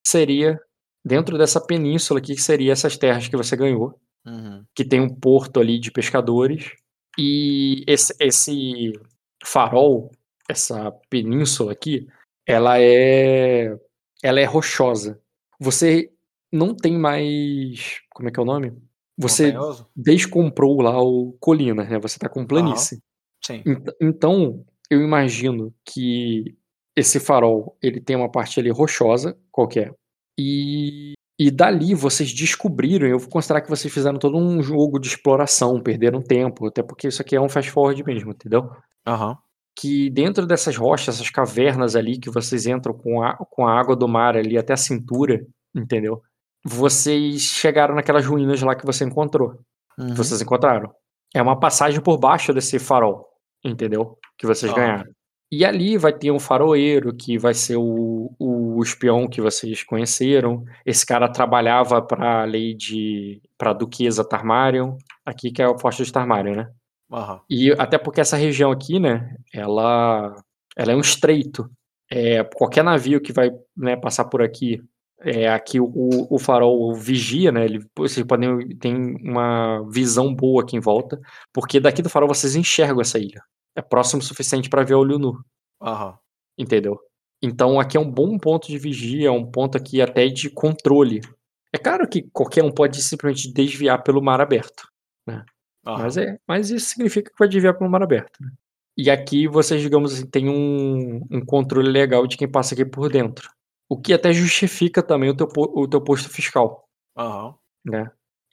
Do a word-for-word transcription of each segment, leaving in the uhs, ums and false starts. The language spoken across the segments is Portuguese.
seria dentro dessa península aqui, que seria essas terras que você ganhou, Uhum. que tem um porto ali de pescadores, e esse esse farol, essa península aqui, ela é ela é rochosa. Você não tem mais como é que é o nome? Você Montanhoso? descomprou lá o colina, né, você tá com Aham. planície. Sim. Ent então, eu imagino que esse farol, ele tem uma parte ali rochosa, qualquer, e e dali vocês descobriram, eu vou considerar que vocês fizeram todo um jogo de exploração, perderam tempo, até porque isso aqui é um fast forward mesmo, entendeu? Aham. Que dentro dessas rochas, essas cavernas ali que vocês entram com a com a água do mar ali até a cintura, entendeu? Vocês chegaram naquelas ruínas lá que você encontrou, que Uhum. vocês encontraram. É uma passagem por baixo desse farol, entendeu? Que vocês Aham. ganharam. E ali vai ter um faroeiro, que vai ser o o espião que vocês conheceram. Esse cara trabalhava pra Lady pra Duquesa Tarmarion, aqui que é o Forte dos Tarmarion, né. Aham. E até porque essa região aqui, né, ela ela é um estreito. Eh, qualquer navio que vai, né, passar por aqui, eh, aqui o o farol vigia, né, ele vocês podem tem uma visão boa aqui em volta, porque daqui do farol vocês enxergam essa ilha. É próximo o suficiente pra ver a olho nu. Aham. Entendeu? Então aqui é um bom ponto de vigia, é um ponto aqui até de controle. É claro que qualquer um pode simplesmente desviar pelo mar aberto, né, mas Aham. é mas isso significa que vai desviar pelo mar aberto, né. E aqui vocês, digamos assim, têm um um controle legal de quem passa aqui por dentro, o que até justifica também o teu po o teu posto fiscal. Aham. Né.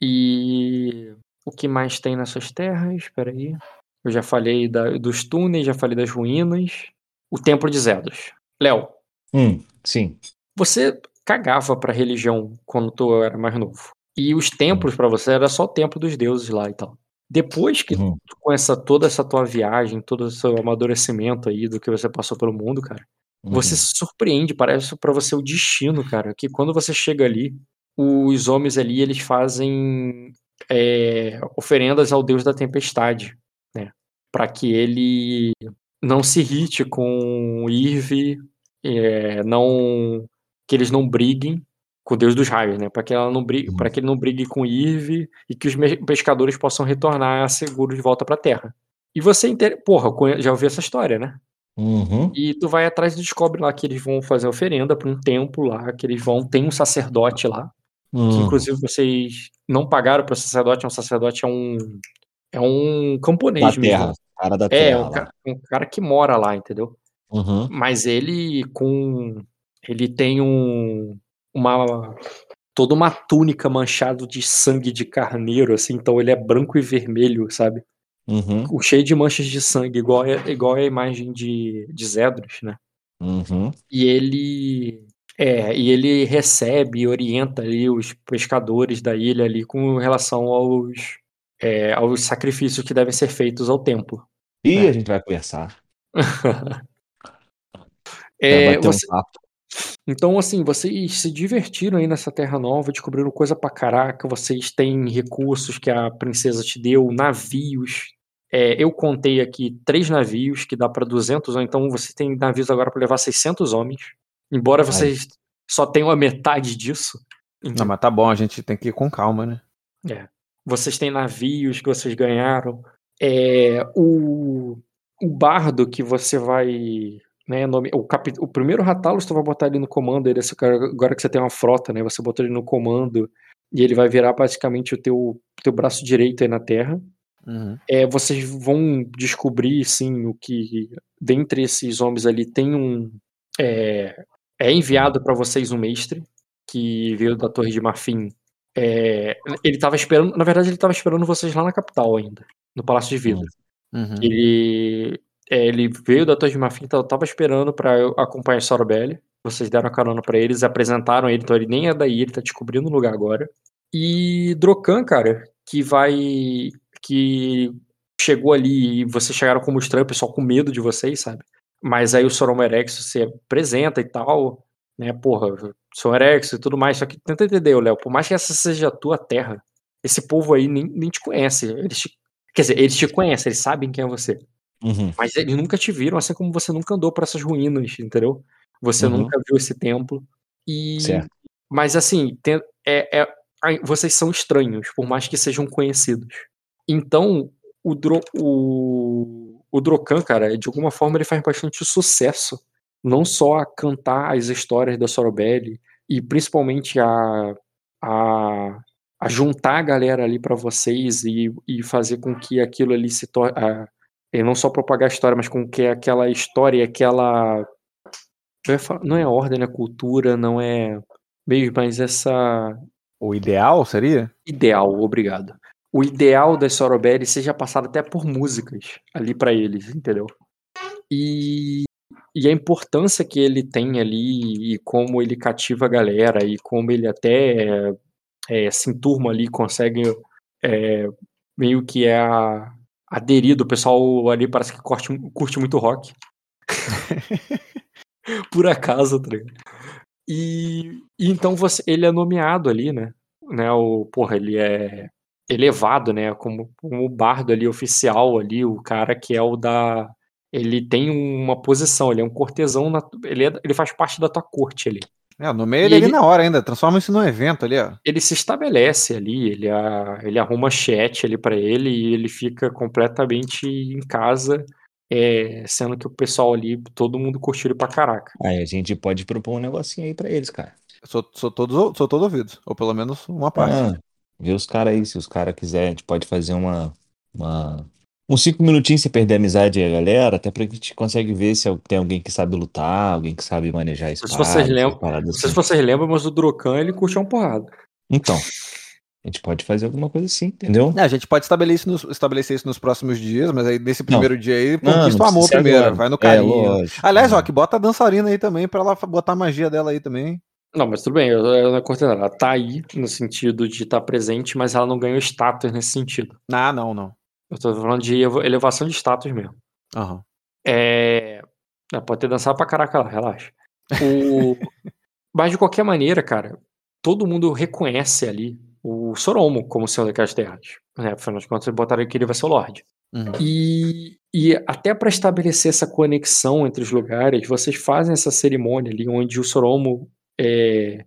E o que mais tem nessas terras? Espera aí. Eu já falei da dos túneis, já falei das ruínas. O templo de Zedos. Léo Hum, sim. você cagava pra religião quando tu era mais novo. E os Hum. templos pra você era só o templo dos deuses lá e tal. Depois que Uhum. com essa toda essa tua viagem, todo o seu amadurecimento aí do que você passou pelo mundo, cara, você Uhum. se surpreende, parece pra você o destino, cara, que quando você chega ali, os homens ali, eles fazem, eh, oferendas ao deus da tempestade, né, pra que ele não se irrite com Irve, eh, não que eles não briguem com o deus dos raios, né, pra que ela não brigue Uhum. pra que ele não brigue com Irve e que os me pescadores possam retornar seguros de volta pra terra. E você inte porra, conhe já ouviu essa história, né. Uhum. E tu vai atrás e descobre lá que eles vão fazer oferenda pra um templo lá, que eles vão tem um sacerdote lá, que Hum. inclusive vocês não pagaram para o sacerdote, é um sacerdote, é um é um Da camponês mesmo. terra, cara da É, terra um lá. ca um cara que mora lá, entendeu. Uhum. Mas ele com ele tem um uma toda uma túnica manchado de sangue de carneiro, assim, então ele é branco e vermelho, sabe. Uhum. Com cheio de manchas de sangue, igual a igual a imagem de de Zedos, né. Uhum. E ele é, e ele recebe e orienta ali os pescadores da ilha ali com relação aos, eh, aos sacrifícios que devem ser feitos ao templo, Ih, a né. gente vai conversar. Vai Eh, bater um você papo. então, assim, vocês se divertiram aí nessa terra nova, descobriram coisa pra caraca, vocês têm recursos que a princesa te deu, navios, eh, eu contei aqui três navios que dá pra duzentos ou então você tem navios agora pra levar seiscentos homens, embora Aí. vocês só tenham a metade disso, Não, enten mas tá bom, a gente tem que ir com calma, né. É. Vocês têm navios que vocês ganharam, eh, o o bardo que você vai, né, nome o capi o primeiro Rathalos tu vai botar ele no comando, ele esse cara agora que você tem uma frota, né, você botou ele no comando, e ele vai virar basicamente o teu o teu braço direito aí na terra. Uhum. Eh, vocês vão descobrir sim o que dentre esses homens ali tem um, eh, é Hum. enviado pra vocês um mestre, que veio da Torre de Marfim, eh, ele estava esperando na verdade ele estava esperando vocês lá na capital ainda, no Palácio de Hum. Vidro. Uhum. Ele, eh, ele veio da Torre de Marfim, então estava esperando pra eu acompanhar Sorobelli, vocês deram a carona pra eles, apresentaram ele, então ele nem é daí, ele tá descobrindo o lugar agora. E Drokan, cara, que vai que chegou ali e vocês chegaram como estranho, o pessoal com medo de vocês, sabe. Mas aí o Soroma Erexo se apresenta e tal, né, porra, sou Erexo e tudo mais, só que tenta entender, ô Léo, por mais que essa seja a tua terra, esse povo aí nem nem te conhece, eles te quer dizer, eles te conhecem, eles sabem quem é você, Uhum. mas eles nunca te viram, assim como você nunca andou por essas ruínas, entendeu. Você Uhum. nunca viu esse templo, e Certo. Mas assim, tem, é, é, vocês são estranhos, por mais que sejam conhecidos. Então, o, Dro, o, o Drokan, cara, de alguma forma ele faz bastante sucesso. Não só a cantar as histórias da Sorobelli, e principalmente a, a, a juntar a galera ali pra vocês e, e fazer com que aquilo ali se torne... E não só propagar a história, mas com que aquela história, aquela... Não é ordem, não é cultura, não é... Meio, mas essa... O ideal seria? Ideal, obrigado. O ideal das Sorobelli seja passado até por músicas ali pra eles, entendeu? E, e a importância que ele tem ali, e como ele cativa a galera, e como ele até é, se enturma ali, consegue é, meio que é a, aderido. O pessoal ali parece que curte, curte muito rock. Por acaso, tá ligado? E, e então você, ele é nomeado ali, né? né o, porra, ele é elevado, né? Como, como o bardo ali, oficial ali, o cara que é o da... Ele tem uma posição, ele é um cortesão, na, ele, é, ele faz parte da tua corte ali. É, no meio ele, ele ali na hora ainda, transforma isso num evento ali, ó. Ele se estabelece ali, ele, a, ele arruma chat ali pra ele e ele fica completamente em casa, é, sendo que o pessoal ali, todo mundo curtiu ele pra caraca. Aí a gente pode propor um negocinho aí pra eles, cara. Eu sou, sou, todo, sou todo ouvido, ou pelo menos uma parte. Ah, vê os caras aí, se os caras quiserem, a gente pode fazer uma... uma... uns cinco minutinhos sem perder a amizade e a galera, até pra que a gente consegue ver se tem alguém que sabe lutar, alguém que sabe manejar a espada. Se vocês lembram, paradas não sei assim. se vocês lembram, mas o Drokan, ele curte uma porrada. Então, a gente pode fazer alguma coisa assim, entendeu? É, a gente pode estabelecer isso, nos, estabelecer isso nos próximos dias, mas aí nesse primeiro Não. dia aí, Não, conquista não o amor precisa ser primeiro, agora. vai no É, carinho. lógico. Aliás, É. ó, que bota a dançarina aí também, pra ela botar a magia dela aí também. Não, mas tudo bem, eu, eu não é coordenada. Ela tá aí no sentido de estar presente, mas ela não ganhou status nesse sentido. Ah, não, não. Eu tô falando de elevação de status mesmo. Aham. É... é, pode ter dançado pra caraca lá, relaxa. O... Mas de qualquer maneira, cara, todo mundo reconhece ali o Soromo como Senhor daquelas terras. Né? Afinal de contas, eles botaram que ele vai ser o Lorde. Uhum. E, e até para estabelecer essa conexão entre os lugares, vocês fazem essa cerimônia ali onde o Soromo é,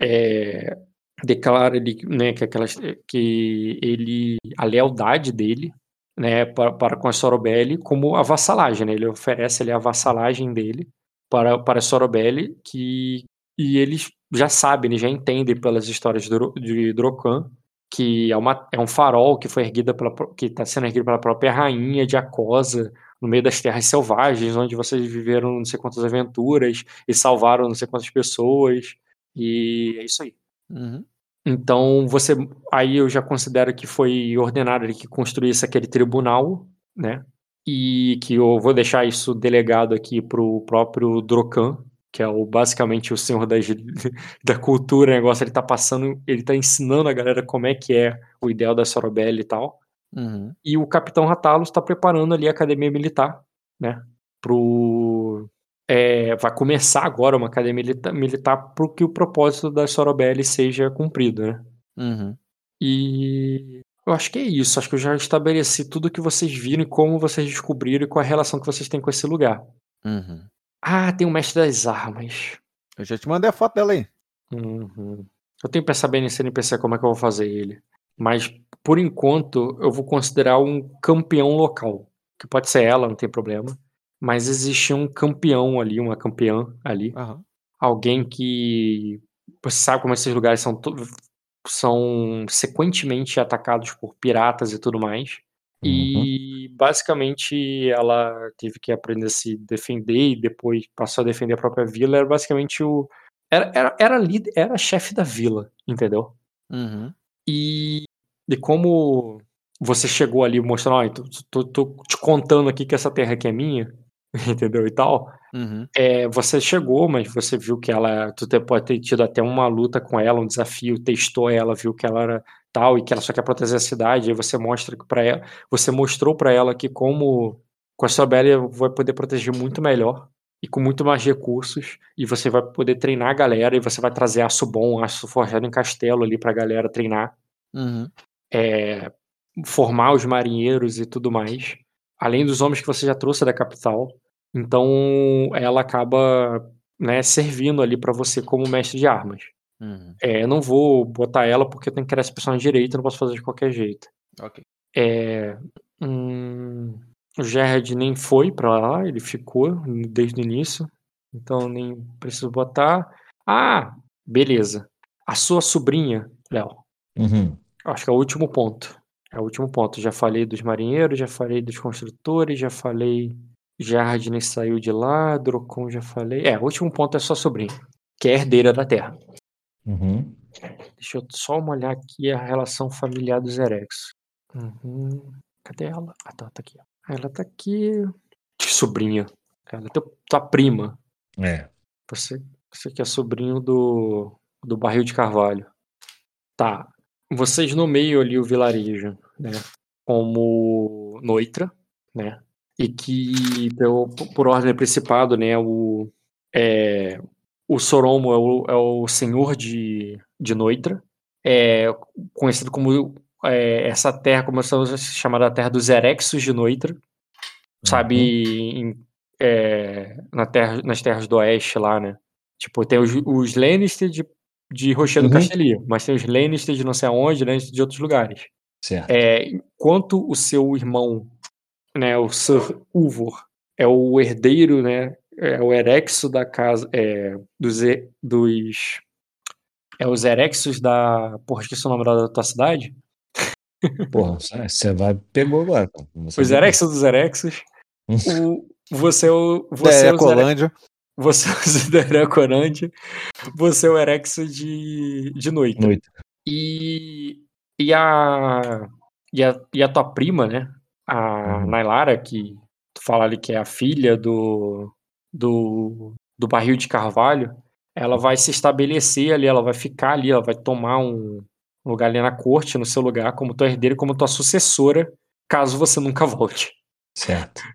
é, declara ali, né, que, aquelas, que ele a lealdade dele, né, para, para com a Sorobelli como a vassalagem, né? Ele oferece ali a vassalagem dele para para a Sorobelli, que e eles já sabem, eles já entendem pelas histórias de, de Drokan que é, uma, é um farol que foi erguida pela, que está sendo erguido pela própria rainha de Acosa, no meio das terras selvagens, onde vocês viveram não sei quantas aventuras e salvaram não sei quantas pessoas, e é isso aí. Uhum. Então, você, aí eu já considero que foi ordenado que construísse aquele tribunal, né, e que eu vou deixar isso delegado aqui pro próprio Drokan, que é o, basicamente o senhor da, da cultura, negócio, ele tá passando, ele tá ensinando a galera como é que é o ideal da Sorobelli e tal. Uhum. E o Capitão Ratalos tá preparando ali a academia militar, né, pro... É, vai começar agora uma academia milita- militar para que o propósito da Sorobelli seja cumprido, né? Uhum. E eu acho que é isso, acho que eu já estabeleci tudo que vocês viram e como vocês descobriram e qual a relação que vocês têm com esse lugar. Uhum. Ah, tem o Mestre das Armas. Eu já te mandei a foto dela aí. Uhum. Eu tenho que pensar bem nesse N P C como é que eu vou fazer ele. Mas, por enquanto, eu vou considerar um campeão local. Que pode ser ela, não tem problema. Mas existe um campeão ali, uma campeã ali. Uhum. Alguém que... Você sabe como esses lugares são, to... são sequentemente atacados por piratas e tudo mais. Uhum. E basicamente ela teve que aprender a se defender e depois passou a defender a própria vila. Era basicamente o. Era, era, era líder, era chefe da vila, entendeu? Uhum. E, e como você chegou ali mostrando, ó, tô, tô, tô te contando aqui que essa terra aqui é minha, entendeu? E tal. Uhum. É, você chegou, mas você viu que ela. Tu te, pode ter tido até uma luta com ela, um desafio, testou ela, viu que ela era tal e que ela só quer proteger a cidade. Aí você mostra para ela, você mostrou para ela que como com a sua Bela vai poder proteger muito melhor e com muito mais recursos, e você vai poder treinar a galera e você vai trazer aço bom, aço forjado em castelo ali pra galera treinar. Uhum. É, formar os marinheiros e tudo mais, além dos homens que você já trouxe da capital. Então ela acaba, né, servindo ali para você como mestre de armas. Uhum. É, eu não vou botar ela porque eu tenho que criar esse personagem direito, eu não posso fazer de qualquer jeito. Ok. É, hum, o Gerard nem foi pra lá, ele ficou desde o início, então nem preciso botar. Ah, beleza. A sua sobrinha, Léo, Uhum. acho que é o último ponto. É o último ponto. Já falei dos marinheiros, já falei dos construtores, já falei. Gerard nem saiu de lá, Drocon já falei. É, o último ponto é sua sobrinha, que é herdeira da terra. Uhum. Deixa eu só olhar aqui a relação familiar dos Erex. Uhum. Cadê ela? Ah, tá, tá aqui. Ela tá aqui. Que sobrinha. Ela é teu- tua prima. É. Você, você que é sobrinho do, do Barril de Carvalho. Tá. Vocês nomeiam ali o vilarejo, né? Como Noitra, né? E que, pelo, por ordem do principado, né? O, é, o Soromo é o, é o senhor de, de Noitra. É conhecido como é, essa terra, como se chamada a terra dos Erexos de Noitra. Sabe, Uhum. em, é, na terra, nas terras do oeste lá, né? Tipo, tem os, os Lannister de, de Rochedo Uhum. Castelia, mas tem os Lannister de não sei aonde, Lannister de outros lugares. Certo. É, enquanto o seu irmão, né, o Sir Uvor, é o herdeiro, né, é o Erexo da casa, é, dos, dos é os Erexos da, porra, esqueci o nome da tua cidade? Porra, você vai, pegou agora. Pô. Não Os sabia não. Erexos dos Erexos, o, você é o, você É, é os Ere- Colândia. você é o Siderecorante, você é o Erexo de, de Noitra. Noite. E, e, a, e, a, e a tua prima, né? A Uhum. Nailara, que tu fala ali que é a filha do, do, do Barril de Carvalho, ela vai se estabelecer ali, ela vai ficar ali, ela vai tomar um lugar ali na corte, no seu lugar, como tua herdeira, como tua sucessora, caso você nunca volte. Certo.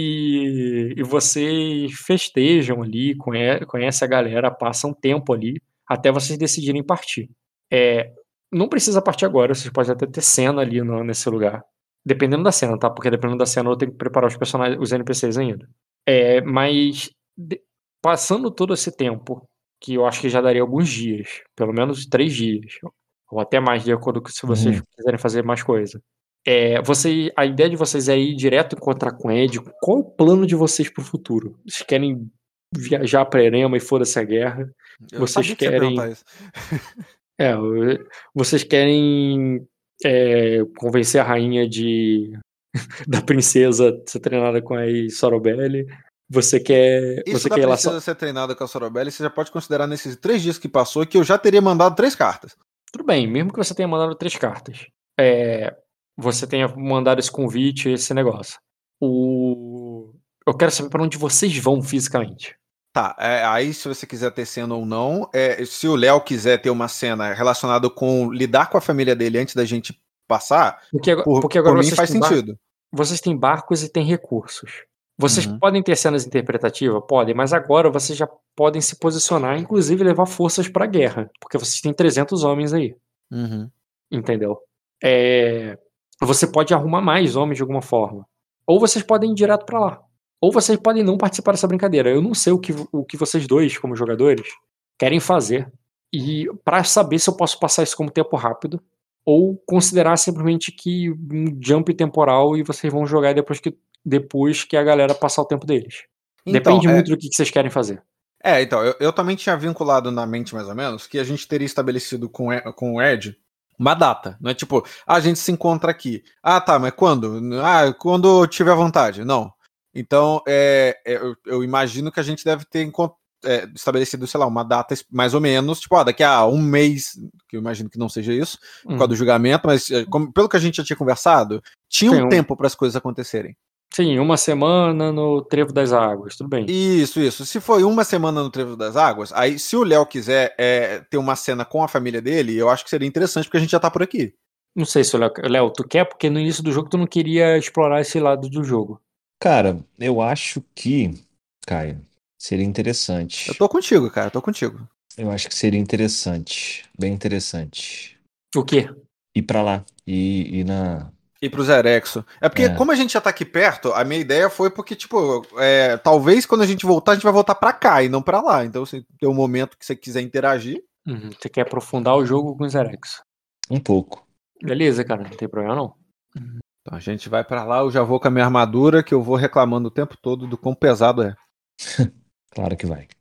E, e vocês festejam ali, conhe, conhece a galera, passam tempo ali, até vocês decidirem partir. É, não precisa partir agora, vocês podem até ter cena ali no, nesse lugar. Dependendo da cena, tá? Porque dependendo da cena eu tenho que preparar os personagens, os N P Cs ainda. É, mas de, passando todo esse tempo, que eu acho que já daria alguns dias, pelo menos três dias, ou até mais, de acordo com se vocês Uhum. quiserem fazer mais coisa. É, você, a ideia de vocês é ir direto encontrar com o Ed. Qual o plano de vocês pro futuro? Vocês querem viajar pra Erema e foda-se a guerra? Eu Vocês sabia que você ia querem. perguntar isso. É, vocês querem é, convencer a rainha de da princesa a ser treinada com a Sorobelli? Você quer. Isso Você da quer ir lá princesa só. ser treinada com a Sorobelli, você já pode considerar nesses três dias que passou que eu já teria mandado três cartas. Tudo bem, mesmo que você tenha mandado três cartas. É, você tenha mandado esse convite, esse negócio. O... Eu quero saber pra onde vocês vão fisicamente. Tá, é, aí se você quiser ter cena ou não, é, se o Léo quiser ter uma cena relacionada com lidar com a família dele antes da gente passar, Porque, agora- por, porque agora por mim vocês faz têm, bar- sentido. vocês têm barcos e têm recursos. Vocês Uhum. podem ter cenas interpretativas? Podem, mas agora vocês já podem se posicionar, inclusive levar forças pra guerra. Porque vocês têm trezentos homens aí. Uhum. Entendeu? É, você pode arrumar mais homens de alguma forma. Ou vocês podem ir direto pra lá. Ou vocês podem não participar dessa brincadeira. Eu não sei o que, o que vocês dois, como jogadores, querem fazer. E pra saber se eu posso passar isso como tempo rápido, ou considerar simplesmente que um jump temporal e vocês vão jogar depois que, depois que a galera passar o tempo deles. Então, Depende é, muito do que, que vocês querem fazer. é, então, eu, eu também tinha vinculado na mente mais ou menos que a gente teria estabelecido com, e- com o Ed uma data, não é tipo, ah, a gente se encontra aqui. Ah, tá, mas quando? Ah, quando tiver vontade. Não. Então, é, é, eu, eu imagino que a gente deve ter encont- é, estabelecido, sei lá, uma data es- mais ou menos, tipo, ah, daqui a um mês, que eu imagino que não seja isso, por causa Hum. do julgamento, mas é, como- pelo que a gente já tinha conversado, tinha Sim, um um- tempo para as coisas acontecerem. Sim, uma semana no Trevo das Águas, tudo bem. Isso, isso. Se foi uma semana no Trevo das Águas, aí se o Léo quiser é, ter uma cena com a família dele, eu acho que seria interessante, porque a gente já tá por aqui. Não sei se o Léo, Léo, tu quer, porque no início do jogo tu não queria explorar esse lado do jogo. Cara, eu acho que, Caio, seria Eu interessante. tô contigo, cara, eu tô contigo. Eu acho que seria interessante, bem interessante. O quê? Ir pra lá e ir na. E pro Zerexo. É porque, É. como a gente já tá aqui perto, a minha ideia foi porque, tipo, é, talvez quando a gente voltar, a gente vai voltar pra cá e não pra lá. Então, se tem um momento que você quiser interagir. Uhum. Você quer aprofundar o jogo com os Zerex. Um pouco. Beleza, cara, não tem problema não. Então a gente vai pra lá, eu já vou com a minha armadura, que eu vou reclamando o tempo todo do quão pesado é. Claro que vai.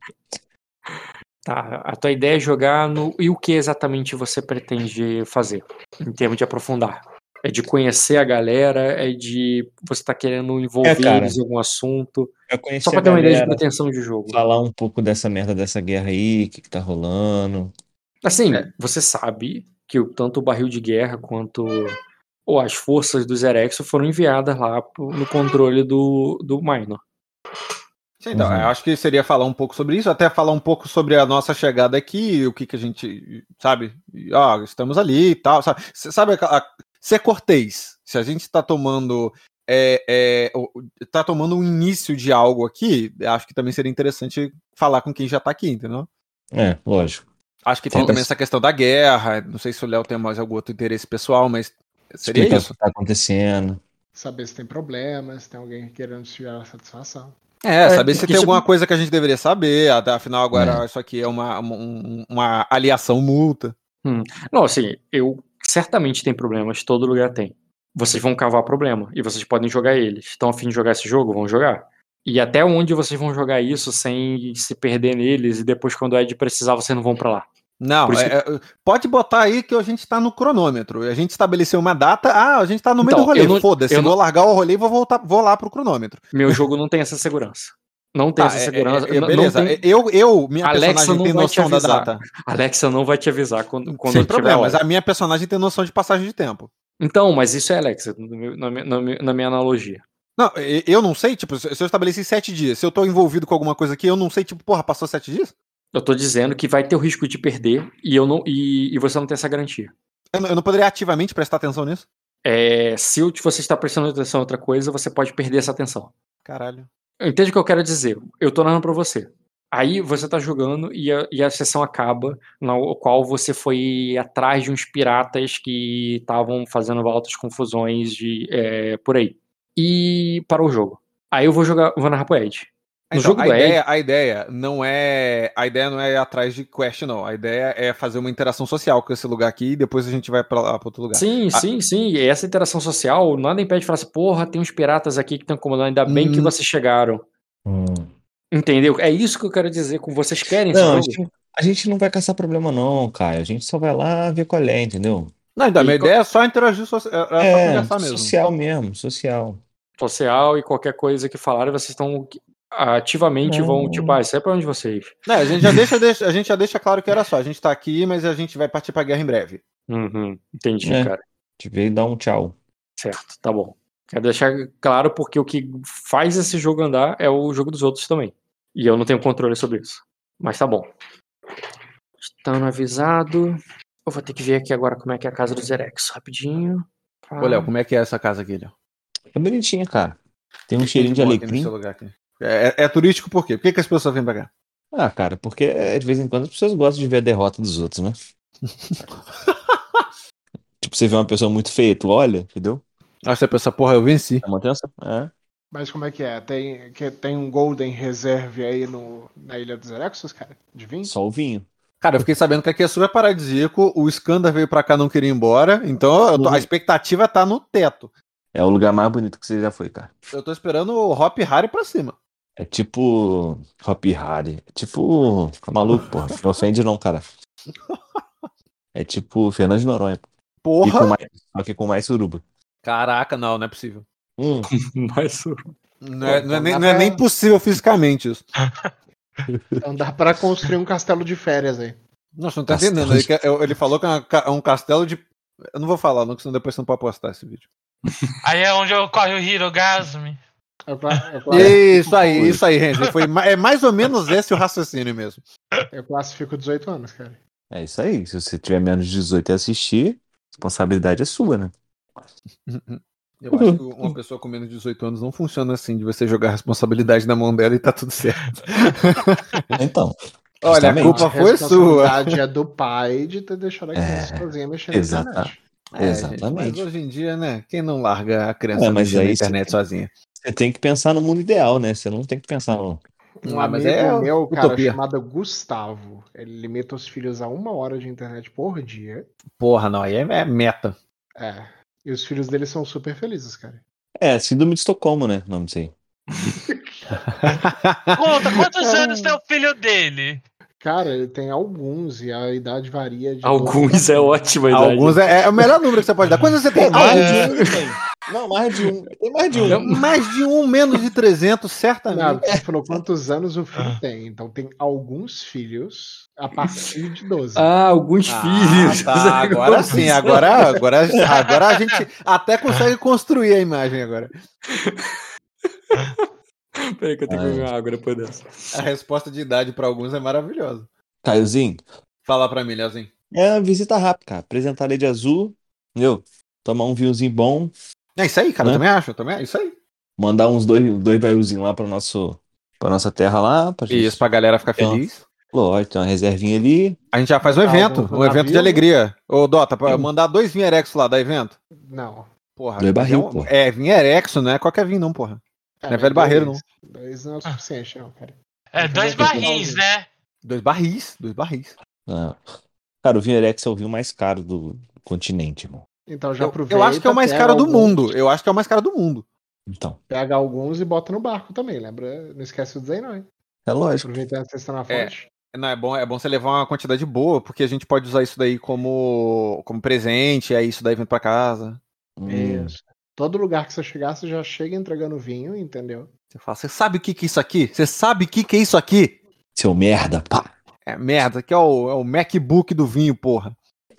Tá, a tua ideia é jogar no... E o que exatamente você pretende fazer, em termos de aprofundar? É de conhecer a galera? É de você tá querendo envolver É, cara. eles em algum assunto? Eu conheci Só pra a ter uma ideia de galera, pretensão de jogo. falar um pouco dessa merda dessa guerra aí, o que, que tá rolando. Assim, É. você sabe que o- tanto o barril de guerra quanto ou as forças dos Erexo foram enviadas lá pro- no controle do, do Minor. Sim, então, Uhum. eu acho que seria falar um pouco sobre isso, até falar um pouco sobre a nossa chegada aqui, o que que a gente, sabe, ó, estamos ali e tal, sabe, C- sabe a, a, ser cortês, se a gente tá tomando, é, é, o- tá tomando um início de algo aqui, acho que também seria interessante falar com quem já tá aqui, entendeu? É, lógico. Acho que tem Fala também isso. essa questão da guerra, não sei se o Léo tem mais algum outro interesse pessoal, mas seria Explicar o isso. que tá acontecendo. Saber se tem problema, se tem alguém querendo tirar a satisfação. É, É, saber se porque tem tipo- alguma coisa que a gente deveria saber, até afinal agora É. isso aqui é uma, uma, um- uma aliação multa. Não, assim, eu certamente tem problemas, todo lugar tem. Vocês vão cavar problema e vocês podem jogar eles. Estão a fim de jogar esse jogo? Vão jogar. E até onde vocês vão jogar isso sem se perder neles e depois quando o Ed precisar vocês não vão pra lá? Não, Por isso é- é- pode botar aí que a gente tá no cronômetro. A gente estabeleceu uma data, ah, a gente tá no meio Então, do rolê. eu não- Foda-se, eu vou não- largar o rolê e vou voltar, vou lá pro cronômetro. Meu jogo não tem essa segurança. Não tem Tá, essa é- segurança. é- é- não- beleza. Não tem... Eu, eu, minha Alexa personagem não tem vai te noção da avisar. data. Alexa não vai te avisar quando, quando Sem tiver problema, mas hora. a minha personagem tem noção de passagem de tempo. Então, mas isso é Alexa, no meu- na minha, na minha- na minha analogia. Não, e- eu não sei, tipo, se eu estabeleci sete dias, se eu tô envolvido com alguma coisa aqui, eu não sei, tipo, porra, passou sete dias? Eu tô dizendo que vai ter o risco de perder e, eu não, e, e você não tem essa garantia. Eu não, eu não poderia ativamente prestar atenção nisso? É, se o- você está prestando atenção em outra coisa, você pode perder essa atenção. Caralho. Entende o que eu quero dizer? Eu tô narrando pra você. Aí você tá jogando e a, e a sessão acaba, na qual você foi atrás de uns piratas que estavam fazendo altas confusões de, é, por aí. E parou o jogo. Aí eu vou jogar, vou narrar pro Ed. No Então, jogo a do ideia, Ed, a ideia não é a ideia não é ir atrás de quest, não. A ideia é fazer uma interação social com esse lugar aqui e depois a gente vai pra lá, pra outro lugar. sim, Ah. sim, sim. E essa interação social, nada impede de falar assim, porra, tem uns piratas aqui que estão incomodando, ainda bem que Hum. vocês chegaram. Hum. Entendeu? É isso que eu quero dizer com vocês querem esse Não, a jogo? gente, a gente não vai caçar problema, não, Caio. A gente só vai lá ver qual é, entendeu? Não, então, a minha E co- ideia é só interagir, so- é, é só É, conversar mesmo. social mesmo, social. Social e qualquer coisa que falarem, vocês estão ativamente Não. vão, tipo, ah, isso é pra onde vocês. Né, a gente já deixa, deixa- a gente já deixa claro que era só. A gente tá aqui, mas a gente vai partir pra guerra em breve. Uhum, entendi, É. cara. A gente veio dar um tchau. Certo, tá bom. Quero deixar claro porque o que faz esse jogo andar é o jogo dos outros também. E eu não tenho controle sobre isso. Mas tá bom. Estando avisado. Eu vou ter que ver aqui agora como é que é a casa dos Erex. Rapidinho. Ah, Ô, Léo, como é que é essa casa aqui, Léo? É bonitinha, cara. Tem um Tem cheirinho de bom aqui no alecrim. seu lugar aqui? É, é- é turístico por quê? Por que, que as pessoas vêm pra cá? Ah, cara, porque é, de vez em quando as pessoas gostam de ver a derrota dos outros, né? Tipo, você vê uma pessoa muito feia, tu olha, entendeu? Aí você pensa, porra, eu venci. Chama atenção. É. Mas como é que é? Tem, que, tem um Golden Reserve aí no, na Ilha dos Erexos, cara? De vinho? Só o vinho. Cara, eu fiquei sabendo que aqui é super paradisíaco, o Skandar veio pra cá, não queria ir embora, então eu tô- a expectativa tá no teto. É o lugar mais bonito que você já foi, cara. Eu tô esperando o Hop Harry pra cima. É tipo Hop Harry. É tipo. Fica maluco, porra. Não ofende não, cara. É tipo Fernando de Noronha. E com Porra! mais, só que com mais suruba. Caraca, não, não é possível. Hum, Mas Não é, não é nem, Dá não é pra- nem possível fisicamente isso. Então dá pra construir um castelo de férias aí. Nossa, não tá Castelo entendendo. Ele, quer- ele falou que é uma ca- é um castelo de. Eu não vou falar, não, que senão depois você não pode postar esse vídeo. Aí é onde ocorre o Hirogasme. Eu, cla- eu, cla- Isso aí, isso aí, Renzi. Foi, ma- é mais ou menos esse o raciocínio mesmo. eu classifico dezoito anos, cara. é isso aí. Se você tiver menos de dezoito e assistir, a responsabilidade é sua, né? Eu acho que uma pessoa com menos de dezoito anos não funciona assim, de você jogar a responsabilidade na mão dela e tá tudo certo. Então. Olha, a justamente. culpa foi sua. A responsabilidade é do pai de ter deixado a criança É, sozinha mexendo na exata- internet. É, Exatamente. gente, mas hoje em dia, né? Quem não larga a criança É, mas mexendo na aí internet você- sozinha? Você tem que pensar no mundo ideal, né? Você não tem que pensar no. Um Ah, mas amigo é meu, cara, utopia. chamado Gustavo, ele limita os filhos a uma hora de internet por dia. Porra, não, aí é, é meta. É. E os filhos dele são super felizes, cara. É, síndrome de Estocolmo, né? O nome disso aí. Conta, quantos anos tem o filho dele? Cara, ele tem alguns e a idade varia de Alguns doze é a ótima idade. Alguns é, é o melhor número que você pode dar. Quantos você tem? Mais É. de um, tem. Não, mais de um. Tem mais de um. Mais de um, menos de trezentos, Não, certamente. você falou quantos anos o filho tem. Então tem alguns filhos a partir de doze. Ah, alguns Ah, filhos. tá, agora sim, agora, agora, agora a gente até consegue construir a imagem agora. Peraí que eu tenho que Ah, beber uma água depois dessa. A resposta de idade para alguns é maravilhosa. Caiozinho, Fala pra mim, Leozinho. é uma visita rápida, cara. Apresentar a Lady Azul, entendeu? Tomar um vinhozinho bom, É isso aí, cara, eu Né? também acho, eu também, é isso aí. mandar uns dois, dois baiuzinhos lá pra, nosso, pra nossa terra lá. Pra gente, Isso, pra galera ficar Então, feliz. lógico, tem uma reservinha ali. A gente já faz um Botar evento, alguns no um evento de navio, alegria. Ô, Dota, pra mandar dois vinhos Erexo lá, dá evento? Não. Porra, Dois mas barril, é, um- pô. é vinho Erexo, não é qualquer vinho não, porra. É, Não é mas velho barreiro, dois, dois não é o suficiente, não, cara. É, Tem que dois fazer um barris, totalzinho. né? Dois barris, dois barris. Ah, cara, o vinho Erex é o vinho mais caro do continente, irmão. Então já Eu, aproveita. eu acho que é o mais pega caro do alguns- mundo, eu acho que é o mais caro do mundo. Então, Pega alguns e bota no barco também, lembra? Não esquece o aí, não, hein? é lógico. Aproveitando que vocês estão na É. fonte. Não, é bom, é bom você levar uma quantidade boa, porque a gente pode usar isso daí como, como presente, aí isso daí vem pra casa. Hum, Isso. Todo lugar que você chegar, você já chega entregando vinho, entendeu? Você fala, você sabe o que que é isso aqui? Você sabe o que que é isso aqui? seu merda, pá. É merda, que é o, é o MacBook do vinho, porra.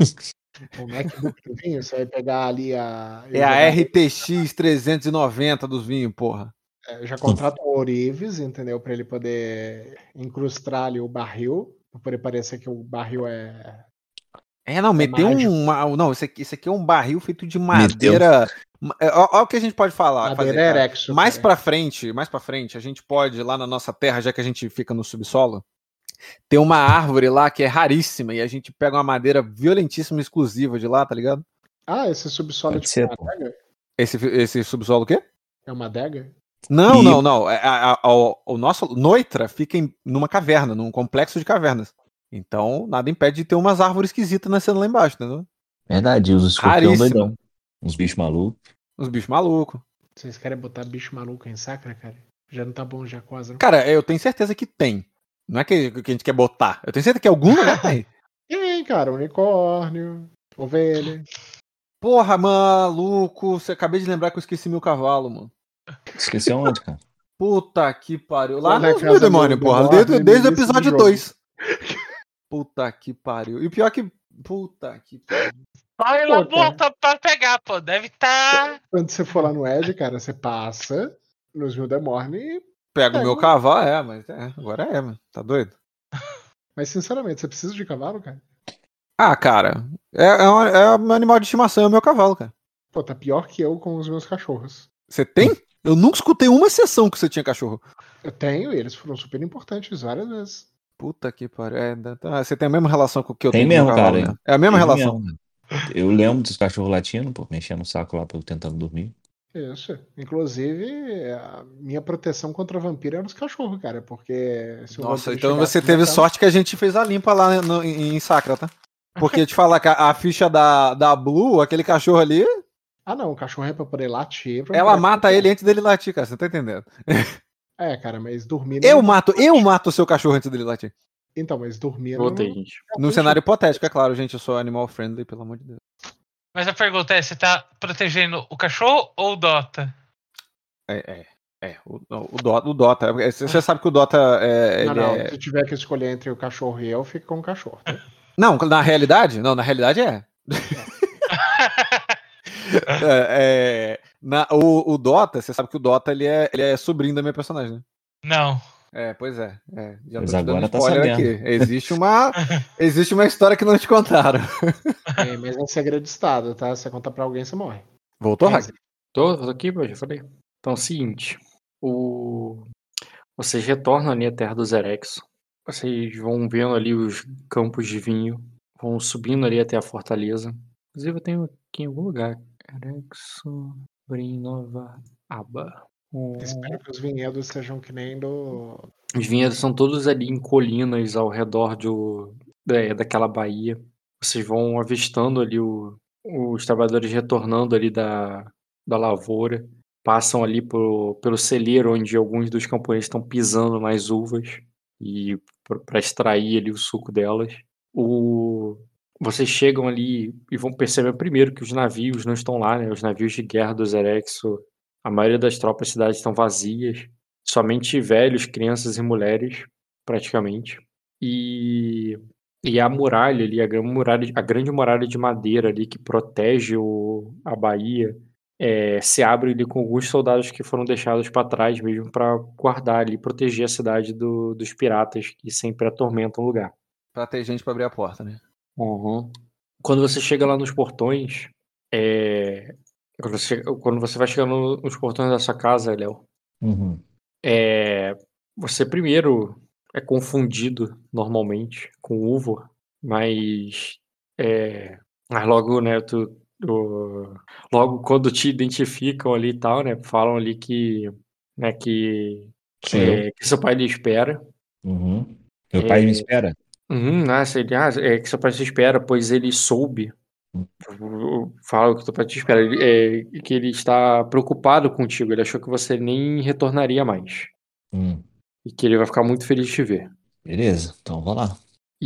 O MacBook do vinho, você vai pegar ali a. É a R T X trezentos e noventa dos vinhos, porra. É, já contrata o Orives, entendeu? Pra ele poder incrustar ali o barril, pra poder parecer que o barril é. É, não, meteu mágico. um. uma- Não, esse aqui, esse aqui é um barril feito de madeira. Olha o que a gente pode falar. Madeira fazer, cara. Erexo. Mais cara. pra frente, mais pra frente, a gente pode, lá na nossa terra, já que a gente fica no subsolo, ter uma árvore lá que é raríssima e a gente pega uma madeira violentíssima exclusiva de lá, tá ligado? Ah, esse subsolo é Pode tipo ser, uma pô. adega? Esse, esse subsolo o quê? É uma adega? Não, E- não, não. É, a- a- o, o nosso Noitra fica em, numa caverna, num complexo de cavernas. Então, nada impede de ter umas árvores esquisitas nascendo lá embaixo, entendeu? Verdade, os escorpião Raríssima. doidão. Uns bichos malucos. Uns bichos malucos. Vocês querem botar bicho maluco em sacra, cara? Já não tá bom já quase, não? Cara, eu tenho certeza que tem. Não é que, que a gente quer botar. Eu tenho certeza que algum lugar tem. E aí, cara? Unicórnio, ovelha. Porra, maluco. Você acabei de lembrar que eu esqueci meu cavalo, mano. Esqueci aonde, cara? Puta que pariu. Lá Lá na no casa meu demônio, do porra. Demônio, Desde, no desde o início do episódio jogo. dois. Puta que pariu. E o pior que. Puta que pariu. Olha lá, Pô, cara. volta pra pegar, pô. Deve tá. Quando você for lá no Ed, cara, você passa nos Wildemorne e. Pega o Pega meu um- cavalo, é, mas é, agora é, mano. Tá doido? Mas sinceramente, você precisa de cavalo, cara? Ah, cara. É, é, um, é o meu animal de estimação, é o meu cavalo, cara. Pô, tá pior que eu com os meus cachorros. Você tem? Eu nunca escutei uma exceção que você tinha cachorro. Eu tenho e eles foram super importantes várias vezes. Puta que pariu. É, tá, você tem a mesma relação com o que eu Tem tenho mesmo, com o meu cavalo, cara. né? É a mesma Tem relação. mesmo. Eu lembro dos cachorros latindo, pô, mexendo o saco lá pra eu tentando dormir. Isso. Inclusive, a minha proteção contra vampiro era os cachorros, cara. Porque se o Nossa, vampiro então chegasse você e teve matasse- sorte que a gente fez a limpa lá no- em, em Sacra, tá? Porque te falar que a, a ficha da, da Blue, aquele cachorro ali, Ah, não, o cachorro é pra poder latir. pra ela poder mata proteger. ele antes dele latir, cara. Você tá entendendo? É, cara, mas dormir. Eu não- mato, eu mato o seu cachorro antes dele latir. Então, mas dormir. Voltei, não... gente. Num cenário hipotético, é claro, gente. Eu sou animal friendly, pelo amor de Deus. Mas a pergunta é: você tá protegendo o cachorro ou o Dota? É, é. É, o, o, Dota, o Dota. é, Você sabe que o Dota é. Não, Ele não. é... Se tiver que escolher entre o cachorro e eu, fica com o cachorro. Tá? Não, na realidade? Não, na realidade é. É, é, na, o, o Dota, você sabe que o Dota ele é, ele é sobrinho da minha personagem, né? Não. É, pois é. é já Mas tô te dando agora tá spoiler sabendo. aqui. Existe uma, existe uma história que não te contaram. É, mas é segredo de estado, tá? Se você contar pra alguém, você morre. Voltou, Hack? Tô, tô aqui, pô, já falei. Então é o seguinte. O... Vocês retornam ali à terra dos Erexo. Vocês vão vendo ali os campos de vinho. Vão subindo ali até a fortaleza. Inclusive eu tenho aqui em algum lugar. Erexo, Brim, Nova Aba. Espero que os vinhedos sejam que nem do. Os vinhedos são todos ali em colinas ao redor de, o- da- daquela baía. Vocês vão avistando ali o- os trabalhadores retornando ali da, da lavoura. Passam ali por- pelo celeiro onde alguns dos camponeses estão pisando nas uvas e para extrair ali o suco delas. O, vocês chegam ali e vão perceber primeiro que os navios não estão lá, né? Os navios de guerra do Zerexo, a maioria das tropas da cidade estão vazias. Somente velhos, crianças e mulheres, praticamente. E, e a muralha ali, a grande muralha, a grande muralha de madeira ali que protege o, a baía, é, se abre ali com alguns soldados que foram deixados para trás mesmo para guardar ali, proteger a cidade do- dos piratas que sempre atormentam o lugar. Pra ter gente pra abrir a porta, né? Uhum. Quando você chega lá nos portões, é, quando você, quando você vai chegando nos portões da sua casa, Léo, Uhum. é, você primeiro é confundido normalmente com o Uvor, mas, é, mas logo, né, tu, o- logo quando te identificam ali e tal, né, falam ali que, né, que, Sou eu. é, que seu pai lhe espera. Uhum. Meu pai me espera. Uhum, ah, sei, ah, é que seu pai te espera, pois ele soube. Fala que teu pai te espera, ele- é, que ele está preocupado contigo, ele achou que você nem retornaria mais. Hum. E que ele vai ficar muito feliz de te ver. Beleza, então vou lá.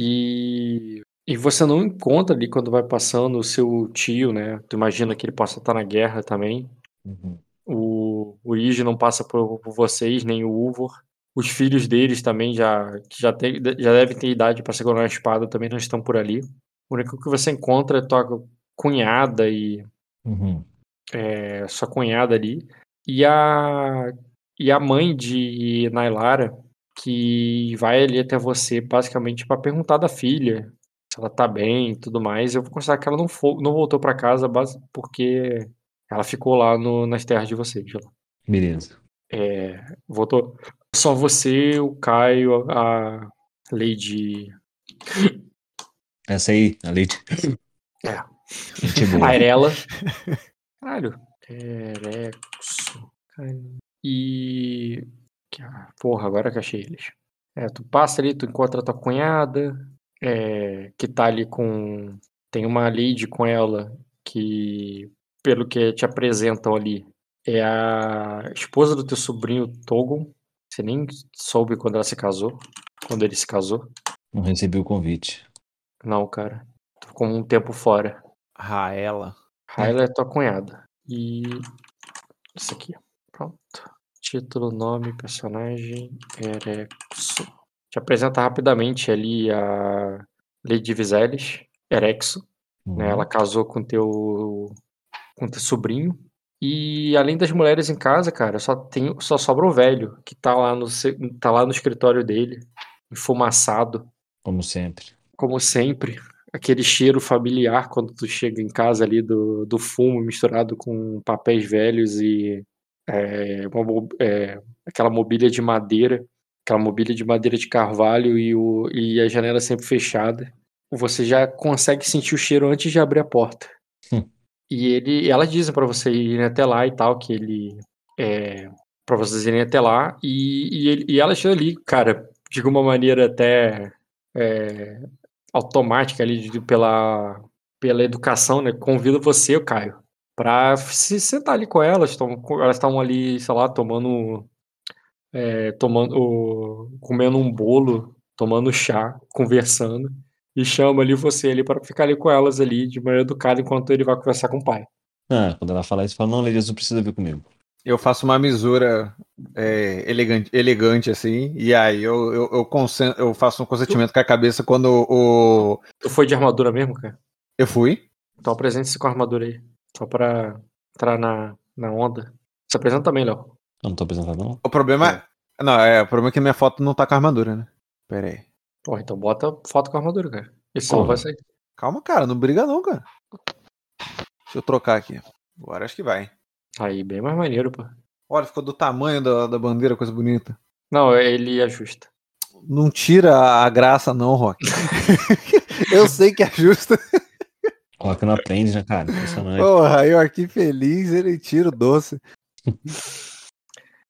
E, e você não encontra ali quando vai passando o seu tio, né? Tu imagina que ele possa estar na guerra também. Uhum. O, o Ige não passa por, por vocês, nem o Uvor. Os filhos deles também, já, que já, tem, já devem ter idade para segurar uma espada, também não estão por ali. O único que você encontra é tua cunhada e Uhum. é, sua cunhada ali. E a, e a mãe de Nailara, que vai ali até você basicamente para perguntar da filha, se ela tá bem e tudo mais. Eu vou considerar que ela não, fo- não voltou para casa base- porque ela ficou lá no, nas terras de vocês. Ela, Beleza. é, voltou só você, o Caio, a Lady. Essa aí, a Leite. É. Gente boa. A Arela. Caralho. Erexo. Caralho. E. que- ah, Porra, agora que achei eles. É, tu passa ali, tu encontra a tua cunhada, é, que tá ali com. Tem uma lady com ela, que, pelo que te apresentam ali, é a esposa do teu sobrinho Togon. Você nem soube quando ela se casou. Quando ele se casou. Não recebi o convite. Não, cara. Tu ficou um tempo fora. Raela. Raela é tua cunhada. E. Isso aqui. Pronto. Título, nome, personagem, Erexo. Te apresenta rapidamente ali a Lady Viserys, Erexo. Uhum. Né? Ela casou com teu com teu sobrinho. E além das mulheres em casa, cara, só tem só sobra o velho, que tá lá no se- tá lá no escritório dele, enfumaçado, Como sempre. como sempre. Aquele cheiro familiar quando tu chega em casa ali do, do fumo misturado com papéis velhos e é, uma mo- é, aquela mobília de madeira, aquela mobília de madeira de carvalho e, o, e a janela sempre fechada. Você já consegue sentir o cheiro antes de abrir a porta. Hum. E ele, e elas dizem pra você irem até lá e tal, que ele é, para vocês irem até lá e, e, ele- e elas estão ali, cara, de uma maneira até é, automática ali de- pela, pela educação, né? Convido você, o Caio, pra se sentar ali com elas. Tão, elas estavam ali, sei lá, tomando, é, tomando, comendo um bolo, tomando chá, conversando. E chama ali você ali para ficar ali com elas ali de maneira educada enquanto ele vai conversar com o pai. Ah, quando ela falar isso, fala, não, Ladies, não precisa vir comigo. Eu faço uma misura é, elegante, elegante, assim, e aí eu, eu, eu, concen- eu faço um consentimento com a cabeça quando o. Tu foi de armadura mesmo, cara? Eu fui. Então apresente-se com a armadura aí. Só pra entrar na, na onda. Se apresenta também, Léo. Eu não tô apresentando, não? O problema é. Não, é, o problema é que minha foto não tá com a armadura, né? Pera aí. Porra, então bota foto com a armadura, cara. Esse Como? não vai sair. Calma, cara, não briga não, cara. Deixa eu trocar aqui. Agora acho que vai. Aí, bem mais maneiro, pô. Olha, ficou do tamanho da, da bandeira, coisa bonita. Não, ele ajusta. Não tira a graça, não, Rock. Eu sei que é justo. Rock não aprende, né, cara? Impressionante. Porra, eu aqui feliz, ele tira o doce.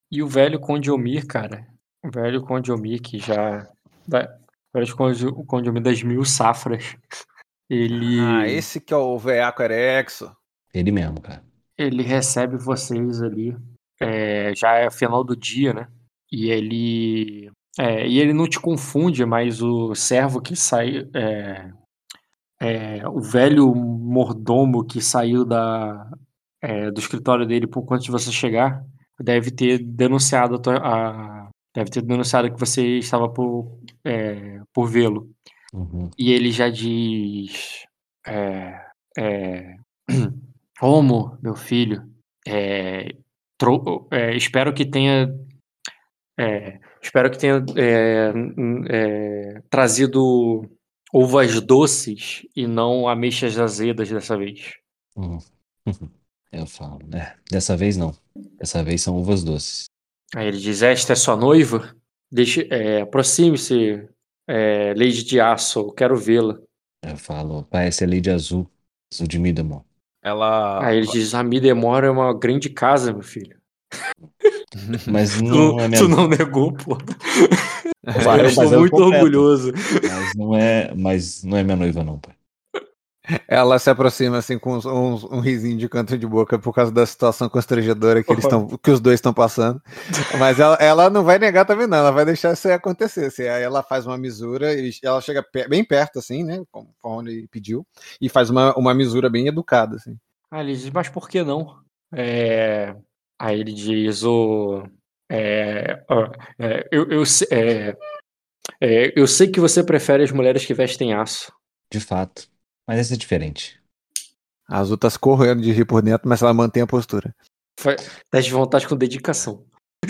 E o velho Conde Omir, cara. O velho Conde Omir, que já. Da, o velho Conde, o Conde Omir das mil safras. Ele. Ah, esse que é o Veaco Erexo. Ele mesmo, cara. Ele recebe vocês ali. É, já é final do dia, né? E ele. É, e ele não te confunde, mas o servo que saiu. É, é, o velho mordomo que saiu da, é, do escritório dele pouco antes de você chegar deve ter denunciado a, tua- a- deve ter denunciado que você estava por, é, por vê-lo. Uhum. E ele já diz. É, é, Homo, meu filho, é, tro- é, espero que tenha. é, espero que tenha é, n- é, trazido uvas doces e não ameixas azedas dessa vez. Uhum. Eu falo, né? Dessa vez não. Dessa vez são uvas doces. Aí ele diz: Esta é sua noiva? Deixe, é, aproxime-se, é, Lady de Aço, eu quero vê-la. Eu falo, parece a Lady Azul. Azul de Midamon. Ela. Aí ele diz: A Midemora é uma grande casa, meu filho. Mas Tu não, não é minha. tu não negou, pô. Vai, Eu mas estou é o muito completo. orgulhoso. Mas não é, mas não é minha noiva, não, pai. Ela se aproxima assim com uns- uns- um risinho de canto de boca por causa da situação constrangedora que eles estão, que os dois estão passando. Mas ela, ela não vai negar também, não. Ela vai deixar isso aí acontecer. Assim. Aí ela faz uma misura, e ela chega pe- bem perto, assim, né? Conforme ele pediu, e faz uma, uma misura bem educada, assim. Aí ele diz: Mas por que não? É, Aí ele diz: o, é, ó, é, eu, eu, se- é, é, eu sei que você prefere as mulheres que vestem aço. De fato. Mas essa é diferente. A Azul tá se correndo de rir por dentro, mas ela mantém a postura. Fa- Teste de vontade com dedicação.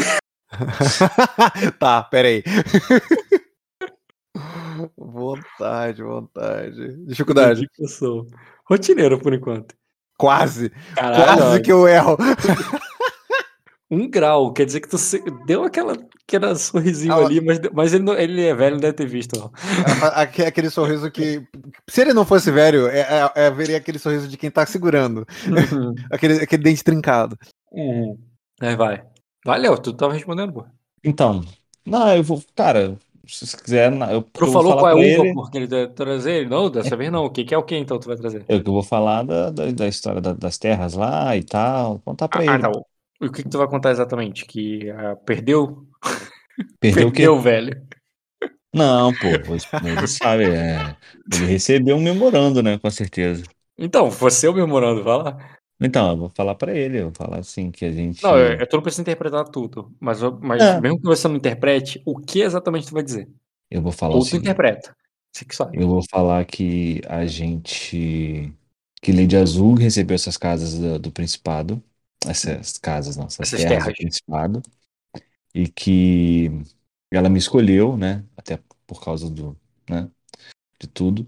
Tá, peraí. Vontade, vontade. Dificuldade. Dedicação. Rotineiro, por enquanto. Quase. Caralho, Quase ó, que eu erro. um grau. Quer dizer que tu se- deu aquela, aquela sorrisinho Ela- ali, mas, mas ele, não- ele é velho, não deve ter visto, não. Ela fa- aque- Aquele sorriso que. Se ele não fosse velho, é, é, é- veria aquele sorriso de quem tá segurando. Aquele, aquele dente trincado. Uhum. Aí vai. Valeu, tu tava respondendo, pô. Então, não, eu vou, cara, se você quiser, na- eu, Tu eu vou falou falar qual é a pra uva, ele. porque ele vai trazer? Não, dessa vez não. O que, que é o que então tu vai trazer? Eu que vou falar da, da, da história da- das terras lá e tal, contar pra Ah, ah, ele. tá. O que, que tu vai contar exatamente? Que ah, perdeu? Perdeu o quê? Perdeu, velho. Não, pô, ele sabe, é, ele recebeu um memorando, né, com certeza. Então, você é o memorando, vai lá. Então, eu vou falar pra ele, eu vou falar assim, que a Não, eu, gente... eu tô não precisa interpretar tudo. Mas, eu- mas É, mesmo que você não interprete, o que exatamente tu vai dizer? eu vou falar o Ou tu seguinte, interpreta. Você que sabe. eu vou falar que a gente... que Lady Azul recebeu essas casas do, do Principado, essas casas, não, essas Essas terras do terras. Principado, e que ela me escolheu, né, até por causa do, né, de tudo,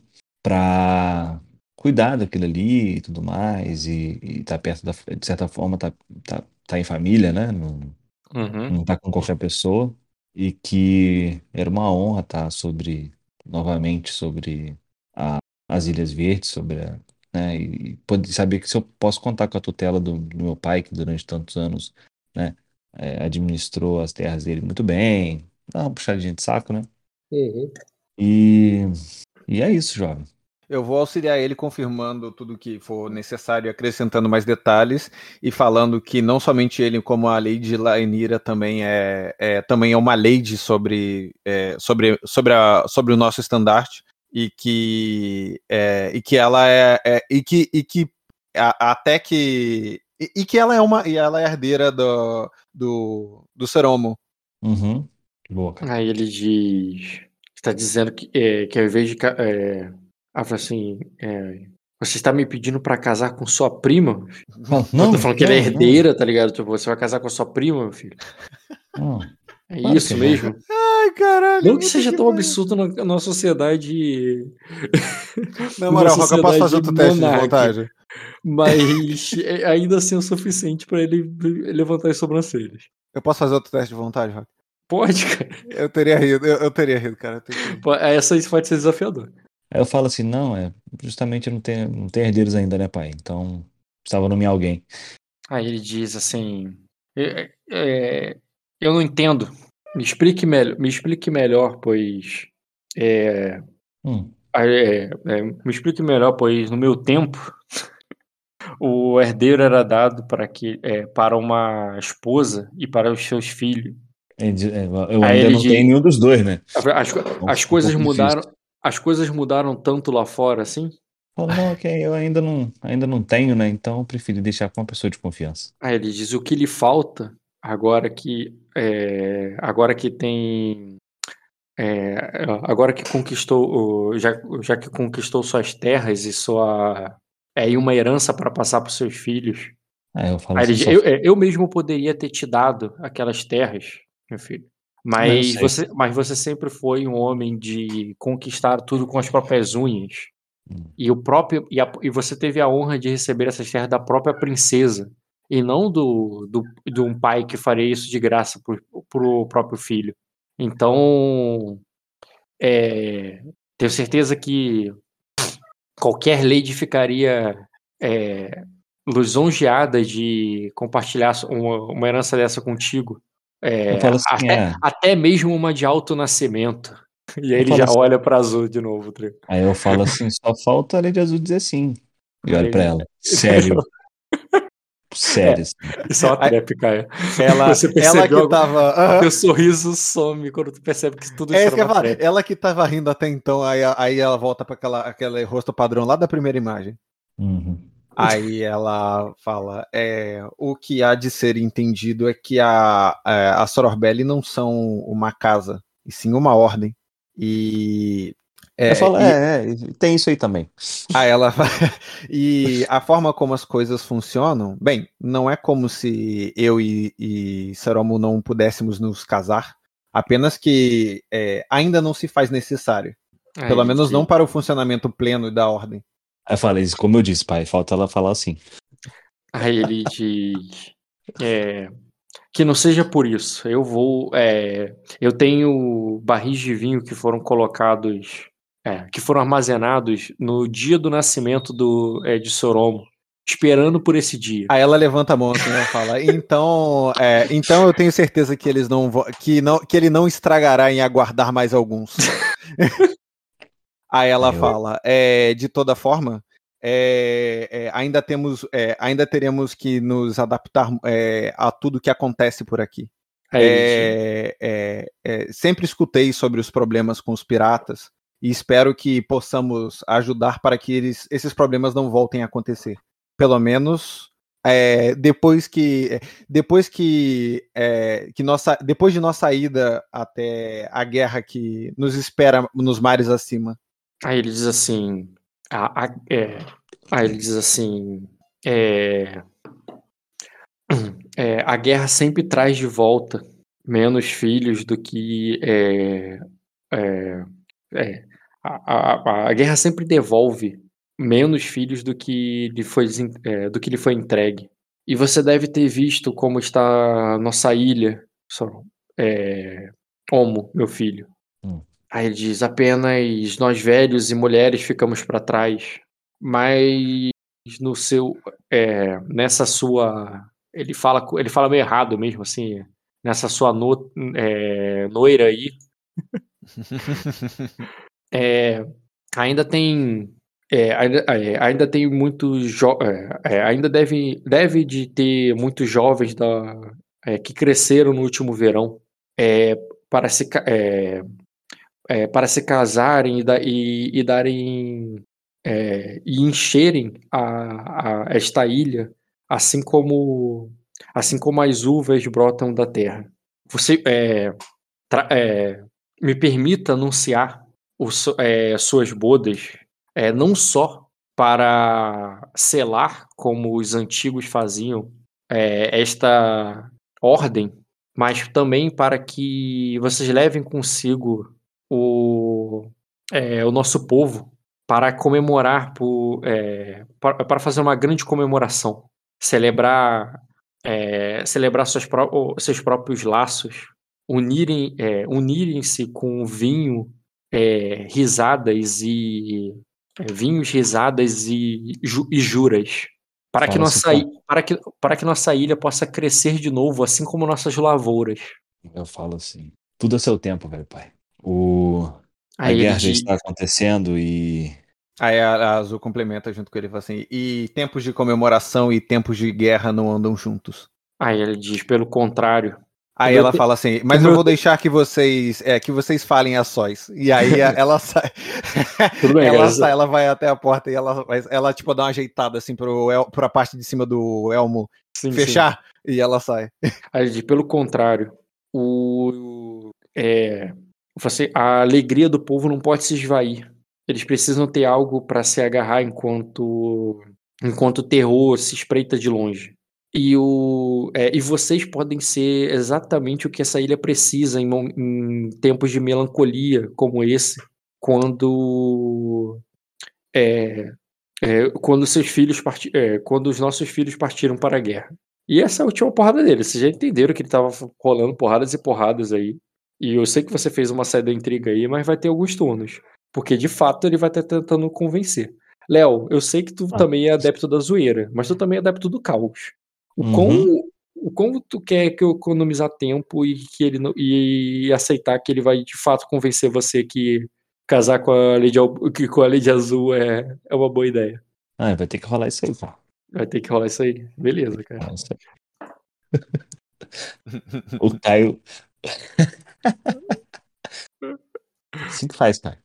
pra cuidar daquilo ali e tudo mais, e, e tá perto da, de certa forma, tá, tá, tá em família, né, não, Uhum. não tá com qualquer pessoa, e que era uma honra estar sobre, novamente, sobre a- as Ilhas Verdes, sobre a, né, e poder saber que se eu posso contar com a tutela do, do meu pai, que durante tantos anos, né, é, administrou as terras dele muito bem, dá uma puxadinha de saco, né, Uhum. e, e é isso, jovem. Eu vou auxiliar ele confirmando tudo que for necessário, acrescentando mais detalhes e falando que não somente ele, como a Lady Laenira também é, é também é uma lady sobre, é, sobre, sobre, a, sobre o nosso estandarte e que é, e que ela é, é e que e que a, até que e, e que ela é uma e ela é herdeira do do, do Seromo. Uhum. Boa, cara. Aí ele diz. Está dizendo que, é, que ao invés de. ca- É, ela fala assim. É, você está me pedindo pra casar com sua prima? Fala, Eu tô não, falando que ela é não, não, herdeira, tá ligado? Tipo, você vai casar com a sua prima, meu filho? não. É Claro isso que não. mesmo? Ai, caralho, Não que puta seja que tão pariu. absurdo na, na sociedade. Na numa moral, Roca, eu posso fazer sociedade outro teste de monarca, vontade? mas é ainda assim é o suficiente pra ele levantar as sobrancelhas. Eu posso fazer outro teste de vontade, Roca? Pode, cara. Eu teria rido, eu, eu teria rido, cara. Eu teria rido. Po- Essa aí pode ser desafiador. Aí eu falo assim, não, é justamente eu não tenho, não tenho herdeiros ainda, né, pai? Então, precisava nomear alguém. Aí ele diz assim: é, é, Eu não entendo. Me explique, mel- me explique melhor, pois. É, Hum. é, é, me explique melhor, pois no meu tempo o herdeiro era dado para que é, para uma esposa e para os seus filhos. É de- é, Eu Aí ainda ele não tenho diz, nenhum dos dois, né? as, Então as fica um coisas pouco difícil. mudaram, as coisas mudaram tanto lá fora assim. Falo, não, ok, eu ainda não, ainda não tenho, né? Então eu preferi deixar com uma pessoa de confiança. Aí ele diz o que lhe falta agora que é, agora que tem é, agora que conquistou o- já, já que conquistou suas terras e sua é, e uma herança para passar para os seus filhos. Aí eu falo Aí ele assim, diz, só. eu, é, eu mesmo poderia ter te dado aquelas terras, meu filho. Ah, eu Mas sei. você, mas você sempre foi um homem de conquistar tudo com as próprias unhas. Hum. E o próprio e, a- e você teve a honra de receber essas terras da própria princesa e não do, do de um pai que faria isso de graça pro, pro próprio filho. Então, é, tenho certeza que qualquer lady ficaria é, lisonjeada de compartilhar uma, uma herança dessa contigo. Eu É, falo assim, até, é. até mesmo uma de alto nascimento. E aí Eu ele falo já assim, olha pra Azul de novo, Trio. aí eu falo assim, só falta a Lady Azul dizer sim. E Aí olho pra ele. ela. Sério, É, sério, assim. isso é uma Aí, trap, Caio. ela, Você ela percebeu que agora? tava. Aham. Teu sorriso some quando tu percebe que tudo É isso isso era que eu ia uma falar. trap. Ela que tava rindo até então, aí, aí ela volta para aquela, aquele rosto padrão lá da primeira imagem. Uhum. Aí ela fala: é, o que há de ser entendido é que a, a, a Sororbelli não são uma casa, e sim uma ordem. E. Eu É, falo, e é, é, tem isso aí também. aí ela fa- e a forma como as coisas funcionam, bem, não é como se eu e, e Saromu não pudéssemos nos casar, apenas que é, ainda não se faz necessário. Aí Pelo ele menos não diz, para o funcionamento pleno da ordem. Aí eu falei, como eu disse, pai, falta ela falar assim. aí ele diz é, que não seja por isso. Eu vou. É, eu tenho barris de vinho que foram colocados. É, que foram armazenados no dia do nascimento do, é, de Soromo, esperando por esse dia. Aí ela levanta a mão assim, ela fala: então, é, então eu tenho certeza que eles não vão, que não, que ele não estragará em aguardar mais alguns. Aí ela Aí eu, fala: é, de toda forma, é, é, ainda temos, é, ainda teremos que nos adaptar é, a tudo que acontece por aqui. Aí ele diz, É, é, é, sempre escutei sobre os problemas com os piratas e espero que possamos ajudar para que eles, esses problemas não voltem a acontecer. Pelo menos é, depois que depois que, é, que nossa, depois de nossa ida até a guerra que nos espera nos mares acima. Aí ele diz assim. A, a- é, aí ele diz assim. É, é, a guerra sempre traz de volta menos filhos do que. É, é, é, a, a, a guerra sempre devolve menos filhos do que lhe foi, desen- é, do que lhe foi entregue. E você deve ter visto como está nossa ilha, só, é, Homo, meu filho. Hum. Aí ele diz: apenas nós velhos e mulheres ficamos para trás. Mas no seu. É, nessa sua. Ele fala, co- ele fala meio errado mesmo, assim. Nessa sua no, é, noira aí. É, ainda tem. É, ainda, é, ainda tem muitos. Jo- é, é, ainda deve, deve de ter muitos jovens da, é, que cresceram no último verão. É, para se, ca- é, é, para se casarem e, da- e- e darem é, e encherem a, a- esta ilha, assim como assim como as uvas brotam da terra. Você é, tra- é, me permita anunciar o so- é, suas bodas, é, não só para selar, como os antigos faziam, é, esta ordem, mas também para que vocês levem consigo o, é, o nosso povo para comemorar, por, é, para, para fazer uma grande comemoração, celebrar, é, celebrar suas pró- seus próprios laços, unirem, é, unirem-se com vinho, é, risadas e é, vinhos, risadas e, ju- e juras, para que Fala assim, nossa, pô, i- para que, para que nossa ilha possa crescer de novo, assim como nossas lavouras. Eu falo assim, tudo a seu tempo, velho, pai. O... A Aí ele guerra já diz, está acontecendo e... Aí a, a Azul complementa junto com ele e fala assim: e tempos de comemoração e tempos de guerra não andam juntos. aí ele diz, pelo contrário, o Aí meu ela te- fala assim, o mas eu meu vou te- deixar que vocês, é, que vocês falem a sós. E aí a- ela sai, Tudo bem, ela cara. sai, ela vai até a porta e ela, vai- ela tipo dá uma ajeitada assim pro El, pra parte de cima do Elmo Sim, sim. fechar e ela sai. Aí ele diz, pelo contrário, o, é, você, a alegria do povo não pode se esvair. Eles precisam ter algo para se agarrar enquanto, enquanto o terror se espreita de longe. E, o, é, e vocês podem ser exatamente o que essa ilha precisa em, mo- em tempos de melancolia como esse, quando é, é, quando seus filhos parti, é, quando os nossos filhos partiram para a guerra. E essa é a última porrada dele. Vocês já entenderam que ele tava rolando porradas e porradas aí. E eu sei que você fez uma saída da intriga aí, mas vai ter alguns turnos. Porque de fato ele vai estar tentando convencer. Léo, eu sei que tu Ah, também é adepto da zoeira, mas tu também é adepto do caos. O quão, Uhum. o quão tu quer que eu economizar tempo e que ele não- e aceitar que ele vai de fato convencer você que casar com a Lady, Al- que com a Lady Azul é, é uma boa ideia. Ah, vai ter que rolar isso aí, pô. Vai ter que rolar isso aí. Beleza, cara. Rolar isso aí. O Caio... Assim que faz, cara.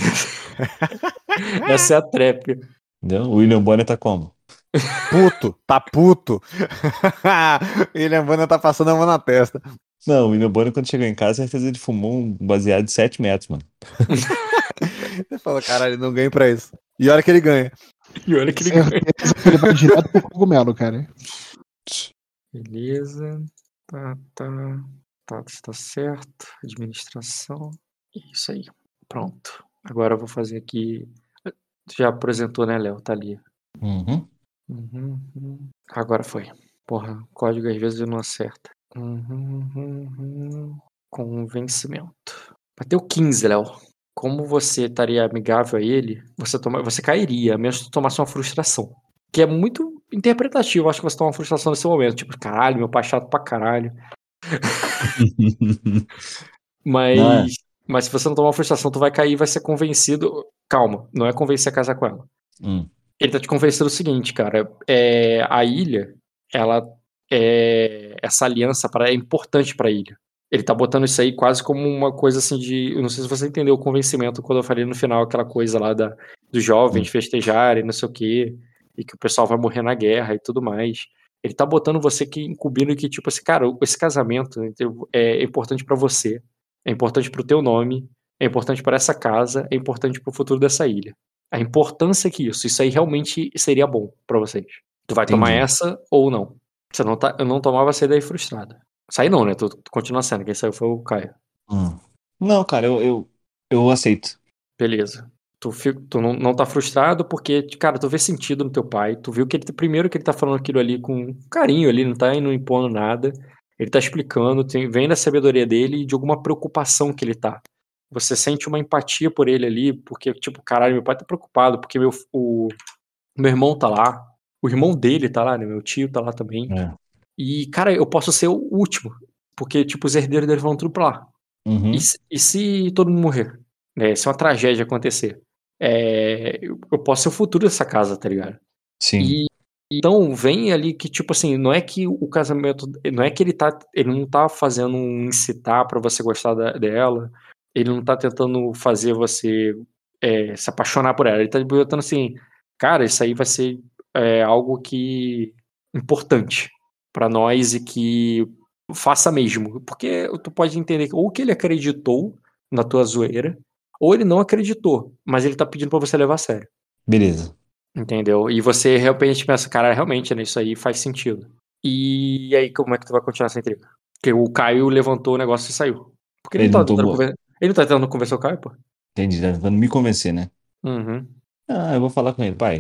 Essa é a trap. Entendeu? O William Bonner tá como? Puto, tá puto. Ele Bonner tá passando a mão na testa. Não, o William Bonner, quando chegou em casa, certeza ele fumou um baseado de sete metros, mano. Você fala, caralho, ele não ganha pra isso. E olha que ele ganha. E olha que ele ganha. Certeza que ele vai direto pro cogumelo, cara. Beleza. Tá, tá. Tá, tá certo. Administração. Isso aí. Pronto. Agora eu vou fazer aqui. Tu já apresentou, né, Léo? Tá ali. Uhum. Uhum, uhum. Agora foi. Porra, código às vezes não acerta. Uhum, uhum, uhum. Convencimento. Bateu quinze, Léo. Como você estaria amigável a ele, você, toma, você cairia, a menos que tu tomasse uma frustração. Que é muito interpretativo, acho que você toma uma frustração nesse momento. Tipo, caralho, meu pai é chato pra caralho. Não é? Mas, mas se você não tomar uma frustração, tu vai cair e vai ser convencido. Calma, não é convencer a casar com ela. Hum. Ele tá te convencendo o seguinte, cara. É, a ilha, ela é. Essa aliança pra, é importante pra ilha. Ele tá botando isso aí quase como uma coisa assim de. Eu não sei se você entendeu o convencimento quando eu falei no final aquela coisa lá da, dos jovens Hum. festejarem, não sei o quê, e que o pessoal vai morrer na guerra e tudo mais. Ele tá botando você que incumbindo que, tipo assim, cara, esse casamento é importante pra você, é importante pro teu nome, é importante pra essa casa, é importante pro futuro dessa ilha. A importância que isso, isso aí realmente seria bom pra vocês. Tu vai tomar Entendi. essa ou não? Você não tá, eu não tomava sair daí frustrada. Sair não, né? Tu, tu continua sendo. Quem saiu foi o Caio. Hum. Não, cara, eu, eu, eu aceito. Beleza. Tu, fi- tu não, não tá frustrado porque, cara, tu vê sentido no teu pai. Tu viu que ele, primeiro que ele tá falando aquilo ali com carinho ali, não tá indo impondo nada. Ele tá explicando, tem, vem da sabedoria dele e de alguma preocupação que ele tá. Você sente uma empatia por ele ali, porque, tipo, caralho, meu pai tá preocupado, porque meu, o, meu irmão tá lá, o irmão dele tá lá, né? Meu tio tá lá também. É. E, cara, eu posso ser o último, porque, tipo, os herdeiros dele vão tudo pra lá. Uhum. E, se- e se todo mundo morrer? Né? Se uma tragédia acontecer? É, eu, eu posso ser o futuro dessa casa, tá ligado? Sim. E então vem ali que, tipo assim, não é que o casamento. Não é que ele tá. Ele não tá fazendo um incitar pra você gostar da- dela. Ele não tá tentando fazer você é, se apaixonar por ela. Ele tá botando assim, cara, isso aí vai ser é, algo que importante pra nós e que faça mesmo. Porque tu pode entender que ou que ele acreditou na tua zoeira, ou ele não acreditou, mas ele tá pedindo pra você levar a sério. Beleza. Entendeu? E você realmente pensa, cara, realmente, né, isso aí faz sentido. E aí, como é que tu vai continuar essa intriga? Porque o Caio levantou o negócio e saiu. Porque ele, Ele não não tá tentando tomou. conven- ele não tá tentando convencer o Caio, pô. Entendi, tá tentando me convencer, né? Uhum. Ah, eu vou falar com ele, pai.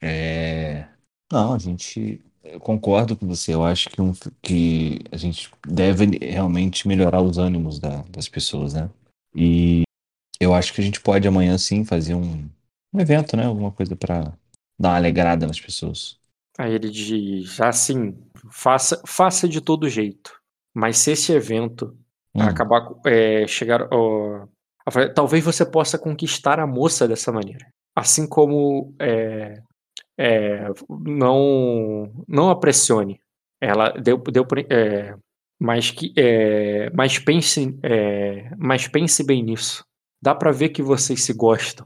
É. Não, a gente. Eu concordo com você. Eu acho que, um, que a gente deve realmente melhorar os ânimos da- das pessoas, né? E eu acho que a gente pode amanhã sim fazer um, um evento, né? Alguma coisa pra dar uma alegrada nas pessoas. Aí ele diz, assim, faça, faça de todo jeito. Mas se esse evento Hum. Acabar com- é, chegar. Ó, a fra- talvez você possa conquistar a moça dessa maneira. Assim como é, é, não não a pressione. Ela deu, deu por- é, mas que é, mas pense é, mas pense bem nisso. Dá pra ver que vocês se gostam.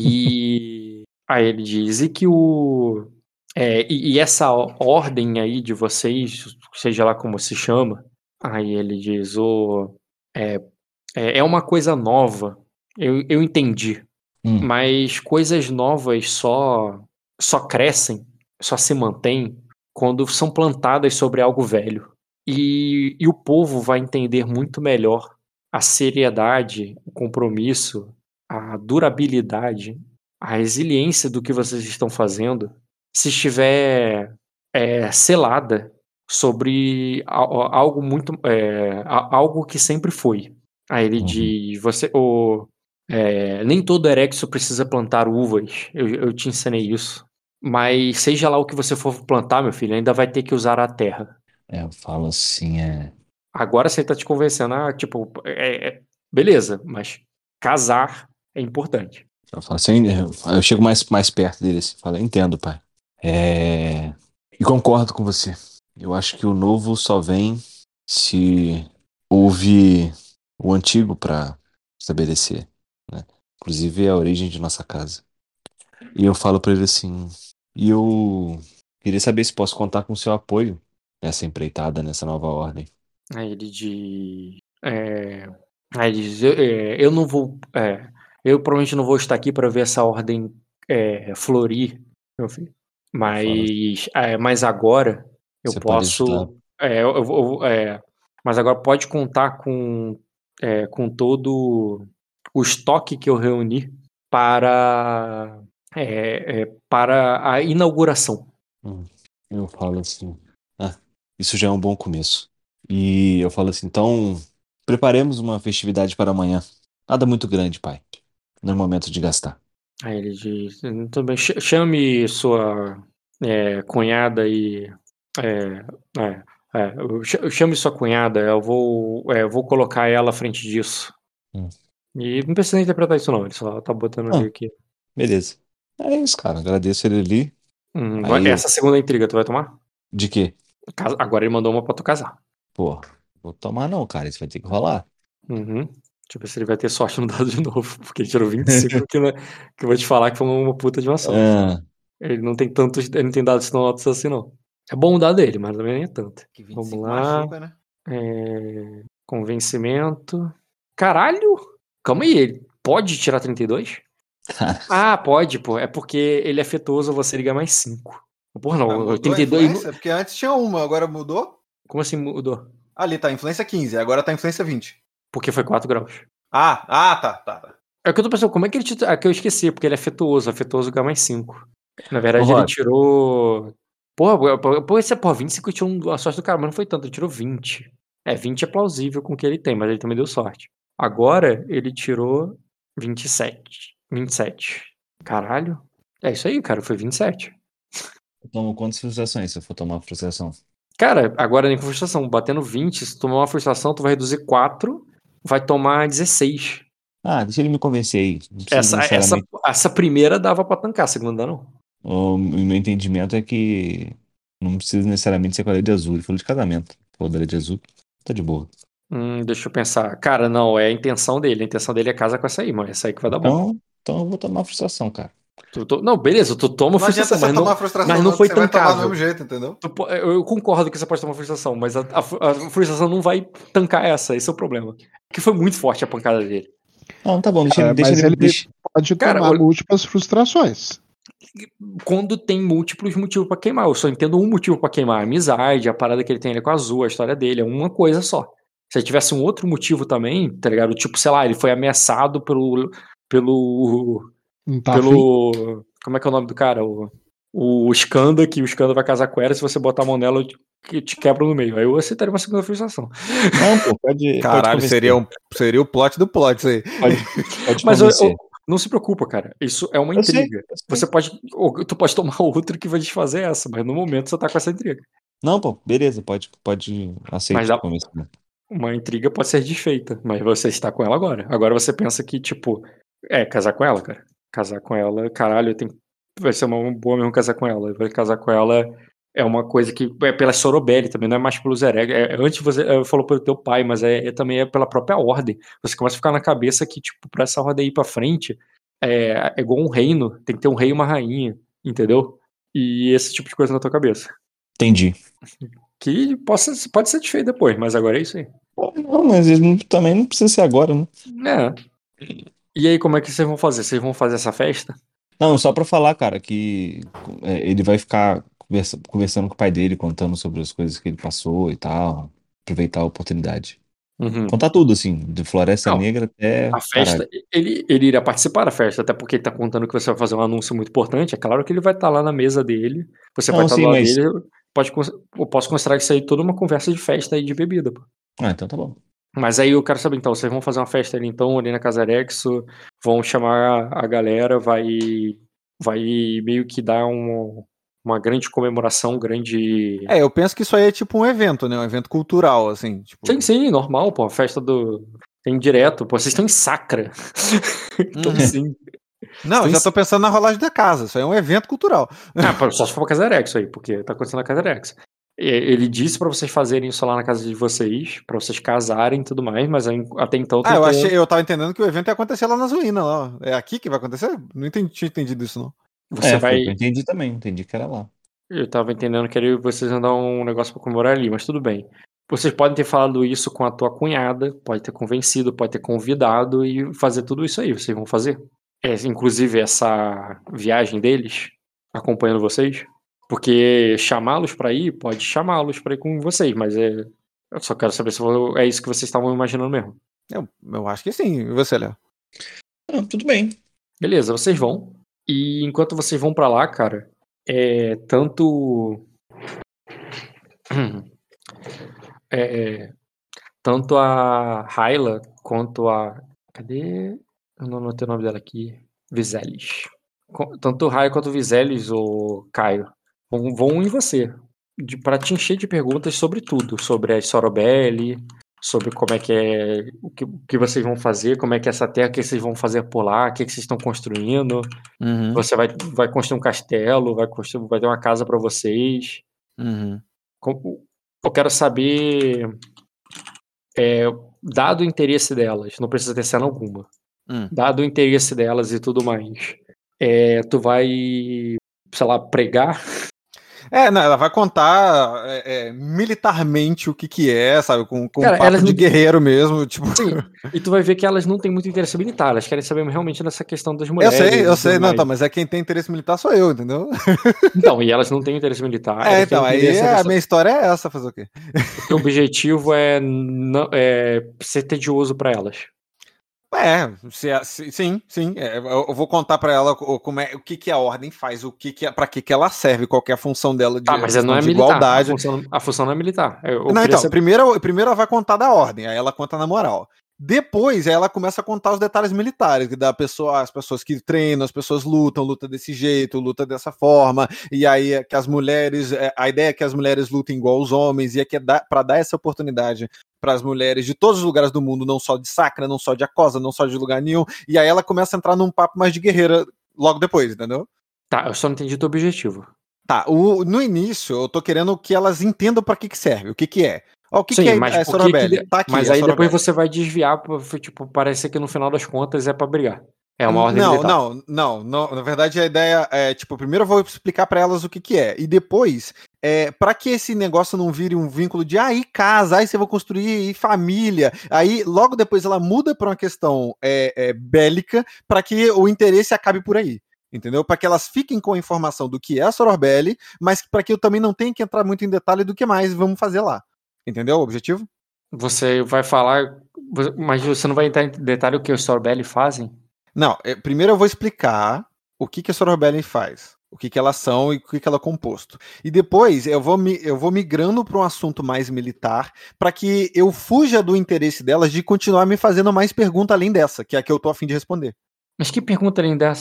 E aí ele diz e que o é, e, e essa o- ordem aí de vocês, seja lá como se chama, aí ele diz o é, é é uma coisa nova. Eu, eu entendi. Hum. Mas coisas novas só só crescem, só se mantêm quando são plantadas sobre algo velho. E, e o povo vai entender muito melhor a seriedade, o compromisso, a durabilidade, a resiliência do que vocês estão fazendo, se estiver é, selada sobre a- a- algo muito é, a- algo que sempre foi. Aí ele Uhum. diz, você, o, é, nem todo Erexo precisa plantar uvas. Eu, eu te ensinei isso. Mas seja lá o que você for plantar, meu filho, ainda vai ter que usar a terra. É, eu falo assim, é. Agora você tá te convencendo, ah, tipo, é, é- beleza, mas casar é importante. Eu falo assim, eu eu chego mais, mais perto dele assim, falo, entendo, pai. É, e concordo com você. Eu acho que o novo só vem se houve o antigo para estabelecer, né? Inclusive é a origem de nossa casa. E eu falo para ele assim, e eu queria saber se posso contar com o seu apoio nessa empreitada, nessa nova ordem. Aí ele diz. É, aí ele diz: eu, é, eu não vou. É, eu provavelmente não vou estar aqui para ver essa ordem é, florir, meu filho. Mas, é, mas agora eu Você pode ajudar. posso. É, eu, eu vou- é, mas agora pode contar com, é, com todo o estoque que eu reuni para, é, é, para a inauguração. Hum, Eu falo assim, ah, isso já é um bom começo. E eu falo assim, então preparemos uma festividade para amanhã. Nada muito grande, pai. Não é momento de gastar. Aí ele diz: também chame sua é, cunhada e. É, é, é, eu ch- eu chame sua cunhada, eu vou, é, eu vou colocar ela à frente disso. Hum. E não precisa interpretar isso, não, ele só tá botando ali Ah, aqui. beleza. É isso, cara. Agradeço ele ali. Hum, Aí eu, essa segunda intriga, tu vai tomar? de quê? Casa- Agora ele mandou uma pra tu casar. Pô, vou tomar não, cara. Isso vai ter que rolar. Uhum. Deixa eu ver se ele vai ter sorte no dado de novo, porque ele tirou vinte e cinco, que, né, que eu vou te falar que foi uma puta de uma sorte. Ah, Ele não tem tantos, ele não tem dados tão altos assim, não. É bom o dado dele, mas também nem é tanto. Que vinte e Vamos cinco lá. machuca, né? É, Convencimento. Caralho! Calma aí, ele pode tirar trinta e dois? cara, Ah, pode, pô. É porque ele é afetuoso, você liga mais cinco. Porra, Ah, não, mudou a trinta e dois. não- influência? Porque antes tinha uma, agora mudou? Como assim mudou? Ali tá influência quinze, agora tá influência vinte. Porque foi quatro graus. Ah, ah, tá, tá, tá. É o que eu tô pensando, como é que ele tira. É que eu esqueci, porque ele é afetuoso. Afetuoso ganha mais cinco. Na verdade, Ô, ele Rod. tirou. Porra, pô, pô, esse, pô, vinte e cinco tirou um- a sorte do cara, mas não foi tanto, ele tirou vinte. É, vinte é plausível com o que ele tem, mas ele também deu sorte. Agora ele tirou vinte e sete. vinte e sete. Caralho. É isso aí, cara, foi vinte e sete. Eu tomo quantas frustrações se eu for tomar uma frustração? Cara, agora nem com frustração. Batendo vinte, se tu tomar uma frustração, tu vai reduzir quatro, vai tomar dezesseis. Ah, deixa ele me convencer aí. Não precisa Essa, essa, necessariamente. essa primeira dava pra tancar, a segunda não. O meu entendimento é que não precisa necessariamente ser com a lei de azul. Ele falou de casamento. Falou da lei de azul. Tá de boa. Hum, deixa eu pensar. Cara, não, é a intenção dele. A intenção dele é casar com essa aí, mano. Essa aí que vai dar bom. Então, então eu vou tomar frustração, cara. Tu, tu- não, beleza, tu toma Não adianta frustração, você mas tomar não, frustração, mas não foi você vai tomar do tancável. mesmo jeito, entendeu? Tu po- eu, eu concordo que você pode tomar frustração, mas a, a- a frustração não vai tancar essa. Esse é o problema. Que foi muito forte a pancada dele. Não, tá bom, deixa Cara, ele. Deixa mas ele, ele deixa- pode Cara, tomar olha- múltiplas frustrações. Quando tem múltiplos motivos pra queimar, eu só entendo um motivo pra queimar: a amizade, a parada que ele tem ali com a Azul, a história dele, é uma coisa só. Se ele tivesse um outro motivo também, tá ligado? Tipo, sei lá, ele foi ameaçado pelo. pelo. Não tá afim? pelo. Como é que é o nome do cara? O, o Skanda, que o Skanda vai casar com ela, se você botar a mão nela, eu te, que te quebra no meio. Aí eu aceitaria uma segunda frustração. Não, pô, pode. pode Caralho, convencer. seria, um, seria o plot do plot isso aí. Pode, pode Mas eu- eu- convencer. não se preocupa, cara. Isso é uma Eu sei, intriga. eu sei. Você pode. ou Tu pode tomar outro que vai desfazer essa, mas no momento você tá com essa intriga. Não, pô, beleza, pode, pode aceitar Mas dá- o convencimento. uma intriga pode ser desfeita, mas você está com ela agora. Agora você pensa que, tipo, é, casar com ela, cara. Casar com ela, caralho, tem... vai ser uma boa mesmo casar com ela. Vai casar com ela é uma coisa que é pela Sorobelli também, não é mais pelo Zereg. É, antes você é, falou pelo teu pai, mas é, é também é pela própria ordem. Você começa a ficar na cabeça que, tipo, pra essa ordem ir pra frente, é, é igual um reino, tem que ter um rei e uma rainha, entendeu? E esse tipo de coisa na tua cabeça. Entendi. Que possa, pode ser desfeito depois, mas agora é isso aí. Não, mas ele não- também não precisa ser agora, né? É. E aí, como é que vocês vão fazer? Vocês vão fazer essa festa? Não, só pra falar, cara, que é, ele vai ficar conversa- conversando com o pai dele, contando sobre as coisas que ele passou e tal. Aproveitar a oportunidade. Uhum. Contar tudo, assim, de Floresta Não, Negra até. A festa, Caralho. ele, ele irá participar da festa, até porque ele tá contando que você vai fazer um anúncio muito importante. É claro que ele vai estar lá na mesa dele, você vai Não, estar do sim, lado mas. dele. Pode, cons- eu posso considerar isso aí toda uma conversa de festa aí de bebida, pô. Ah, então tá bom. Mas aí eu quero saber, então, vocês vão fazer uma festa ali, então, ali na Casa Rexo, vão chamar a galera, vai, vai meio que dar um, uma grande comemoração, grande... É, eu penso que isso aí é tipo um evento, né? Um evento cultural, assim. Tipo... Sim, sim, normal, pô, a festa do... Tem direto, pô, vocês estão em Sacra. Então, Uhum. sim. Não, eu Sim, já tô pensando na rolagem da casa. Isso aí é um evento cultural. Ah, pô, só se for pra Casa Rex aí, porque tá acontecendo na Casa Rex. E- Ele disse pra vocês fazerem isso lá na casa de vocês, pra vocês casarem e tudo mais, mas aí, até então Ah, eu tem- achei, eu tava entendendo que o evento ia acontecer lá nas ruínas, lá. ó. É aqui que vai acontecer? Não entendi, tinha entendido isso, não. você É, vai. foi o que eu entendi também. Entendi que era lá. Eu tava entendendo que era vocês iam dar um negócio pra comemorar ali, mas tudo bem. Vocês podem ter falado isso com a tua cunhada, pode ter convencido, pode ter convidado e fazer tudo isso aí. Vocês vão fazer? É, inclusive essa viagem deles acompanhando vocês. Porque chamá-los pra ir, pode chamá-los pra ir com vocês, mas é. Eu só quero saber se é isso que vocês estavam imaginando mesmo. Eu, eu acho que sim. E você, Léo? Ah, tudo bem. Beleza, vocês vão. E enquanto vocês vão pra lá, cara, é tanto. É, tanto a Hyla quanto a. Cadê? Eu não anotei o nome dela aqui. Viserys. Co- Tanto o Hyla quanto o Viserys, o Caio, vão, vão em você. De, pra te encher de perguntas sobre tudo. Sobre a Sorobelli, sobre como é que é. O que, o que vocês vão fazer, como é que é essa terra, o que vocês vão fazer por lá, o que, que vocês estão construindo. Uhum. Você vai, vai construir um castelo, vai, construir, vai ter uma casa pra vocês. Uhum. Com- Eu quero saber, é, dado o interesse delas, não precisa ter cena alguma, Hum. dado o interesse delas e tudo mais, é, tu vai, sei lá, pregar? É, não, ela vai contar é, é, militarmente o que que é, sabe? Com, com Cara, um papo elas de não- guerreiro mesmo, tipo... Sim, e tu vai ver que elas não têm muito interesse militar, elas querem saber realmente dessa questão das Eu mulheres. sei, e eu tudo sei, não, mais. tá, mas é quem tem interesse militar sou eu, entendeu? Então, e elas não têm interesse militar. É, elas então, querem aí entender essa a questão- minha história é essa, fazer o quê? O teu objetivo é, não, é ser tedioso pra elas. É, se é- se- sim, sim. é, eu eu vou contar pra ela o, como é, o que, que a ordem faz, o que que é, para que, que ela serve, qual que é a função dela de, Tá, mas questão não é de militar. A igualdade. função, a função não é militar. Eu, eu Não, queria então, saber- primeiro, primeiro ela vai contar da ordem, aí ela conta na moral. Depois, aí ela começa a contar os detalhes militares, que da pessoa, as pessoas que treinam, as pessoas lutam, luta desse jeito, luta dessa forma, e aí é que as mulheres, é, a ideia é que as mulheres lutem igual os homens, e é que é para dar essa oportunidade para as mulheres de todos os lugares do mundo, não só de Sacra, não só de Acosa, não só de lugar nenhum, e aí ela começa a entrar num papo mais de guerreira logo depois, entendeu? Tá, eu só não entendi teu objetivo. Tá, o, no início eu tô querendo que elas entendam para que que serve, o que que é. Ó, o que, Sim, que é mas a por que Sorobelli? que- Tá aqui, Mas a aí Sorobelli. depois você vai desviar, pra, tipo, parece que no final das contas é pra brigar. É uma ordem não, militar. não, não, não. Na verdade, a ideia é, tipo, primeiro eu vou explicar pra elas o que que é. E depois, é, para que esse negócio não vire um vínculo de aí casa, aí você vai construir e família. Aí, logo depois, ela muda pra uma questão é, é, bélica para que o interesse acabe por aí. Entendeu? Para que elas fiquem com a informação do que é a Sorobelli, mas para que eu também não tenha que entrar muito em detalhe do que mais vamos fazer lá. Entendeu o objetivo? Você vai falar, mas você não vai entrar em detalhe o que os Sorbelli fazem? Não, é, primeiro eu vou explicar o que, que a Sorobelli faz, o que, que elas são e o que, que ela é composto. E depois eu vou, mi, eu vou migrando para um assunto mais militar, para que eu fuja do interesse delas de continuar me fazendo mais pergunta além dessa, que é a que eu tô a fim de responder. Mas que pergunta além dessa?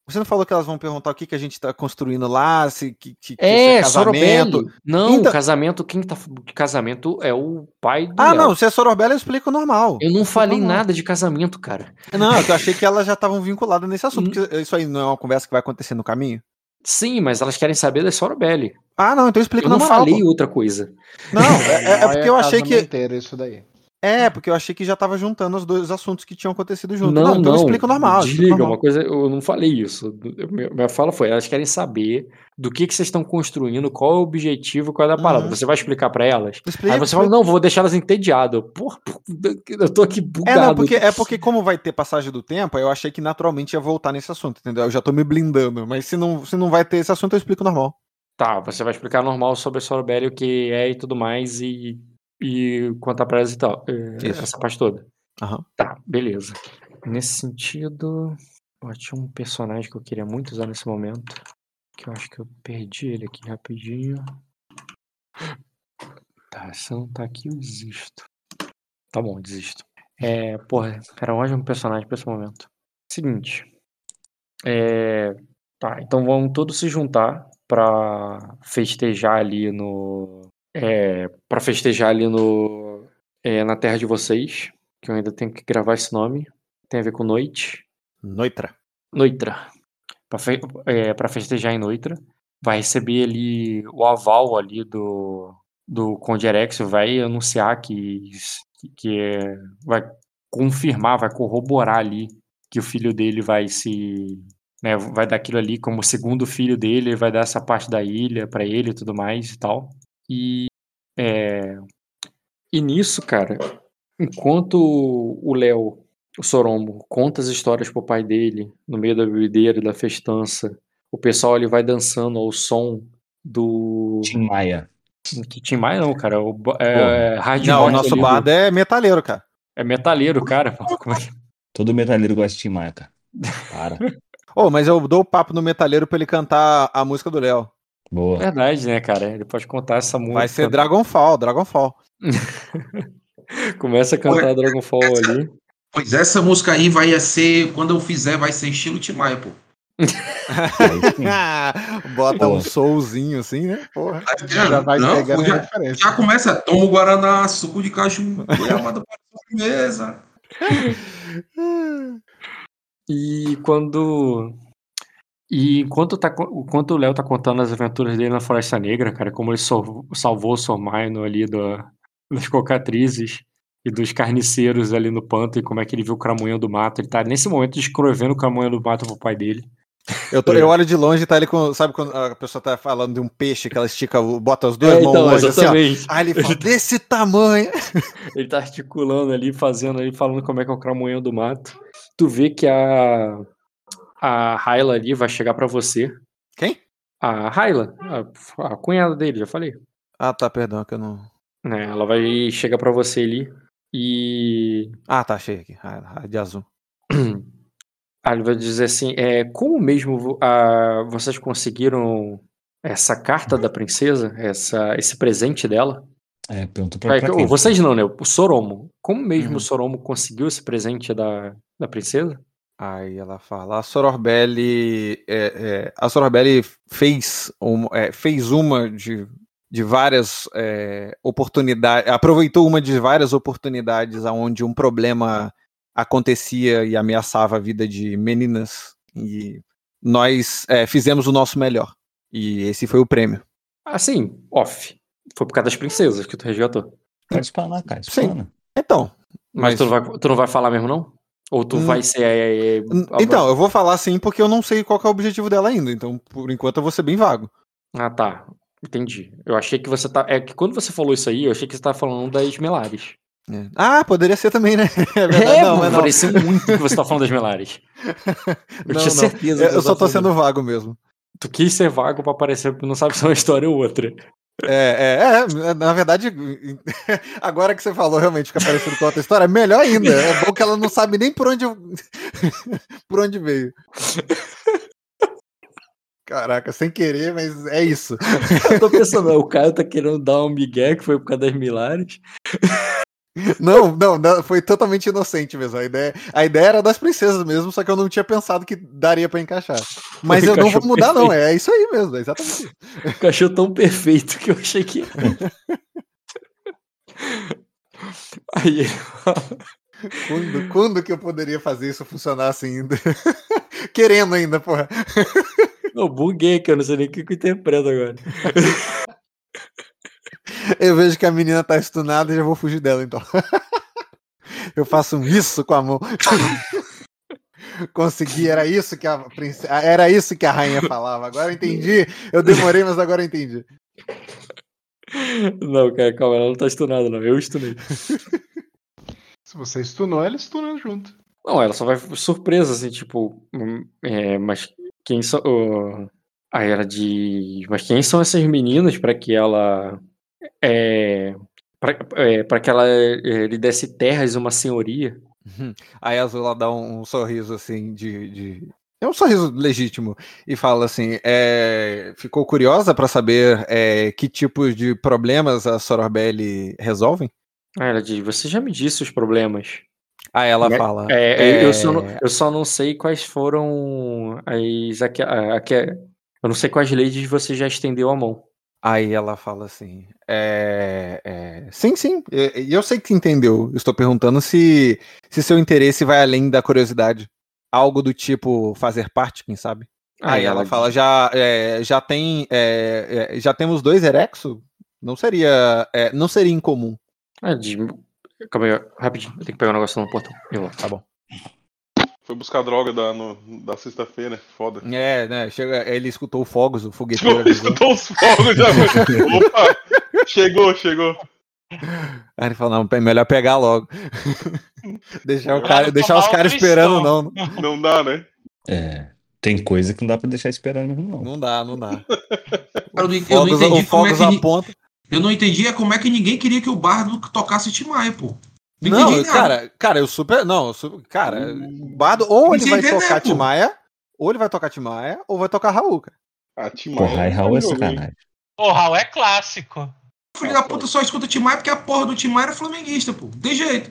Você não falou que elas vão perguntar o que, que a gente tá construindo lá, se, que, que, que É, se é casamento. Sorobelli. Não, Então- casamento, quem tá. Casamento é o pai do Ah, Léo. não, se é Sororbelli eu explico normal. Eu não explico falei normal. nada de casamento, cara. Não, é que eu achei que elas já estavam vinculadas nesse assunto, Hum. porque isso aí não é uma conversa que vai acontecer no caminho? Sim, mas elas querem saber da Sorobelli. Ah, não, então explica Eu não normal. falei pô. outra coisa. Não, é, é- é porque eu achei que. Casamenteiro, isso daí. É, porque eu achei que já tava juntando os dois assuntos que tinham acontecido junto. Não, então não. explica normal. explica Desliga, normal. uma coisa, eu não falei isso. Eu- Minha minha fala foi, elas querem saber do que, que vocês estão construindo, qual é o objetivo, qual é a parada. Uhum. Você vai explicar pra elas? Explica, Aí você fala, explica. não, vou deixar elas entediadas. Porra, eu tô aqui bugado. É, não, porque, é porque como vai ter passagem do tempo, eu achei que naturalmente ia voltar nesse assunto, entendeu? Eu já tô me blindando, mas se não, se não vai ter esse assunto, eu explico normal. Tá, você vai explicar normal sobre a Sorobelli, o que é e tudo mais, e, e contar pra elas e tal. é, Isso. Essa parte toda. Aham. Tá, beleza. Nesse sentido, ó, tinha um personagem que eu queria muito usar nesse momento, que eu acho que eu perdi ele aqui rapidinho. Tá, se não tá aqui, eu desisto. Tá bom, desisto. É, porra, era um ótimo personagem pra esse momento. Seguinte. É, tá, então vamos todos se juntar pra festejar ali no. É, pra festejar ali no. É, na terra de vocês. Que eu ainda tenho que gravar esse nome. Tem a ver com noite. Noitra. Noitra. Pra, fe- é, pra festejar em Noitra. Vai receber ali o aval ali do, do Conde Erexio. Vai anunciar que, que, que é, vai confirmar, vai corroborar ali que o filho dele vai se. Né, vai dar aquilo ali como segundo filho dele, vai dar essa parte da ilha pra ele e tudo mais e tal. E, é, e nisso, cara, enquanto o Léo, o Sorombo, conta as histórias pro pai dele, no meio da bebedeira, da festança, o pessoal ele vai dançando ao som do. Tim Maia. Que Tim Maia não, cara. O, ba- é, hard Não, o rock nosso ali bardo do- é metaleiro, cara. é metaleiro, cara. Pô, como é que- Todo metaleiro gosta de Tim Maia, cara. Para. Ô, mas eu dou o papo no metaleiro pra ele cantar a música do Léo. Boa. Verdade, né, cara? Ele pode contar essa música. Vai ser Dragonfall, Dragonfall. Começa a cantar Dragonfall ali. Pois essa música aí vai ser, quando eu fizer, vai ser estilo Tim Maia, pô. Bota Boa. um soulzinho assim, né? Porra. Já vai Não, pegando a já, referência. já começa, toma o Guaraná, suco de caju, goiabada para sobremesa. E quando. E enquanto, tá, co- enquanto o Léo tá contando as aventuras dele na Floresta Negra, cara, como ele sal- salvou o Sormaino ali do, das cocatrizes e dos carniceiros ali no pântano, e como é que ele viu o Cramunhão do Mato. Ele tá nesse momento descrevendo o Cramunhão do Mato pro pai dele. Eu, tô- eu olho de longe e tá ele com. Sabe quando a pessoa tá falando de um peixe que ela estica, o- bota as duas É, mãos então, longe assim, ó. exatamente. Aí ele fala, desse tamanho. Ele tá articulando ali, fazendo ali, falando como é que é o Cramunhão do Mato. Tu vê que a. A Hyla ali vai chegar pra você. Quem? A Hyla, a, a cunhada dele, já falei. Ah, tá, perdão, que eu não. Né, ela vai chegar pra você ali e. Ah, tá, achei aqui. Ah, ah, de azul. Ah, ele vai dizer assim: é, como mesmo vo- ah, vocês conseguiram essa carta da princesa, essa, esse presente dela? É, pergunta pra, Ah, pra que- quem? vocês não, né? O Soromo. Como mesmo Uhum. o Soromo conseguiu esse presente da, da princesa? Aí ela fala, a Sororbelli, é, é, a Sororbelli fez, um, é, fez uma de, de várias é, oportunidades, aproveitou uma de várias oportunidades onde um problema acontecia e ameaçava a vida de meninas, e nós é, fizemos o nosso melhor, e esse foi o prêmio. Assim, off. Foi por causa das princesas que tu resgatou. Pode explanar, cara. Sim. Explana. Então, Mas, mas... tu, não vai, tu não vai falar mesmo, não? Ou tu Hum. vai ser. é, é, Então, eu vou falar sim porque eu não sei qual que é o objetivo dela ainda, então por enquanto eu vou ser bem vago. Ah, tá. Entendi. Eu achei que você tá. É que quando você falou isso aí, eu achei que você tava falando das Melares. É. Ah, poderia ser também, né? É verdade, É, não, pô, mas não. parecia muito que você tá falando das Melares. Eu Não, tinha não. certeza. Eu, que eu você só tava tô falando. sendo vago mesmo. Tu quis ser vago pra parecer que não sabe se é uma história ou outra. É, é, é, na verdade, agora que você falou, realmente fica parecendo com outra história, é melhor ainda. É bom que ela não sabe nem por onde eu... por onde veio. Caraca, sem querer, mas é isso. Eu tô pensando, o Caio tá querendo dar um migué que foi por causa das Milares. Não, não, não, foi totalmente inocente mesmo. A ideia, a ideia era das princesas mesmo, só que eu não tinha pensado que daria pra encaixar. Mas eu não vou mudar, não. É isso aí mesmo, é exatamente isso. Encaixou tão perfeito que eu achei que. Aí ele fala. Quando, quando que eu poderia fazer isso funcionar assim? Querendo ainda, porra. Não, buguei, que eu não sei nem o que eu interpreto agora. Eu vejo que a menina tá estunada e já vou fugir dela, então. Eu faço um isso com a mão. Consegui, era isso que a princesa, era isso que a rainha falava. Agora eu entendi. Eu demorei, mas agora eu entendi. Não, cara, calma, ela não tá estunada, não. Eu estunei. Se você stunou, ela stuna junto. Não, ela só vai surpresa, assim, tipo. hum, É, mas quem são. Uh, aí ela diz. Mas quem são essas meninas pra que ela. É. Pra, é, pra que ela é, lhe desse terras uma senhoria? Aí a Azula dá um, um sorriso assim de, de. É um sorriso legítimo e fala assim: é, ficou curiosa pra saber é, que tipos de problemas a Sororbelli resolvem? Aí ela diz: Você já me disse os problemas. Aí ela Né? fala. É, eu, eu só não, é, eu só não sei quais foram as. Aque, aque, eu não sei quais leis você já estendeu a mão. Aí ela fala assim: é, é, sim, sim, e eu sei que entendeu. Estou perguntando se, se seu interesse vai além da curiosidade. Algo do tipo fazer parte, quem sabe? Aí, Aí ela, ela fala: diz, já, é, já tem. é, é, já temos dois Erexo? Não seria. é, não seria incomum. ah, diz, calma aí, rapidinho, eu tenho que pegar um negócio no portão. Eu volto. Tá bom. Foi buscar droga da, no, da sexta-feira, foda. É, né? Chega, ele escutou fogos, o Tipo, fogueteiro avisou. escutou os fogos já. Opa! Chegou, chegou. Aí ele falou: não, é melhor pegar logo. deixar o Pra cara, não deixar tomar os o caras cristão. esperando, não. Não dá, né? É, tem coisa que não dá pra deixar esperando, não. Não dá, não dá. Eu não, O eu não fogos, entendi o como é fogos que. ni- aponta. Eu não entendi é como é que ninguém queria que o Bardo tocasse Tim Maia, pô. Não, Não, entendi nada. cara, cara, eu super. Não, eu super, cara, o Bardo, ou ele Sem vai entender, tocar pô. Timaya, ou ele vai tocar Timaya, ou vai tocar Raul, cara. Ah, Tim Porra, Maia aí Raul é jogo, hein? sacanagem. O Raul é clássico. Filho da puta só escuta Tim Maia porque a porra do Tim Maia era flamenguista, pô. Tem jeito.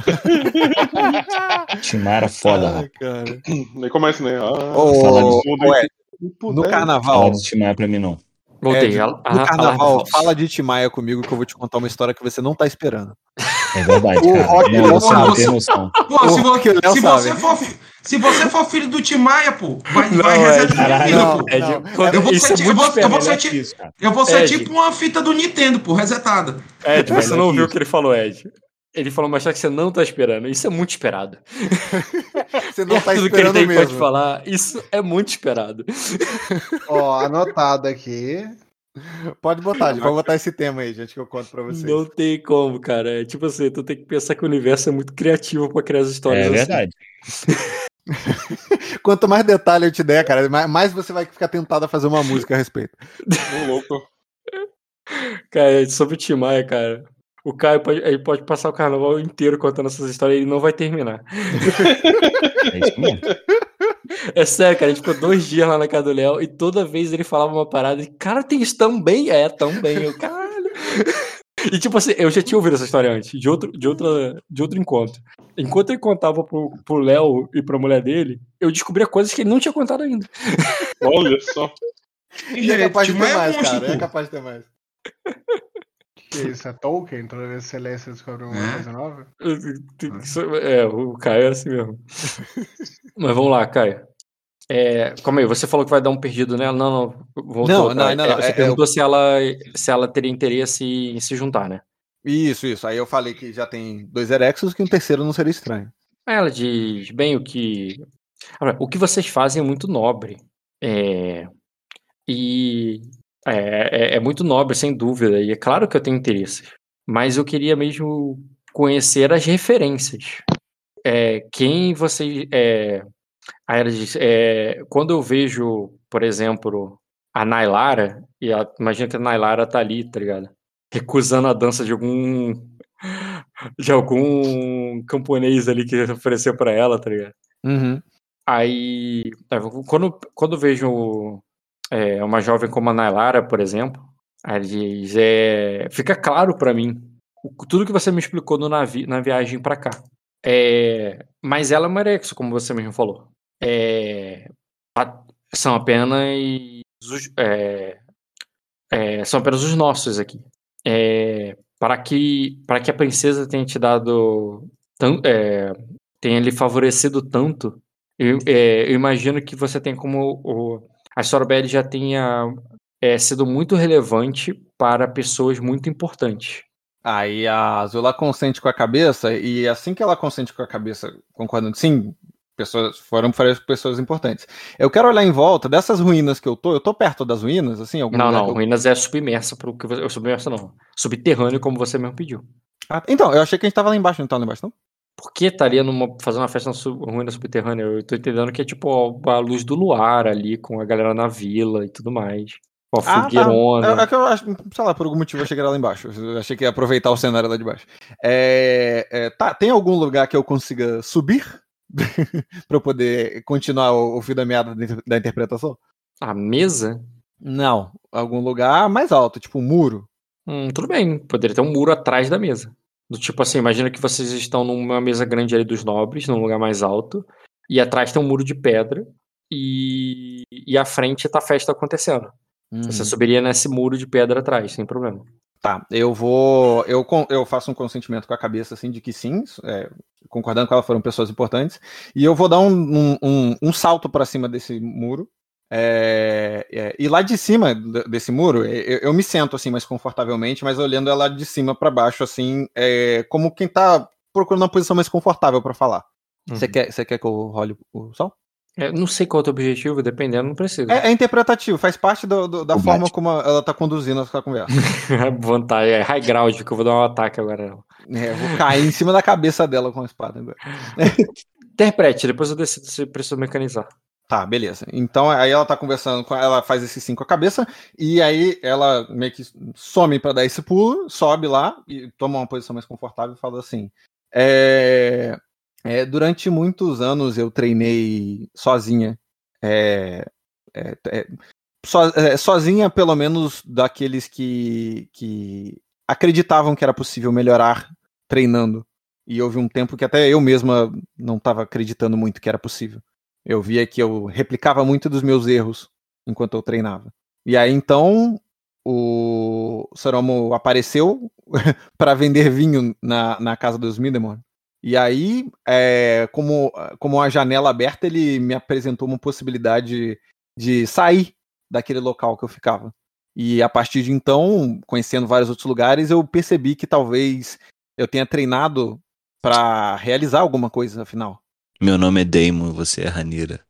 Timara foda, Ai, Raul. cara. Nem começa, né? Ah, Ô, Fala de- mundo ué, que no puder. carnaval, Fala de Timaya pra mim, não. Voltei. Ed, a, no a, carnaval, a fala de Timaya comigo que eu vou te contar uma história que você não tá esperando. É verdade, O cara. Rock Não, não você não sabe. tem noção. Pô, se, O vo- que o Léo se sabe. você for, fi- se você for filho do Tim Maia, pô, vai, Não, vai resetar Ed, minha caralho, vida, não, pô. Ed, não. quando- Eu vou isso ser, é ti- eu muito vou, eu diferente. vou ser, Melhor ti- que isso, cara. eu vou ser Ed. tipo uma fita do Nintendo, pô, resetada. Ed, você Melhor não que ouviu o isso. que ele falou, Ed. Ele falou, mas só que você não tá esperando. Isso é muito esperado. Você não tá Perto do que ele esperando tem pra te mesmo. falar, isso é muito esperado. Ó, anotado aqui. Pode botar, gente. Vou botar esse tema aí, gente, que eu conto pra vocês. Não tem como, cara. É tipo assim, tu tem que pensar que o universo é muito criativo pra criar as histórias É assim. verdade. Quanto mais detalhe eu te der, cara, mais- mais você vai ficar tentado a fazer uma música a respeito. Ô, louco. Cara, sobre o Tim Maia, cara. O Caio pode, ele pode passar o carnaval inteiro contando essas histórias e ele não vai terminar. É isso mesmo. É sério, cara. A gente ficou dois dias lá na casa do Léo e toda vez ele falava uma parada e, cara, tem isso também? É, também. Eu, caralho. E tipo assim, eu já tinha ouvido essa história antes, de outro, de outra, de outro encontro. Enquanto ele contava pro, pro Léo e pra mulher dele, eu descobria coisas que ele não tinha contado ainda. Olha só. E é capaz de Tim ter Maia é mais, monstro, cara. É pô. capaz de ter mais. Que isso é Tolkien? Toda vez que você lê, você descobre uma É. coisa nova? É, o Caio é assim mesmo. Mas vamos lá, Caio. É, calma aí, você falou que vai dar um perdido nela? Não, não. Voltou, Não, não, Caio. não, É, não, você é- perguntou se, ela, se ela teria interesse em se juntar, né? Isso, isso. Aí eu falei que já tem dois Erexos, que um terceiro não seria estranho. Aí ela diz, bem, o que... Olha, o que vocês fazem é muito nobre. É... E... É, é, é muito nobre, sem dúvida. E é claro que eu tenho interesse. Mas eu queria mesmo conhecer as referências. É, quem vocês... É... Aí ela diz, é, quando eu vejo, por exemplo, a Nailara, e ela, imagina que a Nailara tá ali, tá ligado? Recusando a dança de algum de algum camponês ali que ofereceu pra ela, tá ligado? Uhum. Aí, é, quando, quando eu vejo é, uma jovem como a Nailara, por exemplo, aí diz, é, fica claro pra mim o- tudo que você me explicou no navi, na viagem pra cá. É, mas ela é uma Erexo, como você mesmo falou. É, a- são apenas os, é, é, são apenas os nossos aqui. É, para que para que a princesa tenha te dado tan- é, tenha lhe favorecido tanto, eu, é, eu imagino que você tem como o, a Sorobelli já tenha é, sido muito relevante para pessoas muito importantes. Aí a Azula consente com a cabeça, e assim que ela consente com a cabeça, concordando, sim, pessoas foram para pessoas importantes. Eu quero olhar em volta dessas ruínas que eu tô, eu tô perto das ruínas, assim, algum Não, lugar não, que eu... ruínas é submersa para o que você, submersa não, subterrâneo como você mesmo pediu. Ah, então, eu achei que a gente tava lá embaixo, não tá lá embaixo, não? Por que estaria numa, fazendo uma festa na su, ruína subterrânea? Eu tô entendendo que é tipo a, a luz do luar ali, com a galera na vila e tudo mais. Com a Ah, tá. É, fogueirona. é que eu acho, sei lá, por algum motivo eu achei que era lá embaixo. Eu achei que ia aproveitar o cenário lá de baixo. É, é, tá, tem algum lugar que eu consiga subir pra eu poder continuar o, o fio da meada da inter- da interpretação? A mesa? Não, algum lugar mais alto, tipo um muro. Hum, tudo bem, poderia ter um muro atrás da mesa. Do tipo assim, imagina que vocês estão numa mesa grande ali dos nobres, num lugar mais alto, e atrás tem um muro de pedra, e, e à frente tá a festa acontecendo. Você Uhum. subiria nesse muro de pedra atrás, sem problema. Tá, eu vou. Eu, con- eu faço um consentimento com a cabeça, assim, de que sim, é, concordando que elas foram pessoas importantes. E eu vou dar um, um, um, um salto para cima desse muro. É, é, e lá de cima d- desse muro, é, eu, eu me sento assim mais confortavelmente, mas olhando ela de cima para baixo, assim, é, como quem tá procurando uma posição mais confortável para falar. Você Uhum. quer, você quer que eu role o sol? É, não sei qual é o teu objetivo, dependendo, não precisa. É, é interpretativo, faz parte do- do- da Combate. forma como ela tá conduzindo a conversa. Vantagem, é high ground, que eu vou dar um ataque agora. É, eu vou cair em cima da cabeça dela com a espada agora. Interprete, depois eu decido se preciso mecanizar. Tá, beleza. Então aí ela tá conversando com ela, faz esse sim com a cabeça, e aí ela meio que some pra dar esse pulo, sobe lá e toma uma posição mais confortável e fala assim: é, é, durante muitos anos eu treinei sozinha. É, é, é, so, é, sozinha, pelo menos, daqueles que, que acreditavam que era possível melhorar treinando. E houve um tempo que até eu mesma não estava acreditando muito que era possível. Eu via que eu replicava muito dos meus erros enquanto eu treinava. E aí então o Soromo apareceu para vender vinho na, na casa dos Midemore. E aí, é, como, como a janela aberta, ele me apresentou uma possibilidade de sair daquele local que eu ficava. E a partir de então, conhecendo vários outros lugares, eu percebi que talvez eu tenha treinado para realizar alguma coisa, afinal. Meu nome é Damon, você é Ranira.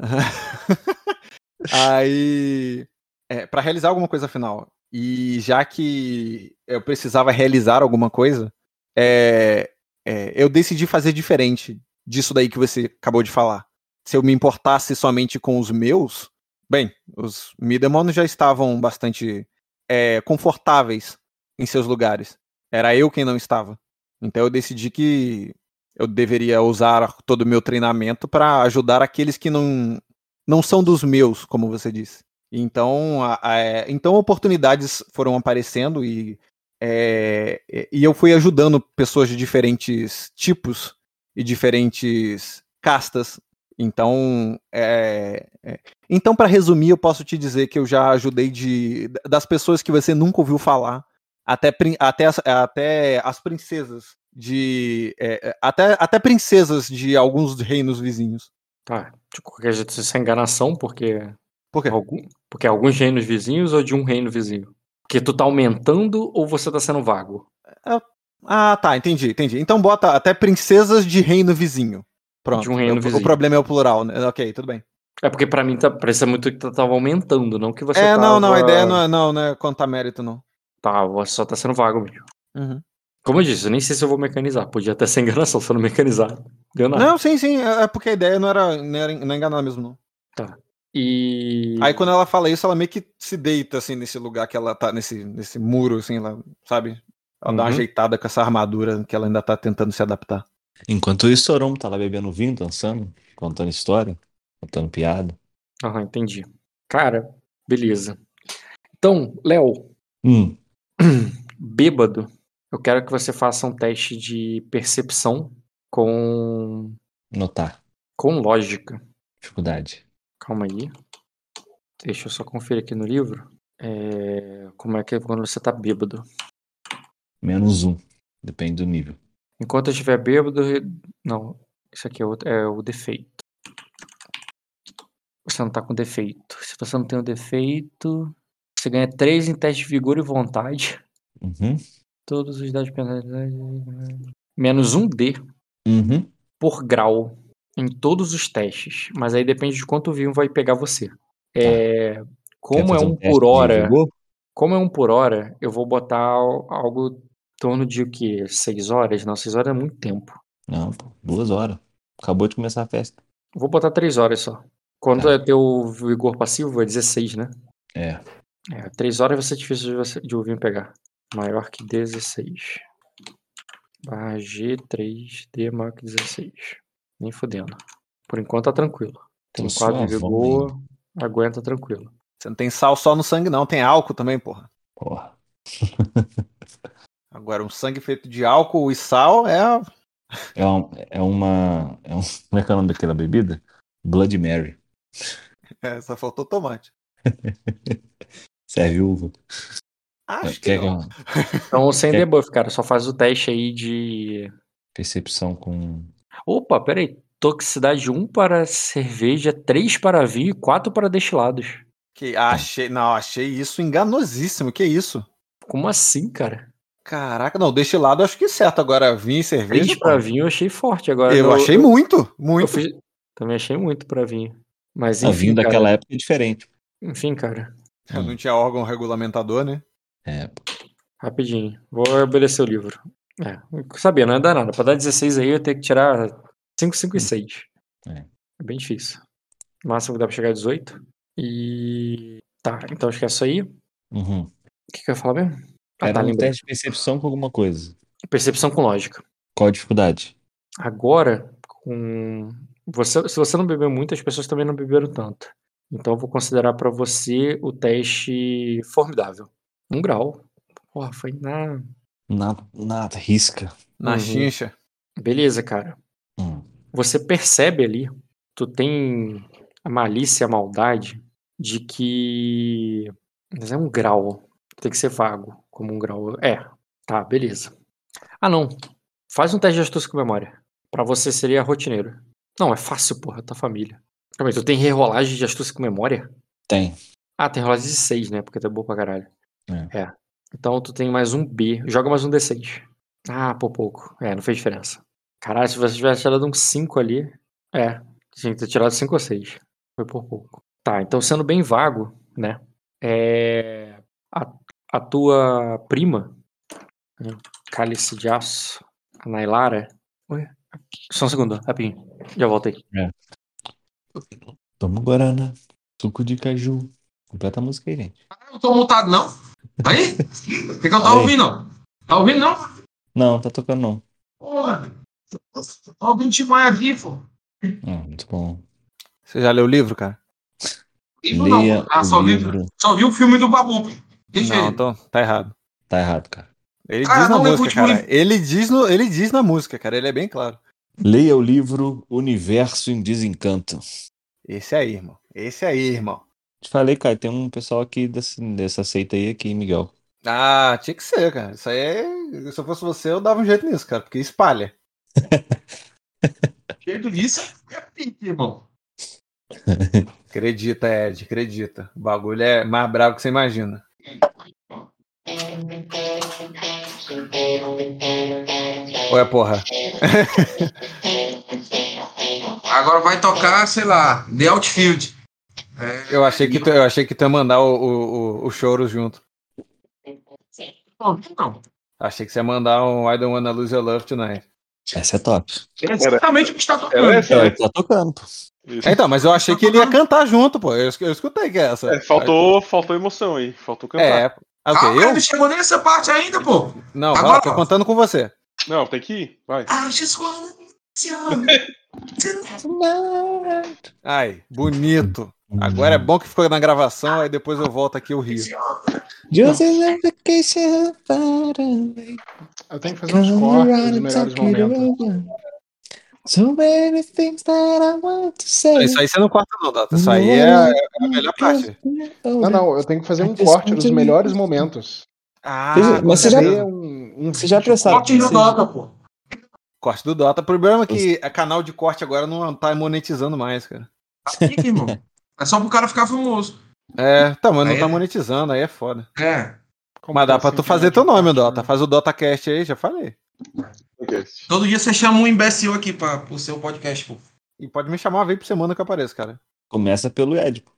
Aí, é, para realizar alguma coisa afinal, e já que eu precisava realizar alguma coisa, é, é, eu decidi fazer diferente disso daí que você acabou de falar. Se eu me importasse somente com os meus, bem, os Midemon já estavam bastante é, confortáveis em seus lugares. Era eu quem não estava. Então eu decidi que eu deveria usar todo o meu treinamento para ajudar aqueles que não, não são dos meus, como você disse. Então, a, a, então oportunidades foram aparecendo e, é, e eu fui ajudando pessoas de diferentes tipos e diferentes castas. Então, é, é, então para resumir, eu posso te dizer que eu já ajudei de, das pessoas que você nunca ouviu falar até, até, as, até as princesas de é, até, até princesas de alguns reinos vizinhos. Tá, de qualquer jeito, isso é enganação, porque. Por quê? Algum, porque alguns reinos vizinhos ou de um reino vizinho? Porque tu tá aumentando ou você tá sendo vago? Ah, tá, entendi, entendi. Então bota até princesas de reino vizinho. Pronto. De um reino o, vizinho. O problema é o plural, né? Ok, tudo bem. É porque pra mim tá, parece muito que tu tava aumentando, não que você é, tava... não, não, a ideia não é, não, não é contar mérito, não. Tá, você só tá sendo vago mesmo. Uhum. Como eu disse, eu nem sei se eu vou mecanizar. Podia até ser enganação se eu não mecanizar. Deu nada. Não, sim, sim, é porque a ideia não era, não era não é enganar mesmo, não. Tá. E... Aí quando ela fala isso, ela meio que se deita, assim, nesse lugar que ela tá, nesse, nesse muro, assim, ela, sabe? Ela Uhum. dá uma ajeitada com essa armadura que ela ainda tá tentando se adaptar. Enquanto isso, o Soromo tá lá bebendo vinho, dançando, contando história, contando piada. Aham, entendi. Cara, beleza. Então, Léo, Hum, bêbado, eu quero que você faça um teste de percepção com, Notar. com lógica. Dificuldade. Calma aí. Deixa eu só conferir aqui no livro. É, como é que é quando você tá bêbado. Menos um. Depende do nível. Enquanto eu estiver bêbado... Não, isso aqui é o, é o defeito. Você não tá com defeito. Se você não tem o defeito... Você ganha três em teste de vigor e vontade. Uhum. Todos os dados penais... Menos um D Uhum. por grau em todos os testes. Mas aí depende de quanto o vinho vai pegar você. É, Quer como é fazer um teste por de hora... vigor? Como é um por hora, eu vou botar al- algo em torno de o quê? Seis horas? Não, seis horas é muito tempo. Não, pô. Duas horas. Acabou de começar a festa. Vou botar três horas só. Quanto Tá. é teu vigor passivo? É dezesseis, né? É. É, três horas vai ser difícil de, você, de ouvir pegar. Maior que dezesseis. Barra G três D maior que dezesseis. Nem fodendo. Por enquanto tá tranquilo. Tem Tô quatro de suavão vigor, aguenta tranquilo. Você não tem sal só no sangue, não. Tem álcool também, porra. Porra. Agora, um sangue feito de álcool e sal é. a- É, um- é uma. É um, como é que é o nome daquela bebida? Blood Mary. é só faltou tomate. Serve uva. Acho que Quer que não. eu- Então, sem Quer- debuff, cara. Só faz o teste aí de... Percepção com. Opa, peraí. Toxicidade um para cerveja, três para vinho e quatro para destilados. Que achei, não, achei isso enganosíssimo. Que isso? Como assim, cara? Caraca, não, destilado eu acho que é certo. Agora, vinho e cerveja. três para pô. vinho eu achei forte. Agora Eu no- achei muito, eu muito. fiz- Também achei muito para vinho. Mas A enfim, vinho cara. daquela época é diferente. Enfim, cara. Eu não tinha órgão regulamentador, né? É. Rapidinho. Vou obedecer o livro. É, sabia, não ia dar nada. Pra dar dezesseis aí eu tenho que tirar cinco, cinco e seis. É. É bem difícil. O máximo que dá pra chegar a dezoito. E... Tá, então acho que é isso aí. O Uhum. que, que eu ia falar mesmo? Ah, Era tá, um lembrei. teste de percepção com alguma coisa. Percepção com lógica. Qual a dificuldade? Agora, com você, se você não bebeu muito, as pessoas também não beberam tanto. Então eu vou considerar pra você o teste formidável. Um grau. Porra, foi na... Nada, nada, risca. Na Uhum. chincha. Beleza, cara. Hum. Você percebe ali, tu tem a malícia, a maldade de que... Mas é um grau. Tem que ser vago, como um grau. É, tá, beleza. Ah, não. Faz um teste de astúcia com memória. Pra você seria rotineiro. Não, é fácil, porra, tua família. Calma aí, tu tem rerolagem de astúcia com memória? Tem. Ah, tem rolagem de seis, né? Porque tu é boa pra caralho. É. É. Então tu tem mais um B. Joga mais um D seis. Ah, por pouco. É, não fez diferença. Caralho, se você tivesse tirado um cinco ali... É, tinha que ter tirado cinco ou seis. Foi por pouco. Tá, então sendo bem vago, né? É... A, a tua prima... né, Cálice de Aço, a Nailara... Oi? Só um segundo, rapidinho. Já volto aí. Toma Guaraná, suco de caju. Completa a música aí, gente. Não tô montado, não. Aí? O que, que eu tô Aí. ouvindo, não? Tá ouvindo, não? Não, tá tocando não. Porra. Tô ouvindo Tim Maia vivo. Ah, muito bom. Você já leu o livro, cara? Vivo Leia não. Ah, o só vi, livro. só vi o filme do Babu. Deixa Não, ele. então tá errado. Tá errado, cara. Ele Cara, diz na não lembro música, o cara. último Ele diz, no, ele diz na música, cara. Ele é bem claro. Leia o livro Universo em Desencanto. Esse aí, irmão. Esse aí, irmão. Te falei, cara, tem um pessoal aqui desse, dessa seita aí aqui, Miguel. Ah, tinha que ser, cara. Isso aí é... Se eu fosse você, eu dava um jeito nisso, cara. Porque espalha. Jeito disso é pique, irmão. Acredita, Ed. Acredita. O bagulho é mais bravo que você imagina. Ué, porra. Agora vai tocar, sei lá, The Outfield. É, Eu achei que tu, eu achei que tu ia mandar o, o, o, o choro junto. Não, não. Achei que você ia mandar um I Don't Wanna Lose Your Love Tonight. Essa é top. É exatamente o que está tocando. Era essa, É, né? tá tocando, pô. Isso. É, então, mas eu achei que ele ia cantar junto, pô. Eu, eu escutei que é essa. É, faltou, faltou emoção aí. Faltou cantar. É. Ah, o quê? Ah, Eu? não chegou nessa parte ainda, pô. Não, vai Agora- lá, tô contando com você. Não, tem que ir. Vai. I just wanna Ai, bonito. Agora é bom que ficou na gravação, aí depois eu volto aqui e eu rio. Just a vacation far away. Eu tenho que fazer uns cortes dos melhores momentos. So many things that I want to say. Isso aí você não corta não, Data. Isso aí é, é a melhor parte. Não, não, eu tenho que fazer um corte dos melhores momentos. Ah, Mas você já- Fazer um, um Você já vídeo. prestaram Corte no Dota, pô. corte do Dota. O problema é que a canal de corte agora não tá monetizando mais, cara. Aqui, irmão. É só pro cara ficar famoso. É, tá, mas não Aí tá é- monetizando, aí é foda. É. Como Mas dá tá pra assim, tu fazer canal teu de nome, corte, Dota. né? Faz o DotaCast aí, já falei. Todo dia você chama um imbecil aqui pra, pro seu podcast, pô. E pode me chamar uma vez por semana que eu apareço, cara. Começa pelo Ed. pô.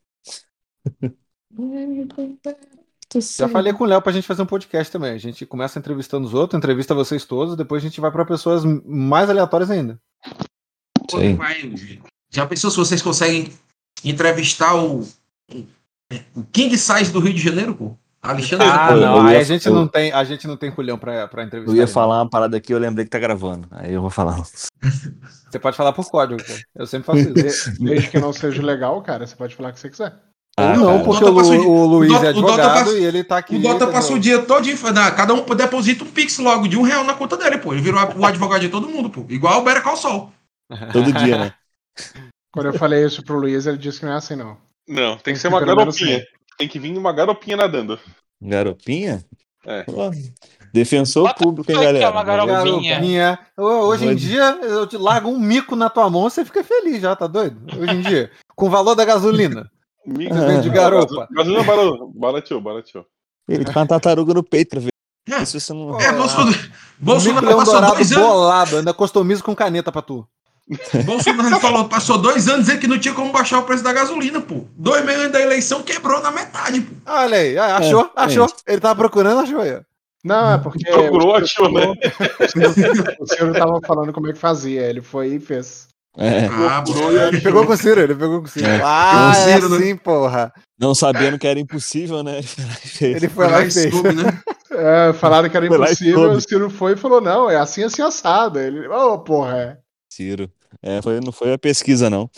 Já falei com o Léo pra gente fazer um podcast também. A gente começa entrevistando os outros, entrevista vocês todos, depois a gente vai pra pessoas mais aleatórias ainda. Pô, Sim. vai- Já pensou se vocês conseguem entrevistar o, o King Size do Rio de Janeiro, pô? Alexandre. Ah, eu- não. eu Aí ia- a gente eu- não tem, a gente não tem culhão pra, pra entrevistar. Eu ia ele. falar uma parada aqui, eu lembrei que tá gravando. Aí eu vou falar. Você pode falar por código, cara. Eu sempre faço isso. De- Desde que não seja legal, cara, você pode falar o que você quiser. Ah, Ou não, tá. porque O o, Dota passa o Lu- dia- o Luiz o Dota- é o Dota advogado passa- e ele tá aqui. O Dota entendeu? passa o dia todo, cada um deposita um pix logo de um real na conta dele, pô. Ele virou o advogado de todo mundo, pô. Igual o Better Call Saul. Todo dia, né? Quando eu falei isso pro Luiz, ele disse que não é assim, não. Não, tem Tem que ser que uma ser pelo menos garopinha. cem. Tem que vir uma garopinha nadando. Garopinha? É. Pô, defensor Bota público, hein, foi que é galera? uma garopinha. Garopinha. Ô, Hoje em Vou- dia, eu te largo um mico na tua mão, você fica feliz já, tá doido? Hoje em dia. Com o valor da gasolina. Mico Ah. de garopa. Gasolina barateou, barateou, barateou. Ele tá com uma tartaruga no peito pra ver. É. Isso você não... É, Bolsonaro, Um mico Bolsonaro leão passou dourado dois anos. bolado, ainda customizo com caneta pra tu. Bolsonaro falou, passou dois anos dizendo que não tinha como baixar o preço da gasolina, pô. Dois meses antes da eleição quebrou na metade, pô. Olha aí, ah, achou, É, achou. Ele tava procurando, achou aí. ó. Não, é porque Procurou, achou, né? o senhor tava falando como é que fazia. Ele foi e fez. É, Ah, pô. Ele pegou com o Ciro, ele pegou com o Ciro. É. Ah, Com o é Ciro, né? assim, porra. não sabendo que era impossível, né? Ele foi lá e fez. soube, né? É, falaram que era Foi lá e impossível, soube. o Ciro foi e falou, não, é assim, assim, assado. Ele, ô, porra, é. Ciro. É, foi, não foi a pesquisa, não.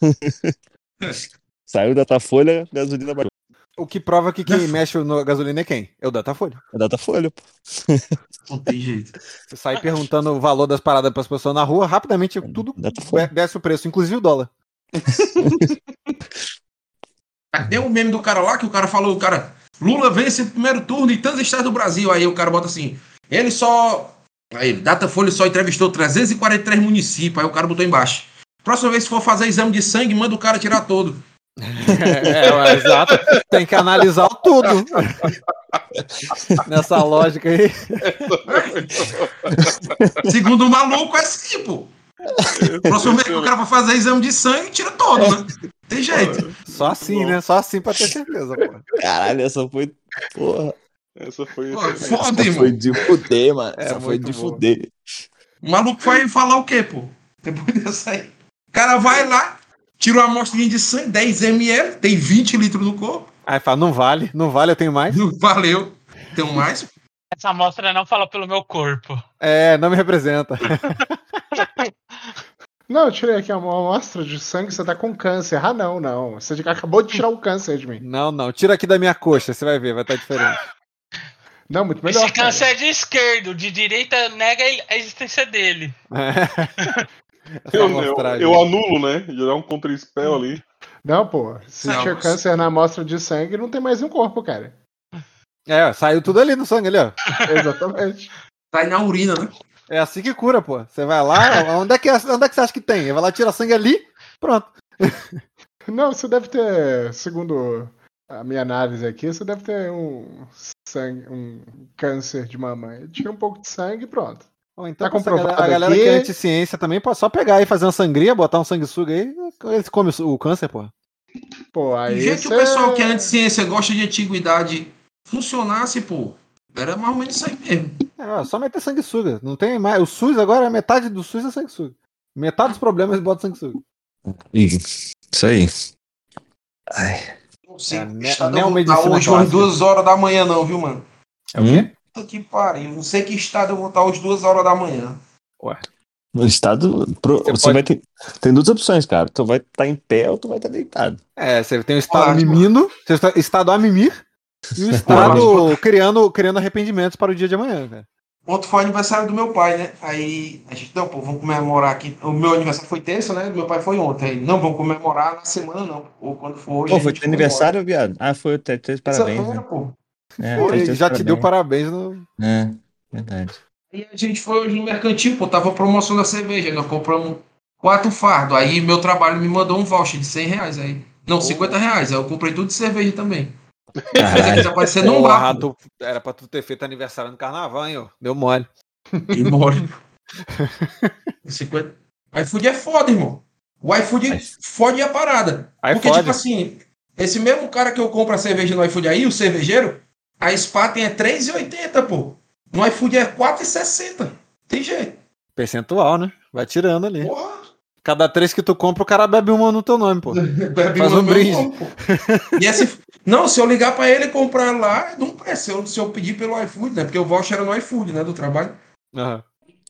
Saiu Datafolha, gasolina baixou. O que prova que quem mexe na gasolina é quem? É o Datafolha. É Datafolha, pô. Não tem jeito. Você sai perguntando o valor das paradas pras pessoas na rua, rapidamente tudo Datafolha. desce o preço, inclusive o dólar. Tem um meme do cara lá que o cara falou, o cara, Lula vence o primeiro turno em tantos estados do Brasil. Aí o cara bota assim, ele só. Aí, Datafolha só entrevistou trezentos e quarenta e três municípios. Aí o cara botou embaixo. Próxima vez que for fazer exame de sangue, manda o cara tirar todo. É, é, exato. Tem que analisar o tudo. Nessa lógica aí. Segundo o maluco, é assim, pô. Próxima vez que o cara for fazer exame de sangue, tira todo, né? Tem jeito. Só assim, né? Só assim pra ter certeza, pô. Caralho, essa foi. Porra. Essa foi. Pô, essa- foda, Essa foi irmão. de fuder, mano. É, Essa foi muito de bom. fuder. O maluco vai falar o quê, pô? Depois dessa aí. O cara vai lá, tira uma amostrinha de sangue, dez mililitros, tem vinte litros no corpo. Aí fala, não vale, não vale, eu tenho mais. Não valeu. Tem um mais? Essa amostra não fala pelo meu corpo. É, não me representa. Não, eu tirei aqui uma amostra de sangue, você tá com câncer. Ah, não, não. Você acabou de tirar o câncer de mim. Não, não. Tira aqui da minha coxa, você vai ver, vai estar diferente. Não, muito melhor. Esse câncer é de esquerdo, de direita nega a existência dele. Essa Eu, eu, amostragem. eu anulo, né? Já dá um contra-spell ali. Não, pô. Se Não, tinha mas- câncer na amostra de sangue, não tem mais no corpo, cara. É, saiu tudo ali no sangue ali, ó. Exatamente. Tá aí na urina, né? É assim que cura, pô. Você vai lá, onde é que, onde é que você acha que tem? Vai lá, tira sangue ali, pronto. Não, você deve ter, segundo a minha análise aqui, você deve ter um sangue, um câncer de mamãe. Tira um pouco de sangue e pronto. Ou então, Tá essa galera- comprovado a galera aqui. que é anti-ciência também pode só pegar e fazer uma sangria, botar um sanguessuga aí, eles comem o o câncer, pô. Pô, Do aí jeito que o cê- pessoal que é anti-ciência gosta de antiguidade funcionasse, pô, era mais ou menos isso aí mesmo. É, ó, só meter sanguessuga. Não tem mais. O SUS agora, metade do SUS é sanguessuga. Metade dos problemas bota sanguessuga. Isso aí. Ai. Não sei É, que ne- estado eu vou neomedicina estar hoje clássica. às duas horas da manhã, não, viu, mano? É o quê? Puta que pariu. Não sei que estado eu vou estar hoje duas horas da manhã. Ué. No estado. pro- Você Você pode- vai ter. Tem duas opções, cara. Tu vai estar em pé ou tu vai estar deitado. É, você tem o estado Ótimo. mimindo, você tem o estado a mimir e o estado criando, criando arrependimentos para o dia de amanhã, cara. Ontem foi aniversário do meu pai, né? Aí a gente, não, pô, vamos comemorar aqui. O meu aniversário foi terça, né? Do meu pai foi ontem. Aí, não, vamos comemorar na semana, não. Ou quando for hoje. Pô, a foi gente teu aniversário, viado? Ah, foi o te- teus comemora. parabéns, Terça-feira, né? pô. É, Foi, teus- Ele teus já te deu parabéns. parabéns no. É, verdade. Aí a gente foi hoje no mercantil, pô, tava a promoção da cerveja. Aí nós compramos quatro fardos. Aí meu trabalho me mandou um voucher de cem reais. Aí, não, cinquenta reais. Aí eu comprei tudo de cerveja também. Fez aqui Caralho. desaparecer num Porra, bar. pô. tu- era pra tu ter feito aniversário no carnaval, hein, ó. Deu mole. E morre. cinquenta iFood é foda, irmão. O iFood Aí- fode a parada. Aí Porque, fode. tipo assim, esse mesmo cara que eu compro a cerveja no iFood aí, o cervejeiro, a Spaten é três reais e oitenta centavos, pô. No iFood é quatro reais e sessenta centavos. Tem jeito. Percentual, né? Vai tirando ali. Porra. Cada três que tu compra, o cara bebe uma no teu nome, pô. Bebe Faz uma um no meu brinde. nome, pô. E esse... Não, se eu ligar pra ele e comprar lá, é de um preço. Se eu, se eu pedir pelo iFood, né? Porque o voucher era no iFood, né? Do trabalho. Aham.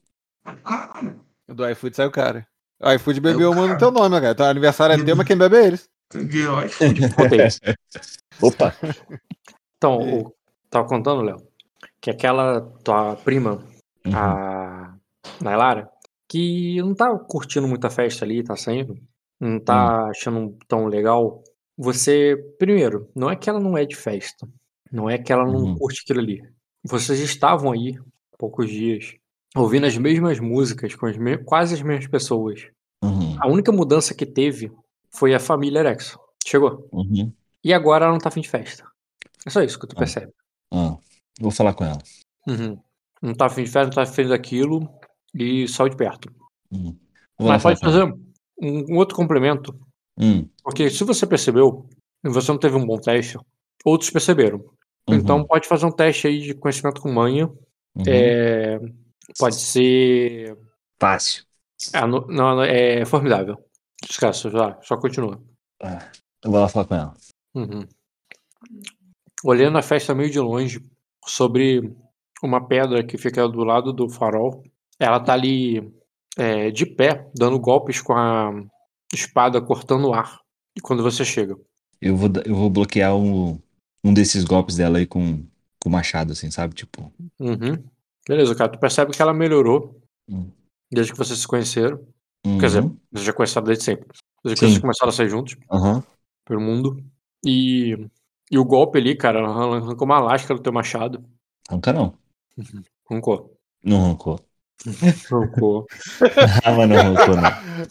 Caralho. O do iFood saiu cara. O iFood bebeu É o uma no cara. teu nome, cara. Então, aniversário é teu, mas quem bebe é eles. Peguei o iFood. Contei. Opa! Então, E aí? o, tava contando, Léo, que aquela tua prima, Uhum. a Nailara, que não tá curtindo muita festa ali, tá saindo, não tá achando tão legal. Você, primeiro, não é que ela não é de festa, não é que ela não Uhum. curte aquilo ali. Vocês estavam aí há poucos dias, ouvindo as mesmas músicas, com as me- quase as mesmas pessoas. Uhum. A única mudança que teve foi a família Erickson. Chegou. Uhum. E agora ela não tá afim de festa. É só isso que tu Ah. percebe. Ah, vou falar com ela. Uhum. Não tá afim de festa, não tá afim daquilo e saiu de perto. Uhum. Vou lá Mas falar pode com ela. fazer um, um outro complemento, Hum. porque se você percebeu e você não teve um bom teste, outros perceberam. Uhum. Então pode fazer um teste aí de conhecimento com manha. Uhum. É, pode ser. Fácil. Ah, no- não, é formidável. Esquece, já, só continua. Ah, eu vou lá falar com ela. Uhum. Olhando a festa meio de longe, sobre uma pedra que fica do lado do farol, ela tá ali é, de pé, dando golpes com a espada, cortando o ar. E quando você chega. Eu vou, da- eu vou bloquear um, um desses golpes dela aí com com o machado, assim, sabe? Tipo. Uhum. Beleza, cara. Tu percebe que ela melhorou Hum. desde que vocês se conheceram. Uhum. Quer dizer, vocês já conheceram desde sempre. Desde que vocês Sim. começaram a sair juntos Aham. pelo mundo. E, e o golpe ali, cara, ela arrancou uma lasca do teu machado. Arranca não. Arrancou. Não arrancou. Arrancou. Ah, mas não arrancou, não.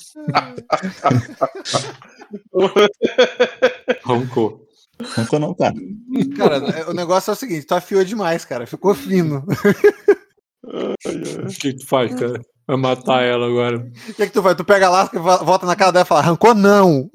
Arrancou. Arrancou não, cara. Cara, o negócio é o seguinte: tu afiou demais, cara. Ficou fino. O que tu faz, cara? Vai matar ela agora. O que, que tu faz? Tu pega a lasca, volta na cara dela e fala: arrancou não.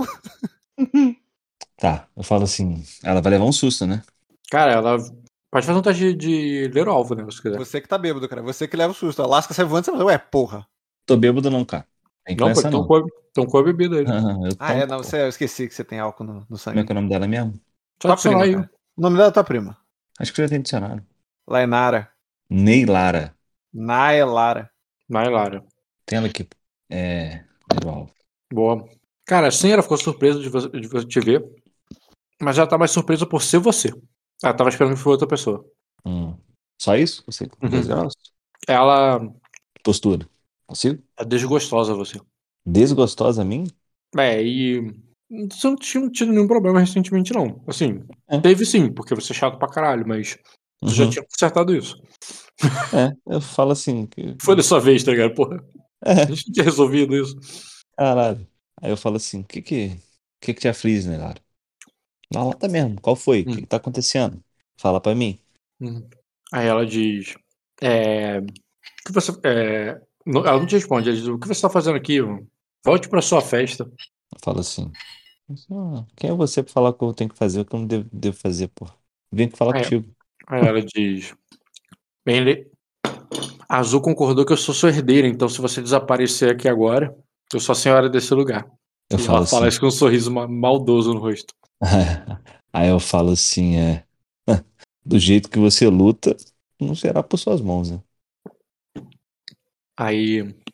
Tá, eu falo assim. Ela vai levar um susto, né? Cara, ela pode fazer um teste de, de ler o alvo, né? Se quiser. Você que tá bêbado, cara. Você que leva o susto. A lasca sai voando, você fala: ué, porra. Tô bêbado não, cara. Tem que Não, pô, começar, estão não. com, a- tão com a bebida aí. Ah, eu Ah, é, tomo, não, pô. você, eu esqueci que você tem álcool no, no Como é sangue. que é o nome dela mesmo? Só Tua adicionar prima, aí. cara. O nome dela é tua prima. Acho que já tem adicionado. Lainara. Neylara. Naelara. Vai, Lara. Tem ela aqui. É. Igual. Boa. Cara, sim, ela ficou surpresa de você, de você te ver. Mas ela tá mais surpresa por ser você. Ela tava esperando que fosse outra pessoa. Hum. Só isso? Você com Uhum. dois graus? Ela Postura. Consigo? é desgostosa, você. Desgostosa a mim? É, e você não tinha tido nenhum problema recentemente, não. Assim, É. teve sim, porque você é chato pra caralho, mas tu já Uhum. tinha consertado isso. É, eu falo assim. Que... Foi da sua vez, tá ligado? Porra, a É, gente tinha resolvido isso. caralho. Aí eu falo assim: o que que, que que te aflige, né, Lara? Na lata mesmo, qual foi? O Hum. que que tá acontecendo? Fala pra mim. Uhum. Aí ela diz: é, o que você. É, não- ela não te responde, ela diz: o que você tá fazendo aqui? Mano? Volte pra sua festa. Eu falo assim: "Ah, quem é você pra falar o que eu tenho que fazer, o que eu não devo, devo fazer, pô? Vim aqui falar É. contigo. Aí ela diz: bem, le- a Azul concordou que eu sou sua herdeira, então se você desaparecer aqui agora, eu sou a senhora desse lugar. Eu e falo ela fala assim. isso com um sorriso ma- maldoso no rosto. Aí eu falo assim: é. Do jeito que você luta, não será por suas mãos, né? Aí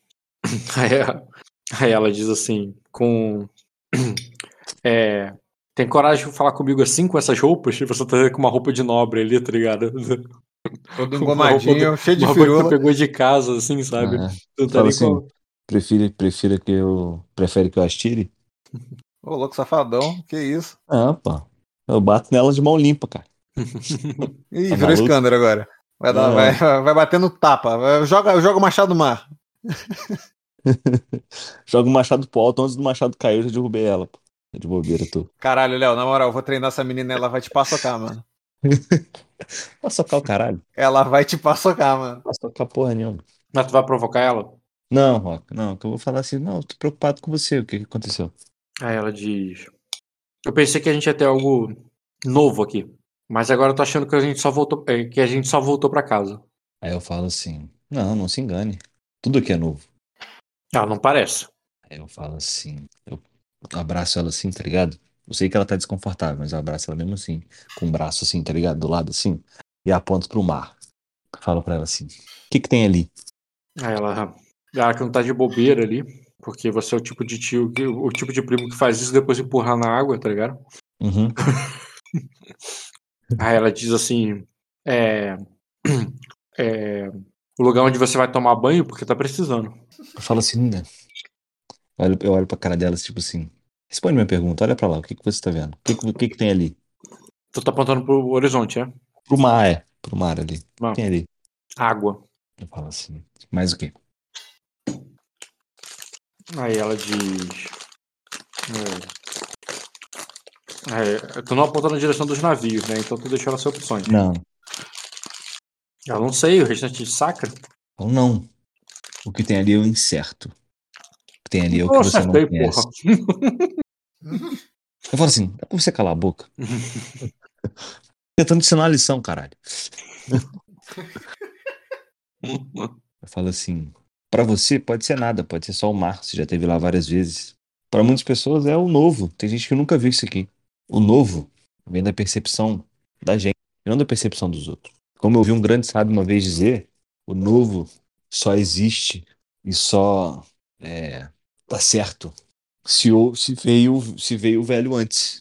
Aí, a- aí ela diz assim, com. É, tem coragem de falar comigo assim com essas roupas? Você tá com uma roupa de nobre ali, tá ligado? Todo Uma roupa, do- engomadinho, cheio de uma roupa que tu firula. pegou de casa, assim, sabe? Ah, Tu não tá fala nem assim, com. prefere, prefira que eu. Prefere que eu as tire? Ô, louco safadão, que isso? Ah, pô. Eu bato nela de mão limpa, cara. Ih, Tá virou maluco? escândalo agora. Vai, dar, vai, É. vai batendo tapa. Vai- Joga, joga o machado no mar. Joga o machado pro alto, antes do machado cair, eu já derrubei ela, pô. É de bobeira, tu. Caralho, Léo, na moral, eu vou treinar essa menina, ela vai te paçocar, mano. Vai socar o caralho. Ela vai te paçocar, mano. Vai socar porra nenhuma. Mas tu vai provocar ela? Não, Rock, não, que eu vou falar assim, não, eu tô preocupado com você, o que que aconteceu? Aí ela diz. Eu pensei que a gente ia ter algo novo aqui. Mas agora eu tô achando que a gente só voltou, é, que a gente só voltou pra casa. Aí eu falo assim, não, não se engane. Tudo aqui é novo. Ah, não parece. Aí eu falo assim, eu abraço ela assim, tá ligado? Eu sei que ela tá desconfortável, mas eu abraço ela mesmo assim, com o braço assim, tá ligado? Do lado assim, e aponto pro mar. Falo pra ela assim, o que que tem ali? Aí ela. Ela que não tá de bobeira ali. Porque você é o tipo de tio, que- o tipo de primo que faz isso e depois empurrar na água, tá ligado? Uhum. Aí ela diz assim. É. É. O lugar onde você vai tomar banho, porque tá precisando. Eu falo assim, né? Eu olho, eu olho pra cara delas, tipo assim, responde minha pergunta, olha pra lá, o que que você tá vendo? O que que, o que que tem ali? Tu tá apontando pro horizonte, é? Pro mar, é. Pro mar ali. O que Não. tem ali? Água. Eu falo assim, mais o quê? Aí ela diz. É, é, tu não apontou na direção dos navios, né? Então tu deixou ela sem opções. Não. Eu não sei, o restante de sacra. Ou não. O que tem ali é o incerto. O que tem ali é o que Eu você não acertei, conhece. porra. Eu falo assim, dá pra você calar a boca? Tentando ensinar a lição, caralho. Eu falo assim, pra você pode ser nada, pode ser só o mar, você já esteve lá várias vezes. Pra muitas pessoas é o novo. Tem gente que nunca viu isso aqui. O novo vem da percepção da gente, e não da percepção dos outros. Como eu ouvi um grande sábio uma vez dizer, o novo só existe e só é, tá certo se, ou, se, veio, se veio o velho antes.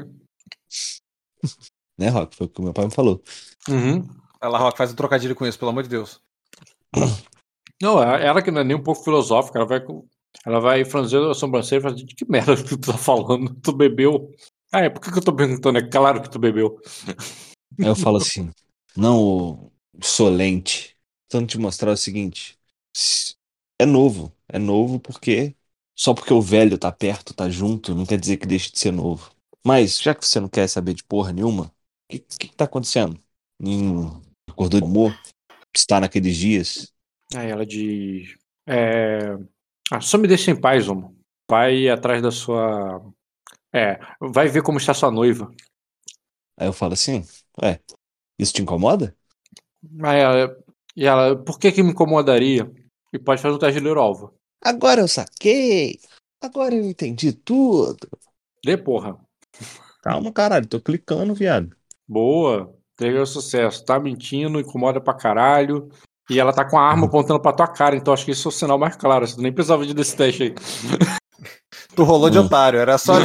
Né, Rock? Foi o que o meu pai me falou. Uhum. Ela, Rock, faz um trocadilho com isso, pelo amor de Deus. Não, ela que não é nem um pouco filosófica, ela vai, ela vai franzir a sobrancelha e falar, de que merda que tu tá falando? Tu bebeu? Ah, é, por que, que eu tô perguntando? É claro que tu bebeu. Aí eu falo assim, não, ô Solente, tentando te mostrar o seguinte, s- é novo, é novo porque só porque o velho tá perto, tá junto, não quer dizer que deixe de ser novo. Mas, já que você não quer saber de porra nenhuma, o que, que que tá acontecendo? Em acordou de humor? Está naqueles dias? Aí ela diz, é... ah, só me deixa em paz, homem. Vai atrás da sua... É, vai ver como está sua noiva. Aí eu falo assim, ué, isso te incomoda? Aí ela, e ela, por que que me incomodaria? E pode fazer um teste de ler-alvo. Agora eu saquei, agora eu entendi tudo. Dê, porra. Calma, caralho, tô clicando, viado. Boa. Teve sucesso. Tá mentindo, incomoda pra caralho. E ela tá com a arma apontando pra tua cara, então acho que isso é o sinal mais claro. Você nem precisava de desse teste aí. Tu rolou de Hum. otário, era só.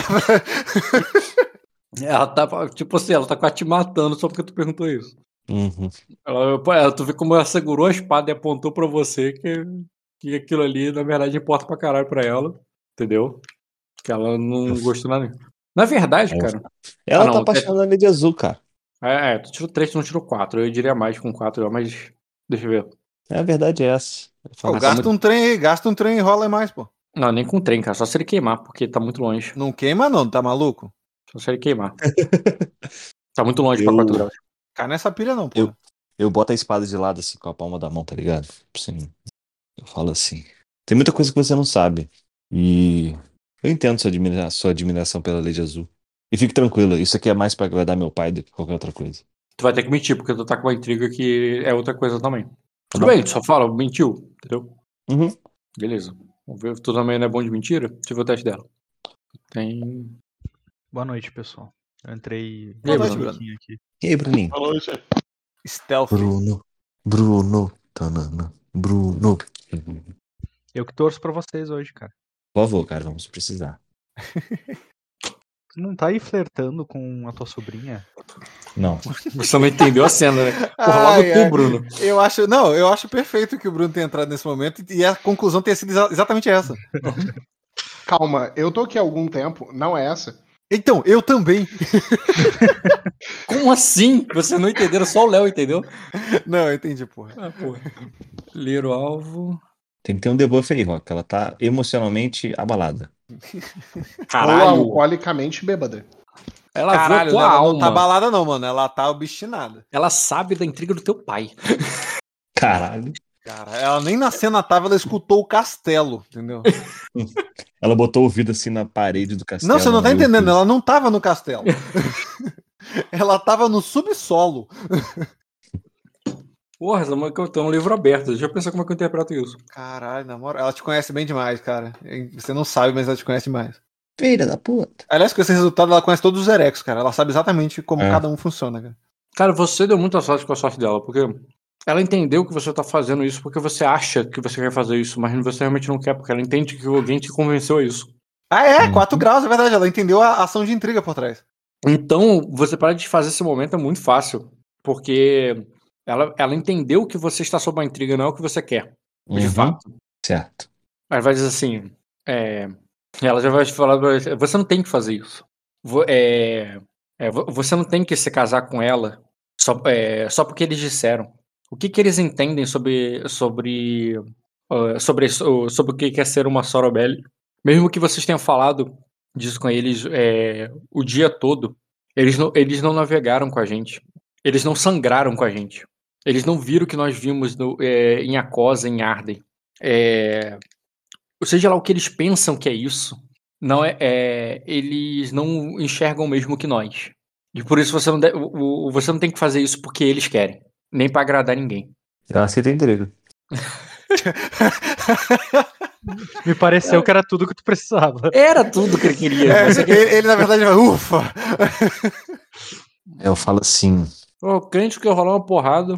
Ela tá, tipo assim, ela tá quase te matando só porque tu perguntou isso. Uhum. Ela, pô, ela- tu vê como ela segurou a espada e apontou pra você que, que aquilo ali, na verdade, importa pra caralho pra ela. Entendeu? Que ela não gostou nada. Na verdade, Aí eu- cara. Ela Ah, não, tá apaixonada na de azul, cara. É, é, tu tirou três, tu não tirou quatro. Eu diria mais com quatro, mas. Deixa eu ver. É, a verdade é essa. Eu falo Pô, assim, gasta um trem aí, gasta um trem e rola mais, pô. Não, nem com trem, cara. Só se ele queimar, porque tá muito longe. Não queima, não, tá maluco? Só se ele queimar. Tá muito longe pra Eu- quatro graus. Cai nessa pilha, não, pô. Eu- eu boto a espada de lado assim com a palma da mão, tá ligado? Assim, eu falo assim. Tem muita coisa que você não sabe. E eu entendo sua, admira sua admiração pela Lei de Azul. E fique tranquilo, isso aqui é mais pra agradar meu pai do que qualquer outra coisa. Tu vai ter que mentir, porque tu tá com uma intriga que é outra coisa também. Tudo bom. bem, tu só fala, mentiu, entendeu? Uhum. Beleza. Vamos ver, tu também não é bom de mentira? Deixa eu ver o teste dela. Tem. Boa noite, pessoal. Eu entrei Boa noite, um Bruno. pouquinho aqui. E aí, Bruninho? Boa noite. Stealth. Bruno. Bruno. Tanana. Bruno. Eu que torço pra vocês hoje, cara. Por favor, cara, vamos precisar. Tu não tá aí flertando com a tua sobrinha? Não. Você não entendeu a cena, né? Porra, logo Ai, tu, ai. Bruno. Eu acho, não, eu acho perfeito que o Bruno tenha entrado nesse momento e a conclusão tenha sido exa- exatamente essa. Calma, eu tô aqui há algum tempo, não é essa. Então, eu também. Como assim? Você não entenderam, só o Léo entendeu? Não, eu entendi, porra. Ah, porra. Ler o alvo. Tem que ter um debuff aí, Rock. Ela tá emocionalmente abalada. Ou Caralho. alcoolicamente bêbada. Ela Caralho, viu a tua ela alma. não tá balada não, mano. Ela tá obstinada. Ela sabe da intriga do teu pai. Caralho. Cara, ela nem na cena tava, ela escutou o castelo, entendeu? Ela botou o ouvido assim na parede do castelo. Não, você não tá viu entendendo, que- ela não tava no castelo. Ela tava no subsolo. Porra, essa mãe que eu tenho um livro aberto. Deixa eu pensar como é que eu interpreto isso. Caralho, na moral, ela te conhece bem demais, cara. Você não sabe, mas ela te conhece demais. Filha da puta. Aliás, com esse resultado, ela conhece todos os Erecos, cara. Ela sabe exatamente como É. cada um funciona, cara. Cara, você deu muita sorte com a sorte dela, porque ela entendeu que você tá fazendo isso porque você acha que você quer fazer isso, mas você realmente não quer, porque ela entende que alguém te convenceu a isso. Ah, é, Uhum. quatro graus, é verdade. Ela entendeu a ação de intriga por trás. Então, você para de fazer esse momento é muito fácil, porque ela, ela entendeu que você está sob a intriga, não é o que você quer, de Uhum. fato. Certo. Ela vai dizer assim, é, ela já vai te falar, você não tem que fazer isso. Vo- é, é, vo- você não tem que se casar com ela só, é, só porque eles disseram. O que, que eles entendem sobre sobre ah, sobre, isso- sobre o que é ser uma Sorobelli? Mesmo que vocês tenham falado disso com eles é, o dia todo, eles não, eles não navegaram com a gente. Eles não sangraram com a gente. Eles não viram o que nós vimos no, é, em Acosa, em Arden. É, ou seja lá o que eles pensam que é isso, não é, é, eles não enxergam o mesmo que nós. E por isso você não, deve- o- o- você não tem que fazer isso porque eles querem, nem pra agradar ninguém. Ela aceita intriga. Me pareceu que era tudo que tu precisava. Era tudo que ele queria. É, Você ele, quer- ele, na verdade, vai, ufa! Eu falo assim. Ô, crente que eu rolar uma porrada.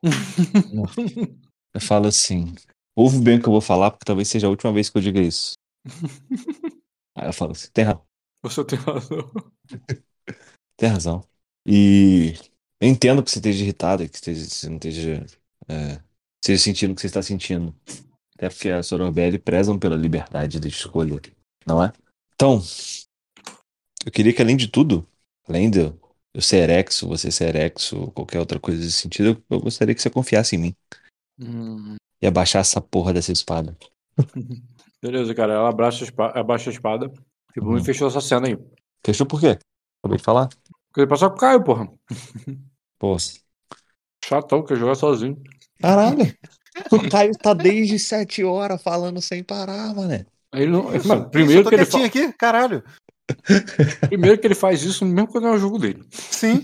Eu falo assim. Ouve bem o que eu vou falar, porque talvez seja a última vez que eu diga isso. Aí eu falo assim, tem razão. Você tem razão. Tem razão. E eu entendo que você esteja irritado, que esteja, você não esteja, é, esteja sentindo o que você está sentindo. Até porque a Sorobelli prezam pela liberdade de escolha, não é? Então, eu queria que além de tudo, além de eu ser Erexo, você ser Erexo, ou qualquer outra coisa desse sentido, eu, eu gostaria que você confiasse em mim Hum, e abaixasse essa porra dessa espada. beleza, cara. Ela abaixa a espada, abaixa a espada e Bruno Uhum. fechou essa cena aí. Fechou por quê? Acabei de falar. Porque ele passou com o Caio, porra. Pô, Chatão, quer jogar sozinho. caralho. O Caio tá desde sete horas falando sem parar, mané. Aí ele não, Isso, mano, isso, primeiro, eu tô que ele quietinho fa- aqui, caralho. primeiro que ele faz isso mesmo quando é o jogo dele. Sim.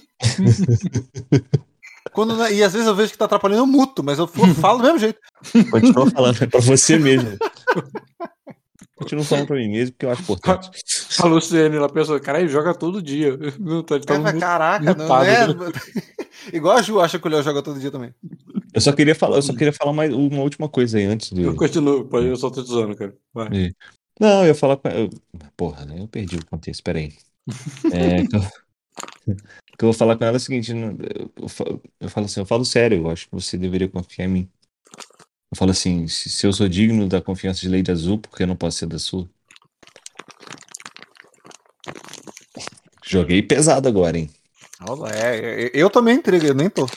Quando, e às vezes eu vejo que tá atrapalhando, eu muto, mas eu fu- falo do mesmo jeito. Continua falando, é pra você mesmo. Continua falando pra mim mesmo, porque eu acho importante. A Luciane lá pensou, cara, ele joga todo dia. Não, tá, ele tá É, mas mu- caraca, não mutado, é. né? Igual a Ju acha que o Léo joga todo dia também. Eu só queria falar, eu só queria falar mais uma última coisa aí antes de. Eu continuo, pode, eu só tô te usando, cara. Vai. Não, eu ia falar com eu... Porra, né? Eu perdi o contexto, peraí. É, que eu... o que eu vou falar com ela é o seguinte, não, eu, eu falo, eu falo assim, eu falo sério, eu acho que você deveria confiar em mim. Eu falo assim, se, se eu sou digno da confiança de Lady Azul, por que eu não posso ser da sua? Joguei pesado agora, hein? Olha, é, eu também intriga, eu nem tô.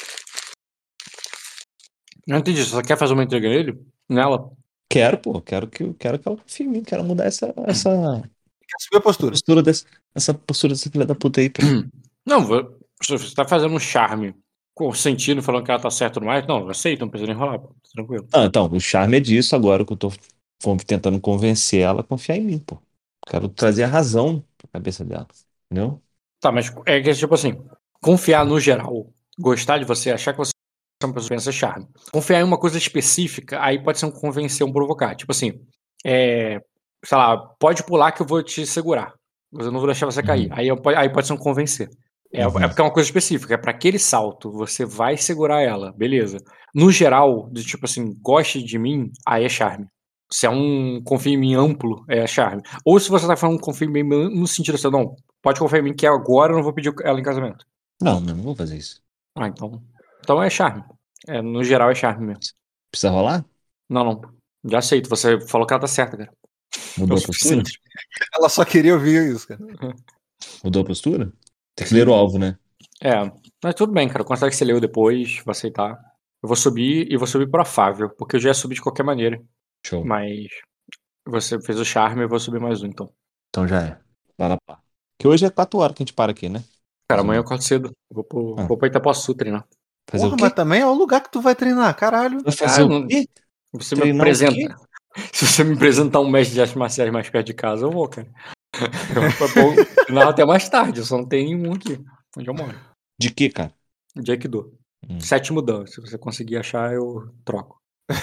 Não entendi, você quer fazer uma entrega nele? Nela? Quero, pô, quero que, quero que ela confie em mim, quero mudar essa, essa Quer subir a postura. postura dessa, essa postura dessa filha da puta aí, pô. Não, vou- se você tá fazendo um charme, consentindo, falando que ela tá certa e tudo mais, não, eu aceito, não precisa nem enrolar, pô, tranquilo. Ah, então, o charme é disso agora que eu tô con- tentando convencer ela a confiar em mim, pô. Quero trazer a razão pra cabeça dela, entendeu? Tá, mas é que, tipo assim, confiar no geral, gostar de você, achar que você é uma pessoa que pensa charme. Confiar em uma coisa específica, aí pode ser um convencer, um provocar. Tipo assim, é, sei lá, pode pular que eu vou te segurar. Eu não vou deixar você cair. Uhum. Aí, eu- aí pode ser um convencer. É, Uhum. é porque é uma coisa específica, é pra aquele salto, você vai segurar ela, beleza. No geral, de tipo assim, goste de mim, aí é charme. Se é um confia em mim amplo, é charme. Ou se você tá falando confia em mim no sentido assim, não, pode confiar em mim que agora eu não vou pedir ela em casamento. Não, eu não vou fazer isso. Ah, então. Então é charme. É, no geral é charme mesmo. Precisa rolar? Não, não. Já aceito. Você falou que ela tá certa, cara. Mudou É a o postura? suficiente. Ela só queria ouvir isso, cara. Mudou a postura? Tem que ler o alvo, né? É, mas tudo bem, cara. Consegue que você leu depois, vou aceitar. Eu vou subir e vou subir pro afável, porque eu já ia subir de qualquer maneira. Show. Mas você fez o charme, eu vou subir mais um, então. Então já é. Para pá. Que hoje é quatro horas que a gente para aqui, né? Cara, Mais ou amanhã eu menos. acordo cedo. Vou pro, Ah. vou pra Itapoçu treinar. Fazer Porra, o quê? mas também é o lugar que tu vai treinar, caralho. Vai fazer Ah, o não- quê? Você me Treinar o apresenta. quê? Se você me apresentar um mestre de artes marciais mais perto de casa, eu vou, cara. Eu vou treinar até mais tarde, eu só não tenho nenhum aqui, onde eu moro. De quê, cara? De Aikido. Hum. Sétimo dan. Se você conseguir achar, eu troco.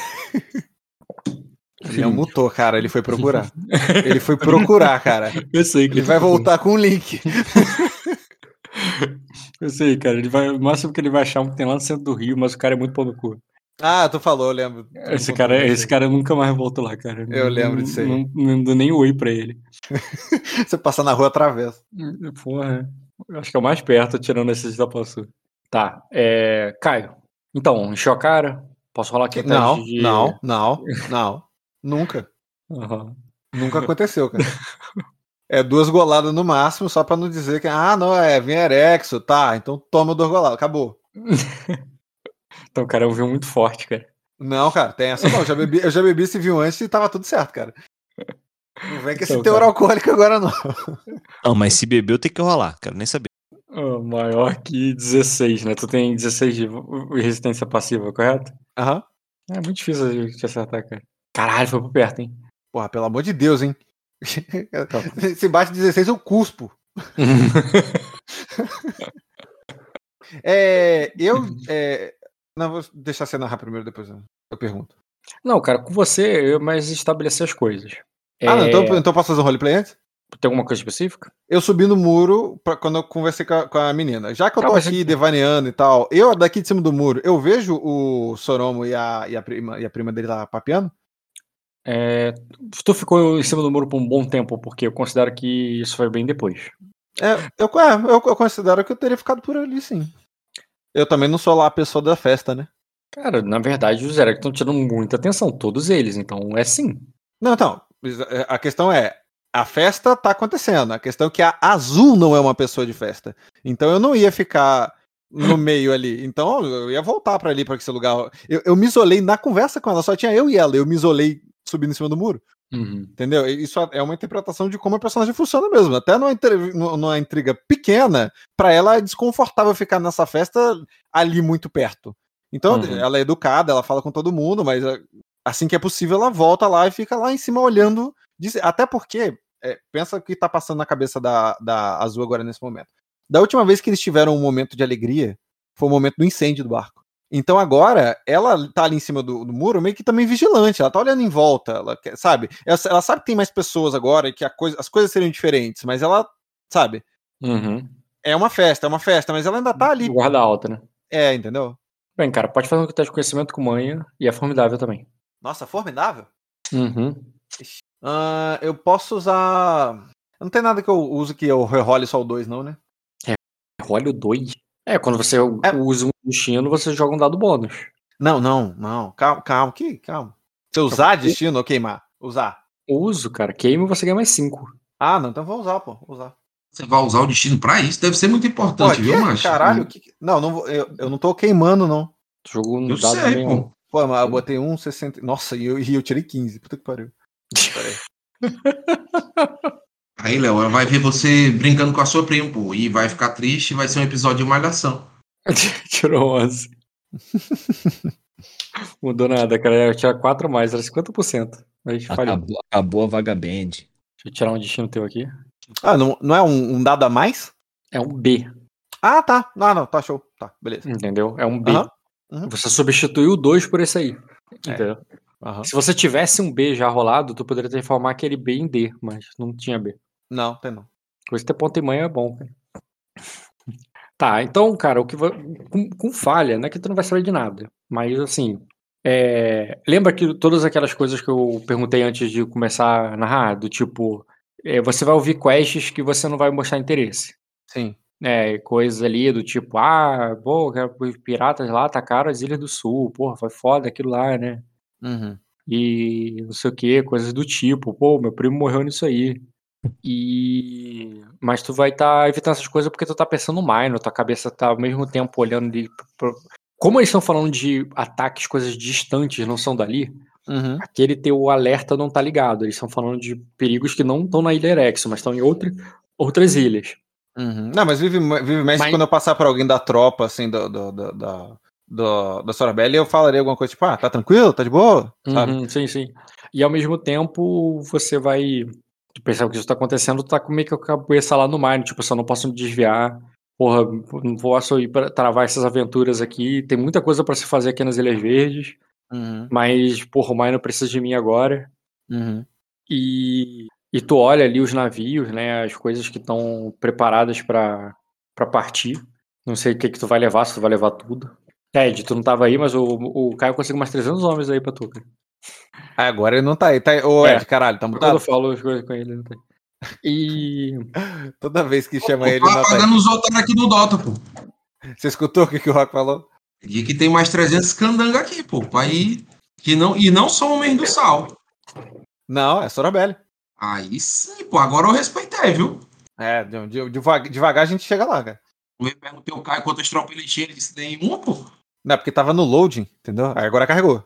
Ele não mutou, cara. Ele foi procurar. Ele foi procurar, cara. Eu sei que Ele vai voltar com o link. Eu sei, cara. Ele vai, o máximo que ele vai achar um que tem lá no centro do Rio, mas o cara é muito pau no cu. Ah, tu falou, eu lembro. Tu me Esse contou cara, disso esse aí. cara nunca mais voltou lá, cara. Eu Não- lembro disso aí. Não, não dou nem oi pra ele. Você passa na rua atravessa. Porra, eu acho que é o mais perto, tirando esses da Passu. Tá, é... Caio. Então, encheu a cara? Posso rolar aqui o Não, teste de... não, não, não. Nunca. Aham. Nunca aconteceu, cara. É duas goladas no máximo, só pra não dizer que, ah, não, é vem Erexo, tá, então toma duas goladas, acabou. Então, cara, eu vi um muito forte, cara. Não, cara, tem essa não. Eu já bebi, eu já bebi esse vinho antes e tava tudo certo, cara. Não vem com esse Então, teor cara. alcoólico agora, não. Não, mas se bebeu tem que rolar. Quero nem saber. Ah, maior que dezesseis, né? Tu tem dezesseis de resistência passiva, correto? Aham. É muito difícil de te acertar, cara. Caralho, foi por perto, hein? Porra, pelo amor de Deus, hein? Se bate dezesseis, eu cuspo. É, eu. É, não, vou deixar você narrar primeiro, depois eu, eu pergunto. Não, cara, com você eu mais estabelecer as coisas. Ah, não, É, então, então posso fazer um roleplay antes? Tem alguma coisa específica? Eu subi no muro pra, quando eu conversei com a, com a menina. Já que eu Tá, tô mas aqui você- devaneando e tal, eu daqui de cima do muro, eu vejo o Soromo e a, e a, prima, e a prima dele lá papeando? É, tu ficou em cima do muro por um bom tempo, porque eu considero que isso foi bem depois. É, eu, é, eu, eu considero que eu teria ficado por ali, sim. Eu também não sou lá a pessoa da festa, né? Cara, na verdade, os Zerek estão tirando muita atenção, todos eles, então é sim. Não, então, a questão é, a festa tá acontecendo, a questão é que a Azul não é uma pessoa de festa. Então eu não ia ficar no meio ali, então eu ia voltar pra ali, pra esse lugar. Eu, eu me isolei na conversa com ela, só tinha eu e ela, eu me isolei subindo em cima do muro. Uhum. Entendeu? Isso é uma interpretação de como a personagem funciona mesmo. Até numa, intri- numa intriga pequena, pra ela é desconfortável ficar nessa festa ali muito perto. Então, Uhum. ela é educada, ela fala com todo mundo, mas é, assim que é possível, ela volta lá e fica lá em cima olhando. de- Até porque, é, pensa o que tá passando na cabeça da, da Azul agora nesse momento. Da última vez que eles tiveram um momento de alegria, foi o momento do incêndio do barco. Então agora, ela tá ali em cima do, do muro, meio que também vigilante, ela tá olhando em volta, ela quer- sabe? Ela, ela sabe que tem mais pessoas agora e que a coisa, as coisas seriam diferentes, mas ela, sabe? Uhum. É uma festa, é uma festa, mas ela ainda tá ali. Guarda alta, né? É, entendeu? Bem, cara, pode fazer um teste de conhecimento com manha e é formidável também. Nossa, formidável. Uhum. Ah, eu posso usar. Não tem nada que eu use que eu role só o dois, não, né? Olha o dois. É, quando você É. usa um destino, você joga um dado bônus. Não, não, não. Calma, calma, que, calma. Se eu usar destino ou queimar? Usar. Uso, cara. Queima você ganha mais cinco. Ah, não, então vou usar, pô. Vou usar. Você vai usar o destino pra isso? Deve ser muito Pô, importante, que, viu, macho? caralho, que... Não, não vou, eu, eu não tô queimando, não. Jogou um Eu dado sei, bem pô. alto. Pô, mas eu botei um sessenta. Nossa, e eu, e eu tirei quinze. Puta que pariu. Pera aí. Aí, Léo, ela vai ver você brincando com a sua prima, pô, e vai ficar triste, vai ser um episódio de malhação. Tirou onze. Mudou nada, cara. Eu tinha quatro a mais, era cinquenta por cento. Mas falhou. Acabou, acabou a Vagaband. Deixa eu tirar um destino teu aqui. Ah, não, não é um, um dado a mais? É um B, Ah, tá. Não, não, tá show. Tá, beleza. entendeu? É um B. Aham. Uhum. Você substituiu o dois por esse aí. É. Entendeu? Aham. Se você tivesse um B já rolado, tu poderia transformar aquele B em D, mas não tinha B. Não, tem não. Coisa ter ponto em manha é bom, cara. Tá, então, cara, o que va- com, com falha, não é que tu não vai saber de nada. Mas assim, É, lembra que todas aquelas coisas que eu perguntei antes de começar a narrar, do tipo, é, você vai ouvir quests que você não vai mostrar interesse. Sim. É, coisas ali do tipo, ah, pô, os piratas lá atacaram as Ilhas do Sul, porra, foi foda aquilo lá, né? Uhum. E não sei o que, coisas do tipo, pô, meu primo morreu nisso aí. E... Mas tu vai estar tá evitando essas coisas porque tu tá pensando mais, tua cabeça tá ao mesmo tempo olhando ali. Pro... Como eles estão falando de ataques, coisas distantes, não são dali, Uhum. aquele teu alerta não tá ligado. Eles estão falando de perigos que não estão na Ilha Erex, mas estão em outra, outras ilhas. Uhum. Não, mas vive, vive mexe Mas- quando eu passar por alguém da tropa, assim, do, do, do, da, do, da Sorabelli, eu falaria alguma coisa tipo, ah, tá tranquilo, tá de boa, sabe? Uhum, sim, sim. E ao mesmo tempo, você vai. Tu percebe que isso tá acontecendo, tu tá com meio que a cabeça lá no mar, tipo, eu só não posso me desviar. Porra, não posso ir pra travar essas aventuras aqui. Tem muita coisa pra se fazer aqui nas Ilhas Verdes. Uhum. Mas, porra, o Maino precisa de mim agora. Uhum. E, e tu olha ali os navios, né? As coisas que estão preparadas pra, pra partir. Não sei o que que tu vai levar, se tu vai levar tudo. É, Ed, tu não tava aí, mas o, o Caio conseguiu mais trezentos homens aí pra tu, cara. Ah, agora ele não tá aí. Tá aí. Ô, É. Ed, caralho, tá Quando mutado? eu falo as coisas com ele, não tem. E. Toda vez que chama Pô, ele, tá não tá aí. pagando os otários aqui do Dota, pô. Você escutou o que, que o Rock falou? E que tem mais trezentos candanga aqui, pô. Aí, que não, e não são homens do sal. Não, é Sorabelli. Aí sim, pô. Agora eu respeitei, viu? É, de- de- devagar, devagar a gente chega lá, cara. Eu perguntei o Caio quantas tropas ele tinha, ele disse nenhuma, pô. Não, é porque tava no loading, entendeu? Aí agora carregou.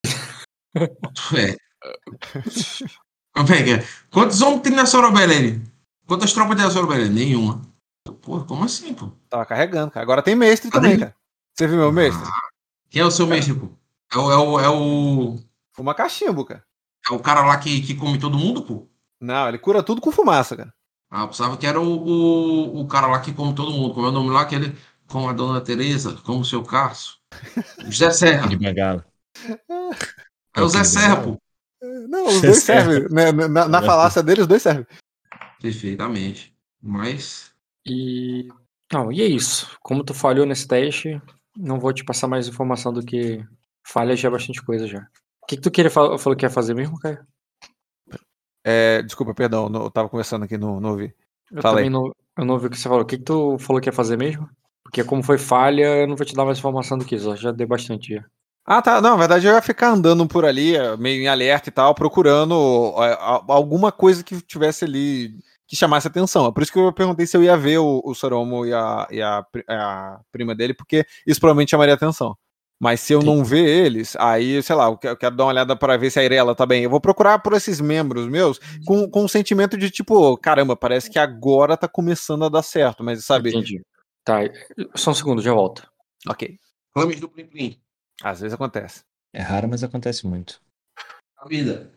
É. Como é que é? Quantos homens tem na Sorobelli? Ele? Quantas tropas tem na Sorobelli? Nenhuma. Pô, como assim, pô? Tava carregando, cara. Agora tem mestre Cadê também, ele? cara. Você viu meu mestre? Quem é o seu mestre, pô? É o, é o, é o, Fuma cachimbo, cara. é o cara lá que, que come todo mundo, pô? Não, ele cura tudo com fumaça, cara. Ah, eu pensava que era o, o, o cara lá que come todo mundo. Como é o nome lá? Aquele, como a Dona Teresa, como o seu Carso. José Serra. De bengala. É o Zé Serra, pô. Não, os dois servem. Né? Na, na falácia dele, os dois servem. Perfeitamente. Mas. E. Não, e é isso. Como tu falhou nesse teste, não vou te passar mais informação do que falha já é bastante coisa já. O que, que tu queria fa- falou que ia fazer mesmo, Caio? É, desculpa, perdão, não- eu tava conversando aqui, não, não ouvi. Eu Fala aí. também não, eu não ouvi o que você falou. O que, que tu falou que ia fazer mesmo? Porque como foi falha, eu não vou te dar mais informação do que isso. Eu já dei bastante já. Ah, tá. Não, na verdade eu ia ficar andando por ali, eh, meio em alerta e tal, procurando eh, a- alguma coisa que tivesse ali que chamasse atenção. É por isso que eu perguntei se eu ia ver o, o Soromo e, a, e a, pri- a prima dele, porque isso provavelmente chamaria atenção. Mas se eu não ver eles, aí, sei lá, eu que- eu quero dar uma olhada para ver se a Irela tá bem. Eu vou procurar por esses membros meus com, com um sentimento de tipo, caramba, parece que agora tá começando a dar certo, mas sabe? Entendi. Tá, só um segundo, já volto. Ok. Clames do Plim Plim. Às vezes acontece. É raro, mas acontece muito. A vida.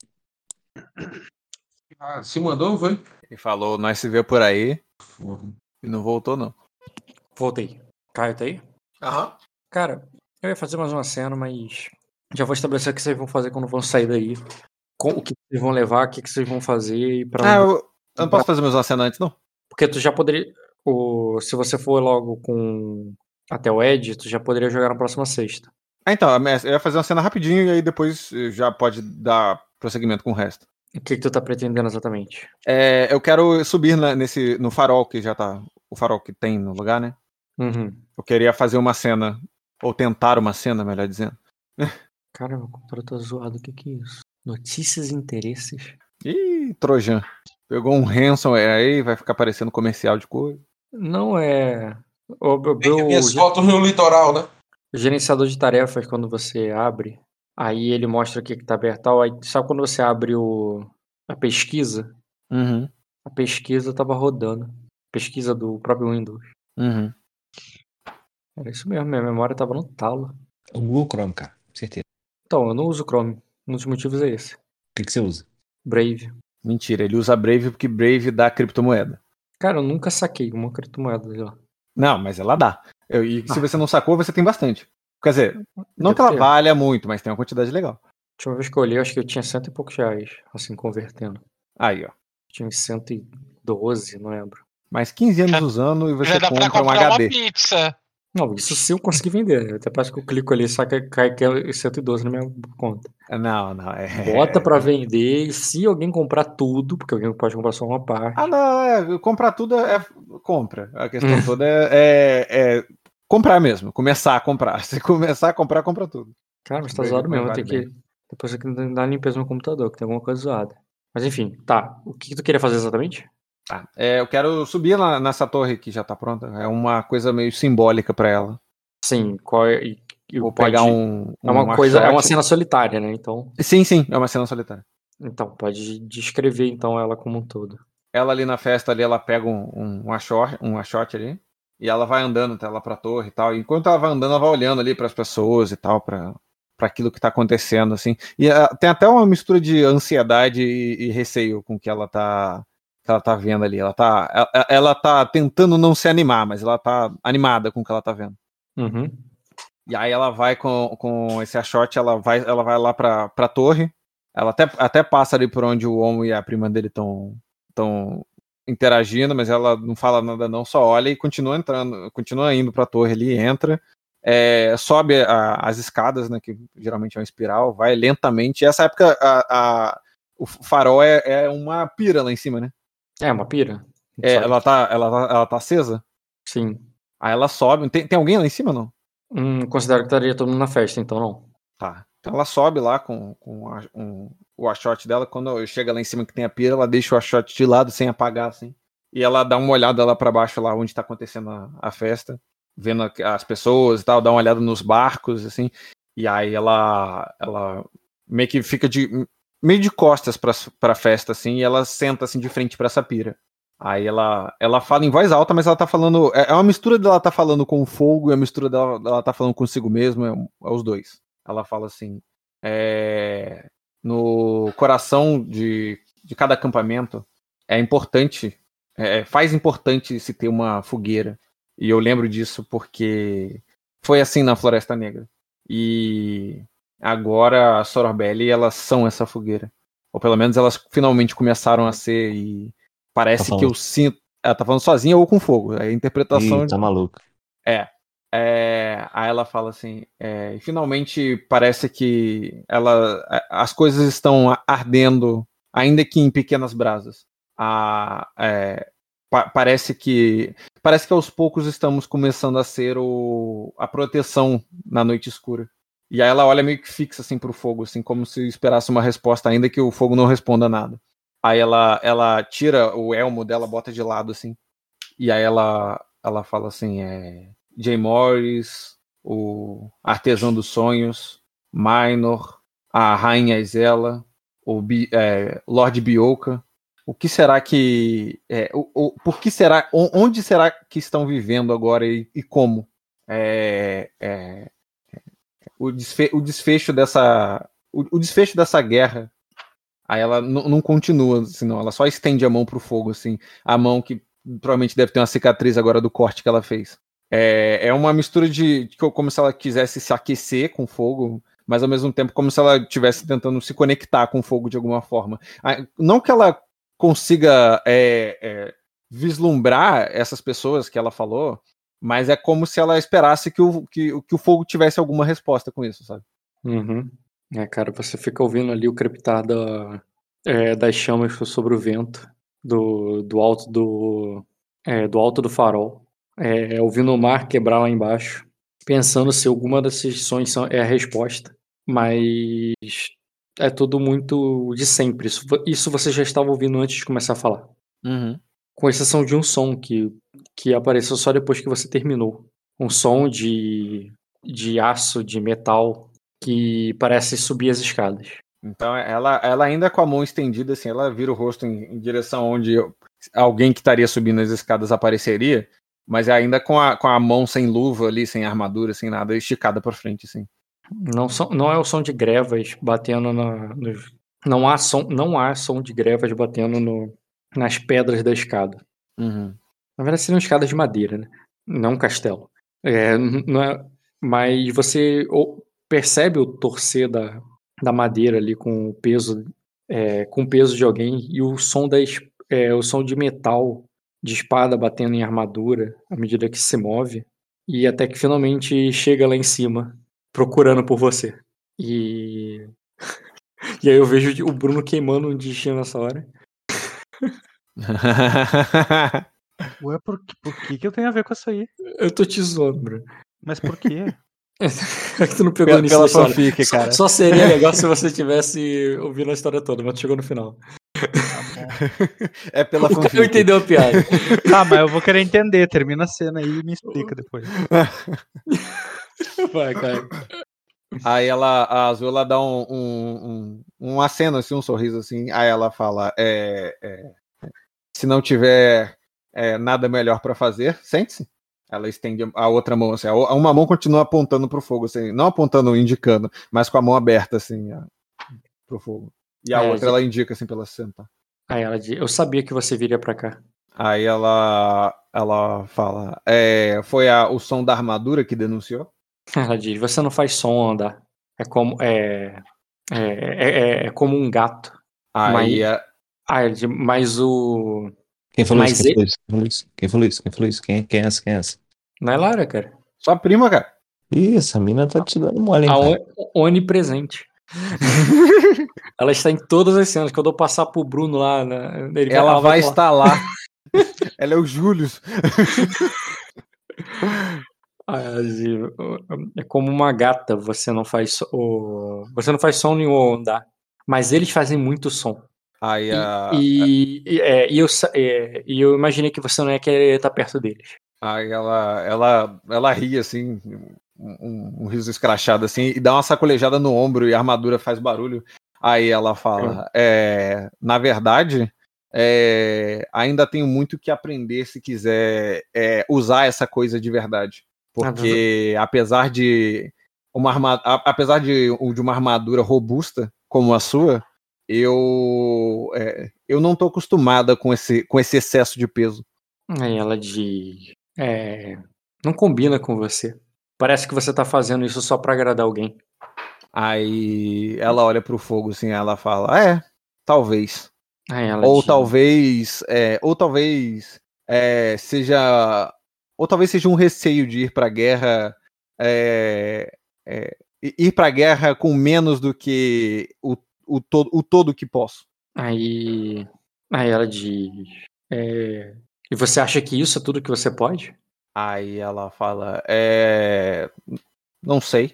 Ah, se mandou, foi? Ele falou, nós se vê por aí Porra. e não voltou, não. Voltei. Caio, tá aí? Aham. Cara, eu ia fazer mais uma cena, mas já vou estabelecer o que vocês vão fazer quando vão sair daí. Com- O que vocês vão levar, o que vocês vão fazer e pra Ah, onde. eu, eu não posso fazer mais uma cena antes, não? Porque tu já poderia. O... Se você for logo com até o Ed, tu já poderia jogar na próxima sexta. Ah, então, eu ia fazer uma cena rapidinho e aí depois eh, já pode dar prosseguimento com o resto. O que, que tu tá pretendendo exatamente? É, eu quero subir na- nesse, no farol que já tá. O farol que tem no lugar, né? Uhum. Eu queria fazer uma cena. Ou tentar uma cena, melhor dizendo. Cara, meu computador tá zoado, o que que é isso? Notícias e interesses? Ih, Trojan. Pegou um ransomware aí, vai ficar parecendo comercial de coisa. Não é. O, o, Tem que o, minhas fotos no litoral, né? o gerenciador de tarefas, quando você abre, aí ele mostra o que, que tá aberto. tal, Aí, sabe quando você abre o, a pesquisa? Uhum. A pesquisa tava rodando. Pesquisa do próprio Windows. Uhum. Era isso mesmo, minha memória tava no talo. O Google Chrome, cara. Certeza. Então, eu não uso Chrome. Um dos motivos é esse. O que, que você usa? Brave. Mentira, ele usa Brave porque Brave dá criptomoeda. Cara, eu nunca saquei uma criptomoeda de lá. Não, mas ela dá. Eu- e se Ah. você não sacou, você tem bastante. Quer dizer, não Deve que ela ter. valha muito, mas tem uma quantidade legal. A última vez que eu olhei, eu acho que eu tinha cento e poucos reais, assim, convertendo. Aí, ó. Tinha uns cento e doze, não lembro. Mais quinze anos Já- usando e você Já dá pra compra um comprar uma H D. pizza. Não, isso se eu conseguir vender. Até parece que eu clico ali, só que cai que é cento e doze na minha conta. Não, não. É... Bota pra vender e se alguém comprar tudo, porque alguém pode comprar só uma parte. Ah, não, é, comprar tudo é compra. A questão toda é, é, é comprar mesmo, começar a comprar. Se começar a comprar, compra tudo. Cara, mas tá Veja zoado como é mesmo. que Tem vale que. Depois aqui não dá limpeza no computador, que tem alguma coisa zoada. Mas enfim, tá. O que, que tu queria fazer exatamente? Tá. É, eu quero subir na, nessa torre que já tá pronta. É uma coisa meio simbólica pra ela. Sim, qual é. E, e Vou pode... pegar um, É uma um coisa, é uma shot. cena solitária, né? Então. Sim, sim, é uma cena solitária. Então, pode descrever então ela como um todo. Ela ali na festa ali, ela pega um, um, um shot, um shot ali. E ela vai andando até lá pra torre e tal. E enquanto ela vai andando, ela vai olhando ali pras pessoas e tal, pra, pra aquilo que tá acontecendo, assim. E uh, tem até uma mistura de ansiedade e, e receio com que ela tá. Que ela tá vendo ali. Ela tá, ela, ela tá tentando não se animar, mas ela tá animada com o que ela tá vendo. Uhum. E aí ela vai com, com esse shot, ela vai, ela vai lá pra, pra torre. Ela até, até passa ali por onde o Homo e a prima dele estão estão interagindo, mas ela não fala nada não, só olha e continua entrando, continua indo pra torre ali, entra, é, sobe a, as escadas, né, que geralmente é uma espiral, vai lentamente. E essa época a, a, o farol é, é uma pira lá em cima, né? É uma pira? É, ela, tá, ela, tá, ela tá acesa? Sim. Aí ela sobe. Tem, tem alguém lá em cima, não? Hum, considero que estaria todo mundo na festa, então não. Tá. Então ela sobe lá com, com a, um, o achote dela. Quando chega lá em cima que tem a pira, ela deixa o achote de lado sem apagar, assim. E ela dá uma olhada lá pra baixo, lá onde tá acontecendo a, a festa, vendo as pessoas e tal, dá uma olhada nos barcos, assim. E aí ela, ela meio que fica de meio de costas pra, pra festa, assim, e ela senta assim de frente pra essa pira. Aí ela, ela fala em voz alta, mas ela tá falando. É uma mistura dela tá falando com o fogo e a mistura dela, dela tá falando consigo mesmo, é, é os dois. Ela fala assim: é, no coração de, de cada acampamento é importante, é, faz importante se ter uma fogueira. E eu lembro disso porque foi assim na Floresta Negra. E agora as Sororbelli, elas são essa fogueira. Ou pelo menos elas finalmente começaram a ser. E parece Tá que eu sinto. Ela tá falando sozinha ou com fogo. A interpretação. Ih, tá maluco. É. É, aí ela fala assim, é, finalmente parece que ela, as coisas estão ardendo, ainda que em pequenas brasas. A, é, pa, parece que parece que aos poucos estamos começando a ser o, a proteção na noite escura. E aí ela olha meio que fixa assim pro fogo, assim, como se esperasse uma resposta, ainda que o fogo não responda nada. Aí ela, ela tira o elmo dela, bota de lado assim, e aí ela, ela fala assim, é... Jay Morris, o Artesão dos Sonhos, Minor, a Rainha Isela, o Bi, é, Lord Bioka. O que será que... É, o, o, por que será... Onde será que estão vivendo agora e, e como? É, é, o, desfe, o desfecho dessa... O, o desfecho dessa guerra. Aí ela n- não continua, senão ela só estende a mão pro fogo, assim. A mão que provavelmente deve ter uma cicatriz agora do corte que ela fez. É, é uma mistura de, de como se ela quisesse se aquecer com fogo, mas ao mesmo tempo como se ela estivesse tentando se conectar com o fogo de alguma forma. Não que ela consiga é, é, vislumbrar essas pessoas que ela falou, mas é como se ela esperasse que o, que, que o fogo tivesse alguma resposta com isso, sabe? Uhum. É, cara, você fica ouvindo ali o crepitar da, é, das chamas sobre o vento do, do alto do, é, do alto do farol. É, ouvindo o mar quebrar lá embaixo, pensando se alguma desses sons são, é a resposta, mas é tudo muito de sempre. Isso, isso você já estava ouvindo antes de começar a falar. Uhum. Com exceção de um som que, que apareceu só depois que você terminou. Um som de, de aço, de metal, que parece subir as escadas. Então ela, ela ainda com a mão estendida, assim, ela vira o rosto em, em direção onde alguém que estaria subindo as escadas apareceria, mas ainda com a, com a mão sem luva ali, sem armadura, sem nada, esticada para frente, assim. Não, são, não é o som de grevas batendo na... Nos, não, há som, não há som de grevas batendo no, nas pedras da escada. Uhum. Na verdade seriam escadas de madeira, né? Não um castelo. É, não é, mas você percebe o torcer da, da madeira ali com o peso, é, com o peso de alguém e o som, da, é, o som de metal de espada batendo em armadura à medida que se move. E até que finalmente chega lá em cima, procurando por você. E. E aí eu vejo o Bruno queimando um destino nessa hora. Ué, por, que- por que que eu tenho a ver com isso aí? Eu tô te zoando, Bruno. Mas por quê? É que tu não pegou Pela, o início pela da história. fanfic, Só, cara. só seria legal se você tivesse ouvindo a história toda, mas tu chegou no final. Tá bom. É pela O cara fanfic. entendeu a piada. Tá, mas eu vou querer entender. Termina a cena aí e me explica depois. Vai, cara. Aí ela, a Azul, ela dá um, um, um, um aceno, assim, um sorriso assim. Aí ela fala: é, é, se não tiver é, nada melhor pra fazer, sente-se. Ela estende a outra mão, assim. A uma mão continua apontando pro fogo, assim, não apontando, indicando, mas com a mão aberta, assim, a, pro fogo. E a É, outra de- ela indica, assim, pra ela sentar. Aí ela diz, eu sabia que você viria pra cá. Aí ela, ela fala: é, foi a, o som da armadura que denunciou? Ela diz, você não faz som ao andar. É como, é, é, é, é como um gato. Aí Mas, a- ah, ele diz, mas o... Quem falou Mas isso? Quem ele... falou isso? Quem falou isso? Quem falou isso? Quem falou isso? Quem, quem é essa? Quem é essa? Não é Lara, cara. sua prima, cara. Ih, essa mina tá te dando mole, hein, A cara? on- onipresente. Ela está em todas as cenas. Quando eu passar pro Bruno lá, né, ele Ela vai falar, estar lá. Ela é o Július. ah, ela diz, é como uma gata, você não faz so- o... você não faz som nenhum ao andar. Mas eles fazem muito som. Aí E, a, e, e, é, e eu, sa- é, e eu imaginei que você não ia querer estar perto deles. aí ela, ela, ela ri assim, um, um- um riso escrachado assim, e dá uma sacolejada no ombro e a armadura faz barulho. Aí ela fala: é, na verdade, é, ainda tenho muito que aprender se quiser é, usar essa coisa de verdade. Porque apesar de uma arma, a- apesar de, de uma armadura robusta como a sua, eu, é, eu não tô acostumada com esse, com esse excesso de peso. Aí ela diz, é, não combina com você. Parece que você tá fazendo isso só pra agradar alguém. Aí ela olha pro fogo assim, ela fala: é, talvez. Aí ela Ou diz, talvez, é, ou talvez é, seja, ou talvez seja um receio de ir pra guerra, é, é, ir pra guerra com menos do que o, o, todo, o todo que posso. aí, aí ela diz, é, e você acha que isso é tudo que você pode? Aí ela fala: é, não sei.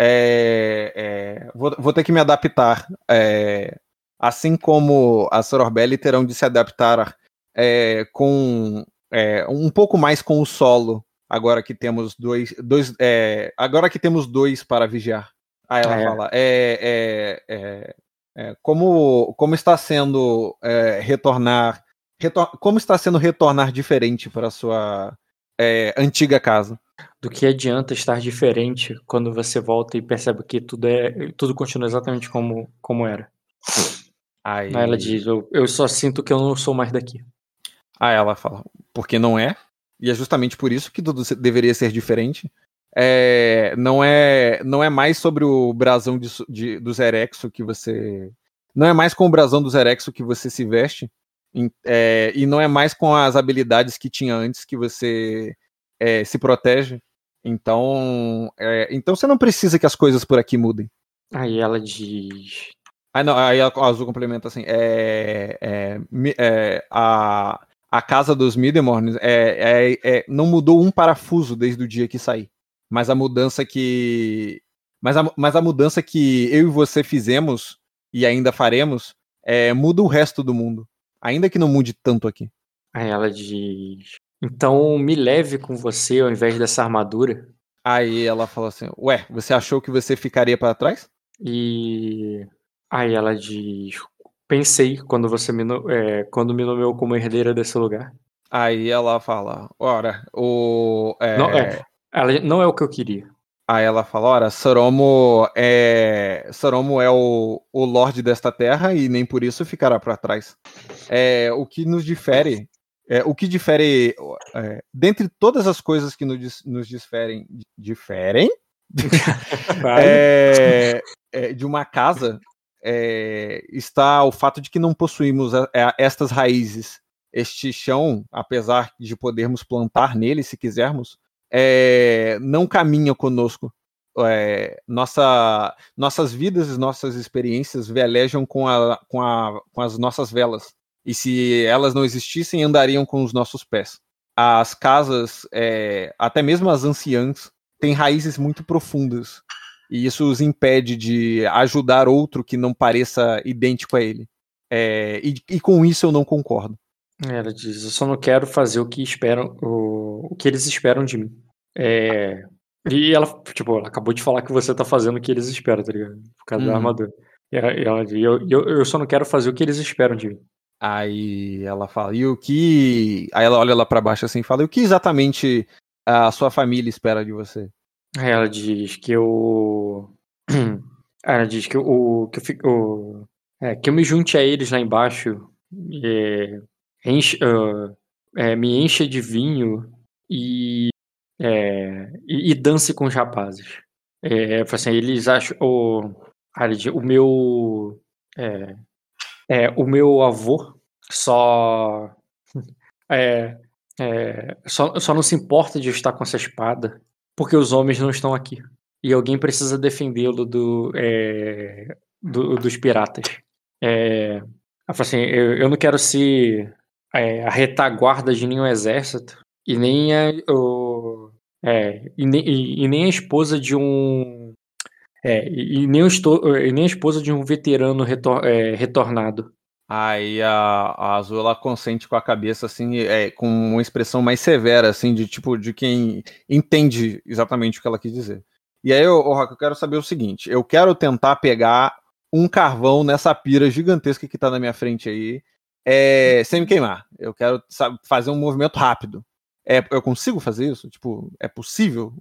É, é, vou, vou ter que me adaptar. É, assim como a Sororbelli terão de se adaptar é, com é, um pouco mais com o solo. Agora que temos dois, dois é, agora que temos dois para vigiar. Aí ela Ah, é. fala: é, é, é, é, como, como está sendo é, retornar, retor, como está sendo retornar diferente para a sua é, antiga casa? Do que adianta estar diferente quando você volta e percebe que tudo é, tudo continua exatamente como, como era? Aí, Aí ela diz, eu, eu só sinto que eu não sou mais daqui. aí ela fala: porque não é? E é justamente por isso que tudo se- deveria ser diferente. É, não é não é mais sobre o brasão de, su- de, do Zerexo que você. Não é mais com o brasão do Zerexo que você se veste. em- é, e não é mais com as habilidades que tinha antes que você é, se protege. Então, é, então você não precisa que as coisas por aqui mudem. Aí ela diz, Aí, não, aí a a Azul complementa assim: é, é, mi- é, a, a casa dos Midemorns é, é, é, não mudou um parafuso desde o dia que saí. Mas a mudança que. Mas a, mas a mudança que eu e você fizemos e ainda faremos é, muda o resto do mundo. Ainda que não mude tanto aqui. aí ela diz, então me leve com você ao invés dessa armadura. Aí ela fala assim: ué, você achou que você ficaria para trás? E aí ela diz, pensei quando você me, no- é, quando me nomeou como herdeira desse lugar. Aí ela fala: ora, o. é, Não é, ela, não é o que eu queria. Aí ela fala: ora, Soromo é, Soromo é o, o Lorde desta terra e nem por isso ficará para trás. É, o que nos difere, é, o que difere, é, dentre todas as coisas que nos, nos diferem, diferem é, é, de uma casa, é, está o fato de que não possuímos a, a, estas raízes. Este chão, apesar de podermos plantar nele se quisermos, é, não caminha conosco. É, nossa, nossas vidas e nossas experiências velejam com, a, com, a, com as nossas velas. E se elas não existissem, andariam com os nossos pés. As casas, é, até mesmo as anciãs, têm raízes muito profundas. E isso os impede de ajudar outro que não pareça idêntico a ele. É, e, e com isso eu não concordo. Ela diz, eu só não quero fazer o que esperam, o, o que eles esperam de mim. É, e ela, tipo, ela acabou de falar que você tá fazendo o que eles esperam, tá ligado? Por causa da Uhum. armadura. E ela, e ela diz, eu, eu, eu só não quero fazer o que eles esperam de mim. Aí ela fala, e o que... Aí ela olha lá pra baixo assim e fala, e o que exatamente a sua família espera de você? Aí ela diz que eu... Ela diz que eu, que eu, fico, é, que eu me junte a eles lá embaixo, é, enche, uh, é, me encha de vinho e, é, e, e dance com os rapazes. É, assim, eles acham... O, ela diz, o meu... É, é, o meu avô só... É, é, só, só não se importa de eu estar com essa espada porque os homens não estão aqui. E alguém precisa defendê-lo do, é, do- dos piratas. É, ela fala assim, eu, eu não quero ser é, a retaguarda de nenhum exército e nem a, o, é, e, nem, e, e nem a esposa de um é, e, e nem, o esto- e nem a esposa de um veterano retor- é, retornado. Aí a, a Azul, ela consente com a cabeça, assim, é, com uma expressão mais severa, assim, de tipo, de quem entende exatamente o que ela quis dizer. E aí, ô, ô, Rock, eu quero saber o seguinte, eu quero tentar pegar um carvão nessa pira gigantesca que tá na minha frente aí, é, sem me queimar. Eu quero, sabe, fazer um movimento rápido. É, eu consigo fazer isso? Tipo, é possível?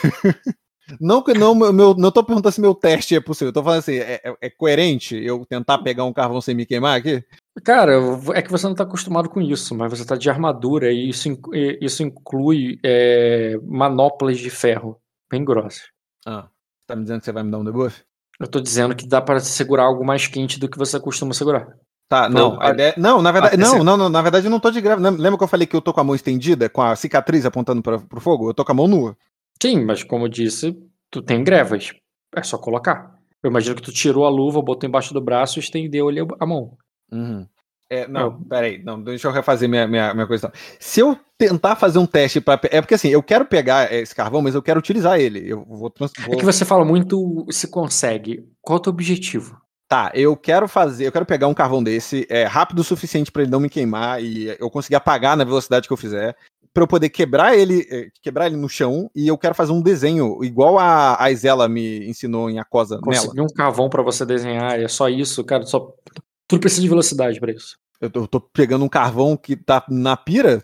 Não que não, meu, meu, não tô perguntando se meu teste é possível. Eu tô falando assim, é, é- é coerente eu tentar pegar um carvão sem me queimar aqui? Cara, é que você não tá acostumado com isso, mas você tá de armadura e isso, inc- e isso inclui é, manoplas de ferro bem grossas. Ah, tá me dizendo que você vai me dar um debuff? Eu tô dizendo que dá pra segurar algo mais quente do que você costuma segurar. Tá, não, Pro- a ideia. Não, na verdade. até Não, se- não, não, na verdade eu não tô de greve. Lem- Lembra que eu falei que eu tô com a mão estendida, com a cicatriz apontando para pro fogo? Eu tô com a mão nua. Sim, mas como eu disse, tu tem grevas. É só colocar. Eu imagino que tu tirou a luva, botou embaixo do braço e estendeu ali a mão. Uhum. É, não, Eu- peraí, não, deixa eu refazer minha, minha, minha coisa. Se eu tentar fazer um teste para. É porque assim, eu quero pegar esse carvão, mas eu quero utilizar ele. Eu vou, trans- É vou- que você fala muito se consegue. Qual é o teu objetivo? Tá, eu quero fazer, eu quero pegar um carvão desse, é rápido o suficiente para ele não me queimar e eu conseguir apagar na velocidade que eu fizer, para eu poder quebrar ele, eh, quebrar ele no chão e eu quero fazer um desenho igual a, a Isela me ensinou em Acosa nela. Conseguir um carvão pra você desenhar, é só isso, cara. Só... Tudo precisa de velocidade pra isso. Eu tô, eu tô pegando um carvão que tá na pira?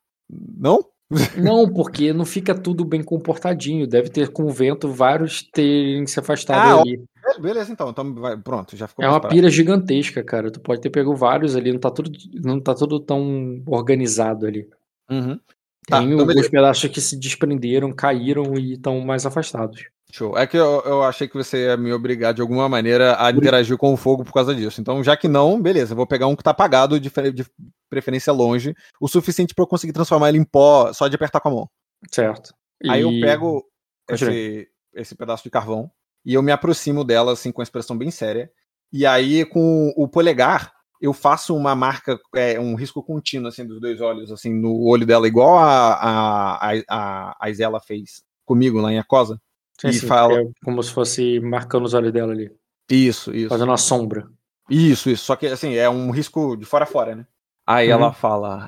Não? Não, porque não fica tudo bem comportadinho. Deve ter com o vento vários terem se afastado Ah, ali. Be- Beleza, então, então vai, pronto, já ficou É mais uma prático. pira gigantesca, cara. Tu pode ter pego vários ali, não tá tudo, não tá tudo tão organizado ali. Uhum. Tá, Tem então alguns beleza. pedaços que se desprenderam, caíram e estão mais afastados. Show. É que eu, eu achei que você ia me obrigar de alguma maneira a interagir com o fogo por causa disso. Então, já que não, beleza, eu vou pegar um que tá apagado, de, fe- de preferência longe, o suficiente pra eu conseguir transformar ele em pó só de apertar com a mão. Certo. Aí eu E- pego Continue. esse, esse pedaço de carvão e eu me aproximo dela, assim, com uma expressão bem séria. E aí, com o polegar, eu faço uma marca, é, um risco contínuo, assim, dos dois olhos, assim, no olho dela, igual a, a, a, a, a Isela fez comigo lá em Acosa. Sim, E sim, fala- é como se fosse marcando os olhos dela ali. Isso, isso. Fazendo uma sombra. Isso, isso. Só que, assim, é um risco de fora a fora, né? Aí Uhum. ela fala,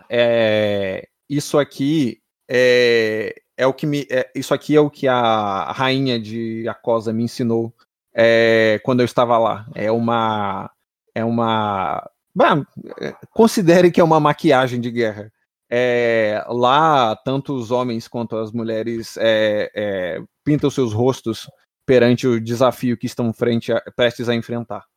é, isso aqui é, é o que me... é- isso aqui é o que a rainha de Acosa me ensinou é, quando eu estava lá. É uma... É uma... Bah, é, considere que é uma maquiagem de guerra. É, lá, tanto os homens quanto as mulheres é, é, pintam seus rostos perante o desafio que estão frente a, prestes a enfrentar.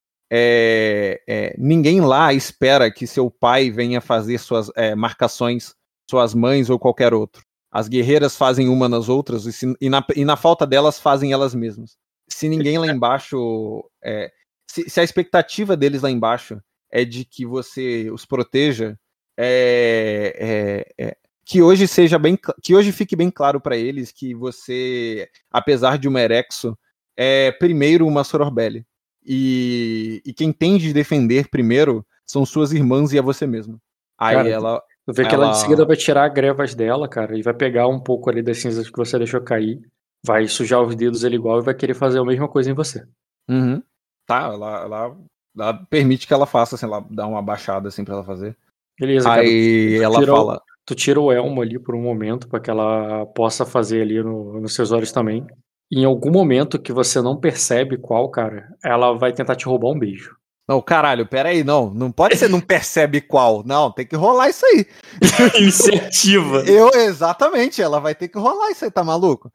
É, é, ninguém lá espera que seu pai venha fazer suas é, marcações, suas mães ou qualquer outro. As guerreiras fazem uma nas outras e, se, e, na, e na falta delas fazem elas mesmas. Se ninguém lá embaixo... É, se, se a expectativa deles lá embaixo é de que você os proteja, é, é, é, que hoje seja bem, que hoje fique bem claro pra eles que você, apesar de uma Erexo, é primeiro uma Sororbelli. E, e quem tem de defender primeiro são suas irmãs e é você mesmo. Aí Cara, ela... Tu vê que ela... ela de seguida vai tirar as grevas dela, cara, e vai pegar um pouco ali das cinzas que você deixou cair, vai sujar os dedos ele igual e vai querer fazer a mesma coisa em você. Uhum. Tá, ela, ela, ela permite que ela faça, assim, ela dá uma baixada assim pra ela fazer. Beleza, cara. Aí tu, ela tira fala... O, tu tira o elmo ali por um momento pra que ela possa fazer ali no, nos seus olhos também. Em algum momento que você não percebe qual, cara, ela vai tentar te roubar um beijo. Não, caralho, peraí, não. Não pode ser não percebe qual. Não, tem que rolar isso aí. Iniciativa. Eu, exatamente, ela vai ter que rolar isso aí, tá maluco?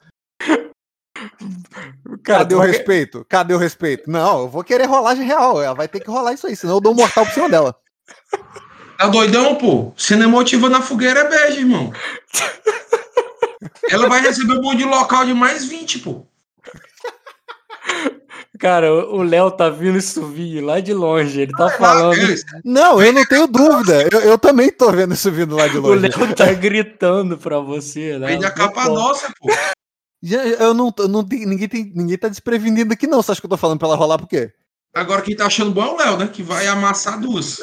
Cara, Cadê o vai... respeito? Cadê o respeito? Não, eu vou querer rolagem real. Ela vai ter que rolar isso aí, senão eu dou um mortal por cima dela. Tá doidão, pô? Se não motiva na fogueira é beijo, irmão. Ela vai receber um monte de local de mais vinte, pô. Cara, o Léo tá vindo isso vir lá de longe. Ele tá falando. Não, eu não tenho dúvida. Eu, eu também tô vendo isso vindo lá de longe. O Léo tá gritando pra você, né? Vem da capa nossa, pô. Eu não, eu não ninguém, tem, ninguém tá desprevenido aqui, não. Você acha que eu tô falando pra ela rolar por quê? Agora quem tá achando bom é o Léo, né? Que vai amassar duas.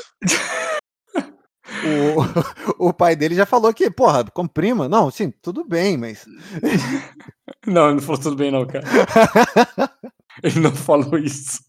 O, o pai dele já falou que, porra, comprima. Não, sim, tudo bem, mas. Não, não falou tudo bem, não, cara. Ele não falou isso.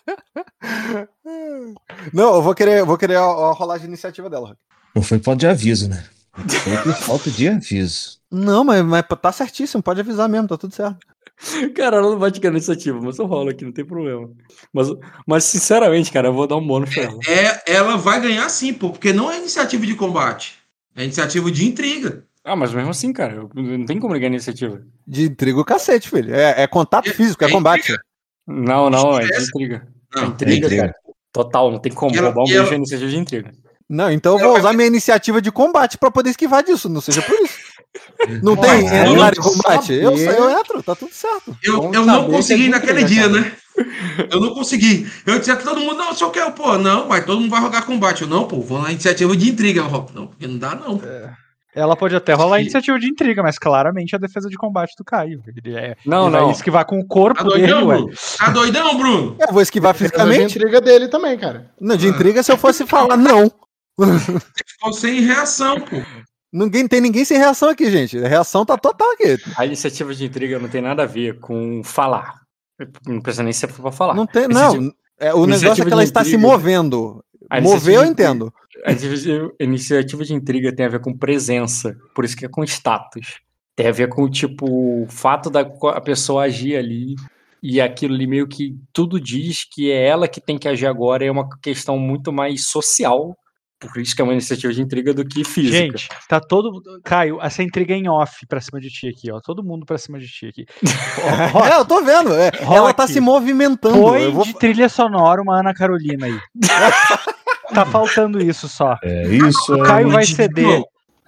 Não, eu vou querer, vou querer a, a rolagem de iniciativa dela. Não foi falta de aviso, né? Foi por falta de aviso. Não, mas, mas tá certíssimo, pode avisar mesmo, tá tudo certo. Cara, ela não vai te ganhar iniciativa, mas eu rolo aqui, não tem problema. Mas, mas sinceramente, cara, eu vou dar um bônus pra ela. É, ela vai ganhar sim, pô, porque não é iniciativa de combate. É iniciativa de intriga. Ah, mas mesmo assim, cara, eu, não tem como ganhar iniciativa. De intriga o cacete, filho. É, é contato É, físico, é, é combate. intriga. Não, não, é de intriga. Não, é intriga, é intriga. cara. Total, não tem como. E ela- Roubar um e beijo ela- é iniciativa de intriga. Não, então eu vou usar minha iniciativa de combate pra poder esquivar disso, não seja por isso. Não tem Mas entrar não em combate? Eu, saber- eu entro, tá tudo certo. Eu, Bom eu saber não que consegui é de naquele intriga, dia, cara. né? Eu não consegui. Eu disse que todo mundo, não, só quer, pô, não, mas todo mundo vai jogar combate. Eu, não, pô, vou na iniciativa de intriga. Eu, não, porque não dá, não. Ela pode até rolar a iniciativa de intriga, mas claramente a defesa de combate do Caio. Ele é. Não, ele não. vai esquivar com o corpo Tá dele, doidão, ué. Bruno? Tá doidão, Bruno? Eu vou esquivar Defesa de fisicamente. intriga dele também, cara. Não, de intriga se eu fosse falar não. Ficou sem reação, pô. Ninguém tem ninguém sem reação aqui, gente. A reação tá total aqui. A iniciativa de intriga não tem nada a ver com falar. Não precisa nem ser pra falar. Não tem, Iniciativa- não. É, o negócio é iniciativa que ela de está se intriga. movendo. A Mover eu iniciativa de entendo. A iniciativa- a iniciativa de intriga tem a ver com presença, por isso que é com status. Tem a ver com, tipo, o fato da co- a pessoa agir ali e aquilo ali meio que tudo diz que é ela que tem que agir agora, é uma questão muito mais social, por isso que é uma iniciativa de intriga do que física. Gente, tá todo. Caio, essa intriga é em off pra cima de ti aqui, ó. Todo mundo pra cima de ti aqui. Ó, É, eu tô vendo. é, ela tá se movimentando. Põe Eu vou... de trilha sonora uma Ana Carolina aí. Tá faltando isso só. É isso O Caio aí. vai ceder.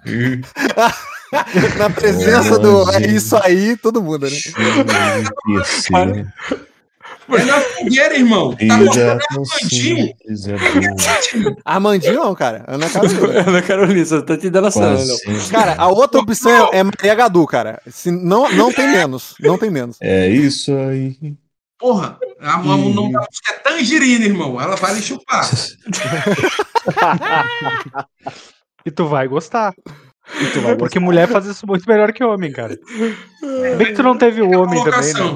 Na presença do. É isso aí, todo mundo, né? Isso. É na fogueira, irmão. Tá Vida mostrando tão Armandinho. simples é boa. Armandinho não, cara. Ana Carolina. Ana Carolina, você tá te dando essa. Quase Léo. sempre. Cara, a outra opção é Maria Gadu, cara. Se, não, não tem menos. Não tem menos. É isso aí. Porra, a mão não da música é tangerina, irmão. Ela vai lhe chupar. E tu vai gostar. Porque mulher faz isso muito melhor que homem, cara. Bem que tu não teve o homem também, né? Colocação.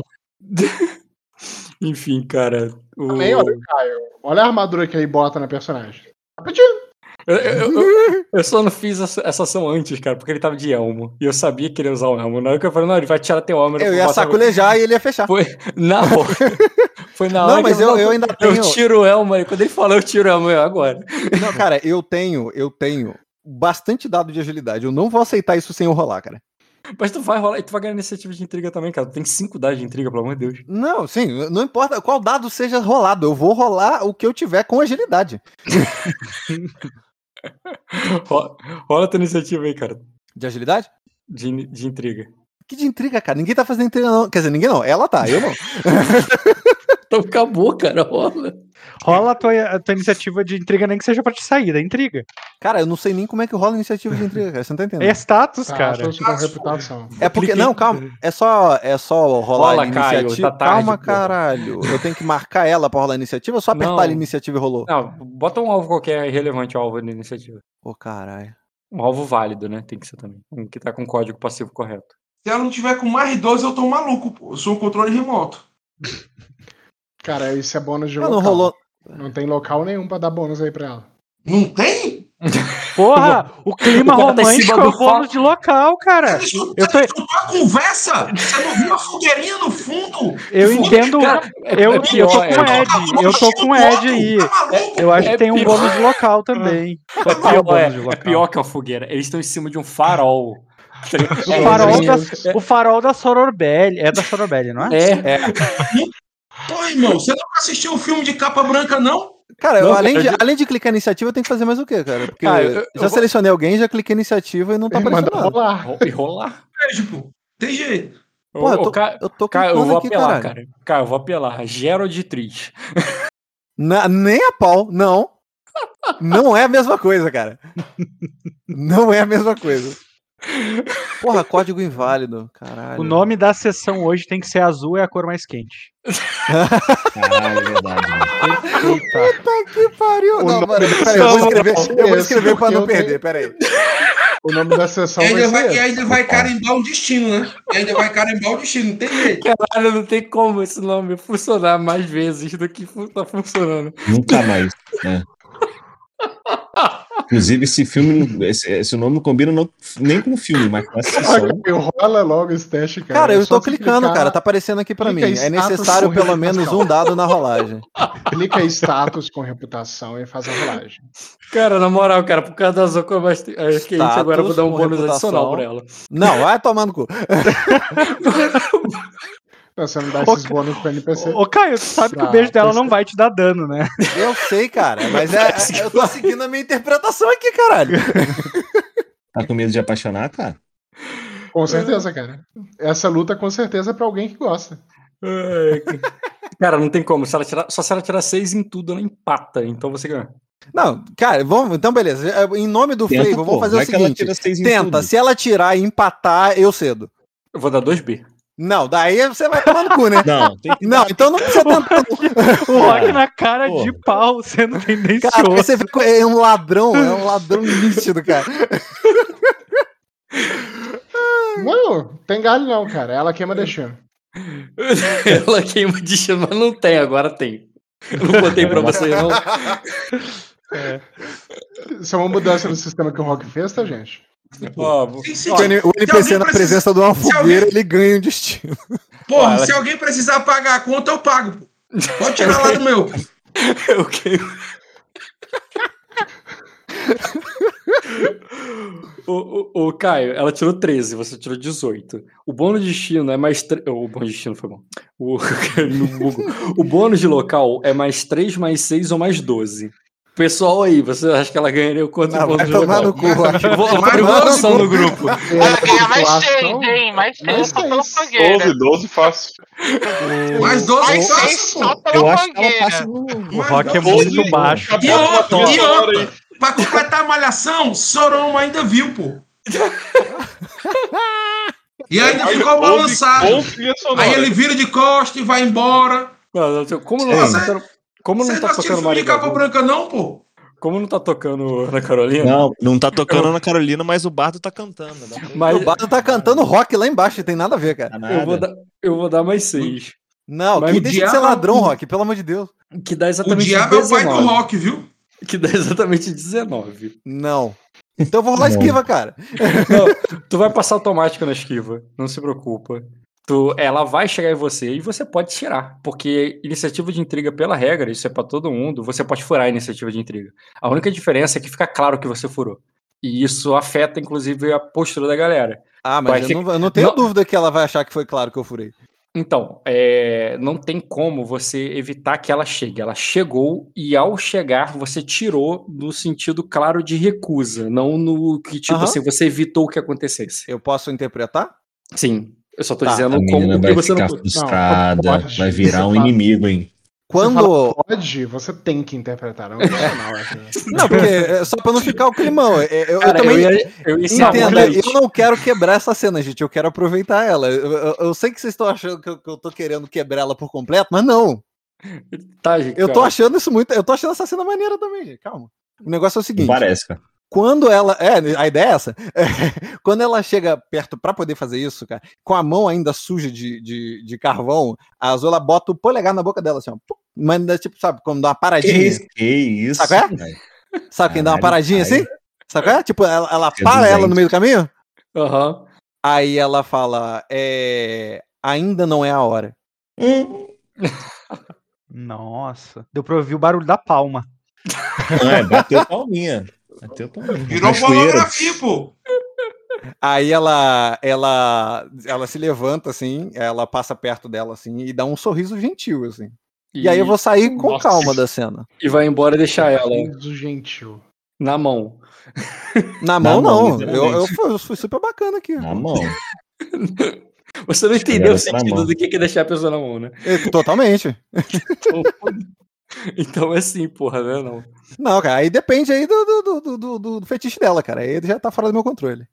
Enfim, cara. O... Também, olha, Caio. Olha a armadura que ele bota na personagem. Rapidinho. Eu, eu- eu- eu só não fiz essa, essa ação antes, cara, porque ele tava de elmo. E eu sabia que ele ia usar o elmo. Na hora que eu falei, não, ele vai tirar teu elmo. Eu ia sacolejar e ele ia fechar. Foi na hora. Foi na hora Não, mas que eu, eu ainda eu tenho. tiro o elmo. Aí quando ele falou, eu tiro o elmo. Eu, agora. Não, cara, eu tenho, eu tenho bastante dado de agilidade. Eu não vou aceitar isso sem eu rolar, cara. Mas tu vai rolar e tu vai ganhar iniciativa de intriga também, cara. Tu tem cinco dados de intriga, pelo amor de Deus. Não, sim, não importa qual dado seja rolado, eu vou rolar o que eu tiver com agilidade. Rola, rola tua iniciativa aí, cara. De agilidade? De, in- de intriga. Que de intriga, cara? Ninguém tá fazendo intriga, não. Quer dizer, ninguém não. Ela tá, eu não. Então acabou, cara, rola. Rola a tua, a tua iniciativa de intriga, nem que seja pra te sair da intriga. Cara, eu não sei nem como é que rola a iniciativa de intriga, cara. Você não tá entendendo. É status, cara. Status com reputação. É porque, não, calma, é só, é só rolar Rola, a Caio, iniciativa. tá tarde, calma, pô. caralho. Eu tenho que marcar ela pra rolar a iniciativa ou só apertar Não. a iniciativa e rolou? Não, bota um alvo qualquer irrelevante, alvo da iniciativa. Pô, caralho. Um alvo válido, né? Tem que ser também. Um que tá com código passivo correto. Se ela não tiver com mais doze, eu tô maluco, pô. Eu sou um controle remoto. Cara, isso é bônus de Ah, local. não rolou. Não tem local nenhum pra dar bônus aí pra ela. Não tem? Porra, o clima O cara tá em romântico cima é do o bônus de local, cara. Deixa eu, Eu tô- deixa eu a conversa! Você não viu a fogueirinha no fundo? Eu entendo. Cara, é- eu, é eu pior, tô com é- o Ed. Eu tô com o Ed aí. Tá maluco? Eu acho É que tem um pior. bônus de local também. É Total pior, bônus é, de é local. pior que a fogueira. Eles estão em cima de um farol. O É, farol, Meu da, Deus. o farol da Sororbelli. É da Sororbelli, não é? É, Pô, irmão, você nunca assistiu um filme de capa branca, não? Cara, eu, Não, além, cara, de, eu- além de clicar em iniciativa, eu tenho que fazer mais o quê, cara? Porque Ah, eu- eu já vou- selecionei alguém, já cliquei em iniciativa e não tá Manda aparecendo nada. rolar. Ro- e rolar. Beijo, pô. Tem jeito. Pô, eu Ô, tô, Ca- eu tô Cara, eu clicando vou aqui, apelar, caralho. cara. Cara, eu vou apelar. Gerald Tris. Na- nem a pau, não. Não é a mesma coisa, cara. Não é a mesma coisa. Porra, código inválido, caralho. O nome da sessão hoje tem que ser azul, é a cor mais quente. Caralho, é verdade, mano. Eita. Puta que pariu. O Não, nome mano, da peraí, eu vou sessão escrever, vai ser eu vou esse, escrever pra porque não eu tenho- perder, peraí. O nome da sessão E vai ainda vai, ser e esse. ainda vai carimbar o destino, né? E ainda vai carimbar o destino, não tem jeito. Caralho, não tem como esse nome funcionar mais vezes do que fu- tá funcionando. Nunca mais, né? Inclusive, esse filme, esse, esse nome não combina não- nem com o filme, mas com a sessão. Eu rola logo esse teste, cara. Cara, É eu só tô você clicando, clicar- cara, tá aparecendo aqui pra mim. clica em É status necessário com pelo menos reputação. um dado na rolagem. Clica em status com reputação e faz a rolagem. Cara, na moral, cara, por causa da Zoco mais quente, Status agora eu vou dar um com bônus reputação. adicional pra ela. Não, vai tomando cu. Não, você não dá esses bônus pro N P C. Ô, Caio, tu sabe que o Ah, beijo dela pois não é. vai te dar dano, né? Eu sei, cara, mas é, é- eu tô seguindo a minha interpretação aqui, caralho. Tá com medo de apaixonar, cara? Com certeza, cara. Essa luta com certeza é pra alguém que gosta. Ai, cara, não tem como. Se ela tirar, só se ela tirar seis em tudo, ela empata. Então você ganha. Não, cara, vamos, então beleza. Em nome do Tenta, Flavor, pô, vamos fazer o vai que ela seguinte. tira seis em Tenta, tudo. se ela tirar e empatar, eu cedo. Eu vou dar dois B. Não, daí você vai tomar no cu, né? Não, tem que Não, então não precisa tentar. O Rock na cara Pô. de pau, sendo Cara, tendencioso. você fica- é um ladrão, é um ladrão nítido, cara. Não, tem galho não, cara. Ela queima destino. Ela queima destino, mas não tem, agora tem. Eu não botei pra você, não. Isso é uma mudança no sistema que o Rock fez, tá, gente? Ó, vou- Sim, sim. O N- o N P C alguém na precisa- presença de uma se fogueira, alguém- ele ganha um destino. Porra, Fala. se alguém precisar pagar a conta, eu pago. pô. Pode tirar lá do meu. eu queimo. O, o, o Caio, ela tirou treze, você tirou dezoito. O bônus de destino é mais. tre- O bônus de destino foi bom. O, no Google. O bônus de local é mais três, mais seis ou mais doze. Pessoal aí, você acha que ela ganharia o quanto de Ah, bônus vai de tomar local? no cu, Rock. Eu vou Mais fazer doze, votação pô. no grupo. Ela ganha mais Situação- seis, hein? Mais Mais seis só pela seis. fogueira. doze, doze fácil. Mais doze Mais fácil, seis pô. só Eu pela acho que ela passa fogueira. no. O Rock é doze, muito baixo. E Bota uma outra, trilha e sonora outra. aí. Pra completar a malhação, Soroma ainda viu, pô. E ainda Mais ficou doze balançado. com trilha sonora. Aí ele vira de costa e vai embora. Não, não, como não Você- tá tocando, como não Você tá não assistiu tocando filme de capa Maria branca, não, pô? Como não tá tocando na Carolina? Não, não tá tocando na Carolina, mas o Bardo tá cantando. Dá pra... Mas O Bato tá cantando rock lá embaixo, tem nada a ver, cara. Dá nada. eu vou, dar, eu vou dar mais seis. Não, Mas que o deixa de diabo- ser ladrão, Rock, pelo amor de Deus. Que dá O exatamente diabo é o pai do dezenove. rock, viu? Que dá exatamente dezenove. Não. Então eu vou rolar Não. esquiva, cara. Não, tu vai passar automático na esquiva, não se preocupa. Tu, ela vai chegar em você e você pode tirar, porque iniciativa de intriga, pela regra, isso é pra todo mundo, você pode furar a iniciativa de intriga. A única diferença é que fica claro que você furou. E isso afeta, inclusive, a postura da galera. Ah, Vai mas eu ficar- não, eu não tenho Não. dúvida que ela vai achar que foi claro que eu furei. Então, é, não tem como você evitar que ela chegue. Ela chegou e, ao chegar, você tirou no sentido claro de recusa, não no que, tipo Aham. assim, você evitou que acontecesse. Eu posso interpretar? Sim, eu só tô Tá, dizendo A como menina o que vai você ficar não. frustrada, Não, pode. vai virar um Isso é fato. inimigo, hein? Quando. Você fala pode, você tem que interpretar. Não é opcional, assim. Não, porque é só pra não ficar o climão. Eu, eu, Cara, eu também. eu ia, eu ia Entenda, eu não quero quebrar essa cena, gente. Eu quero aproveitar ela. Eu, eu, eu sei que vocês estão achando que eu, que eu tô querendo quebrar ela por completo, mas não. Tá, gente, Eu tô achando isso muito. Eu tô achando essa cena maneira também, gente. Calma. O negócio é o seguinte. Parece, cara. Quando ela. É, a ideia é essa. É, quando ela chega perto pra poder fazer isso, cara, com a mão ainda suja de, de, de carvão, a Zola bota o polegar na boca dela, assim, ó. Manda, tipo, sabe, quando dá uma paradinha. Que isso? Que isso sabe qual é? Sabe quem dá uma paradinha Caralho, assim? Sabe qual é? Tipo, ela, ela Que para ela duzente. no meio do caminho. Aham. Aí ela fala: é, ainda não é a hora. Nossa. Deu pra ouvir o barulho da palma. Não, é, bateu palminha. Bateu palminha. Virou Cachoeira. pornografia, pô. Aí ela, ela, ela se levanta assim, ela passa perto dela assim e dá um sorriso gentil assim. E, aí eu vou sair com Nossa. calma da cena. E vai embora e deixar ela Riso gentil. na mão. Na Na mão, mão, não. Eu, literalmente. eu, fui, eu fui super bacana aqui. Na mão. Você não Acho que entendeu o agora tá na sentido mão. do que que é deixar a pessoa na mão, né? É, totalmente. Então, então é assim, porra, né? Não. Não, cara, aí depende aí do, do, do, do, do- do fetiche dela, cara. Aí já tá fora do meu controle.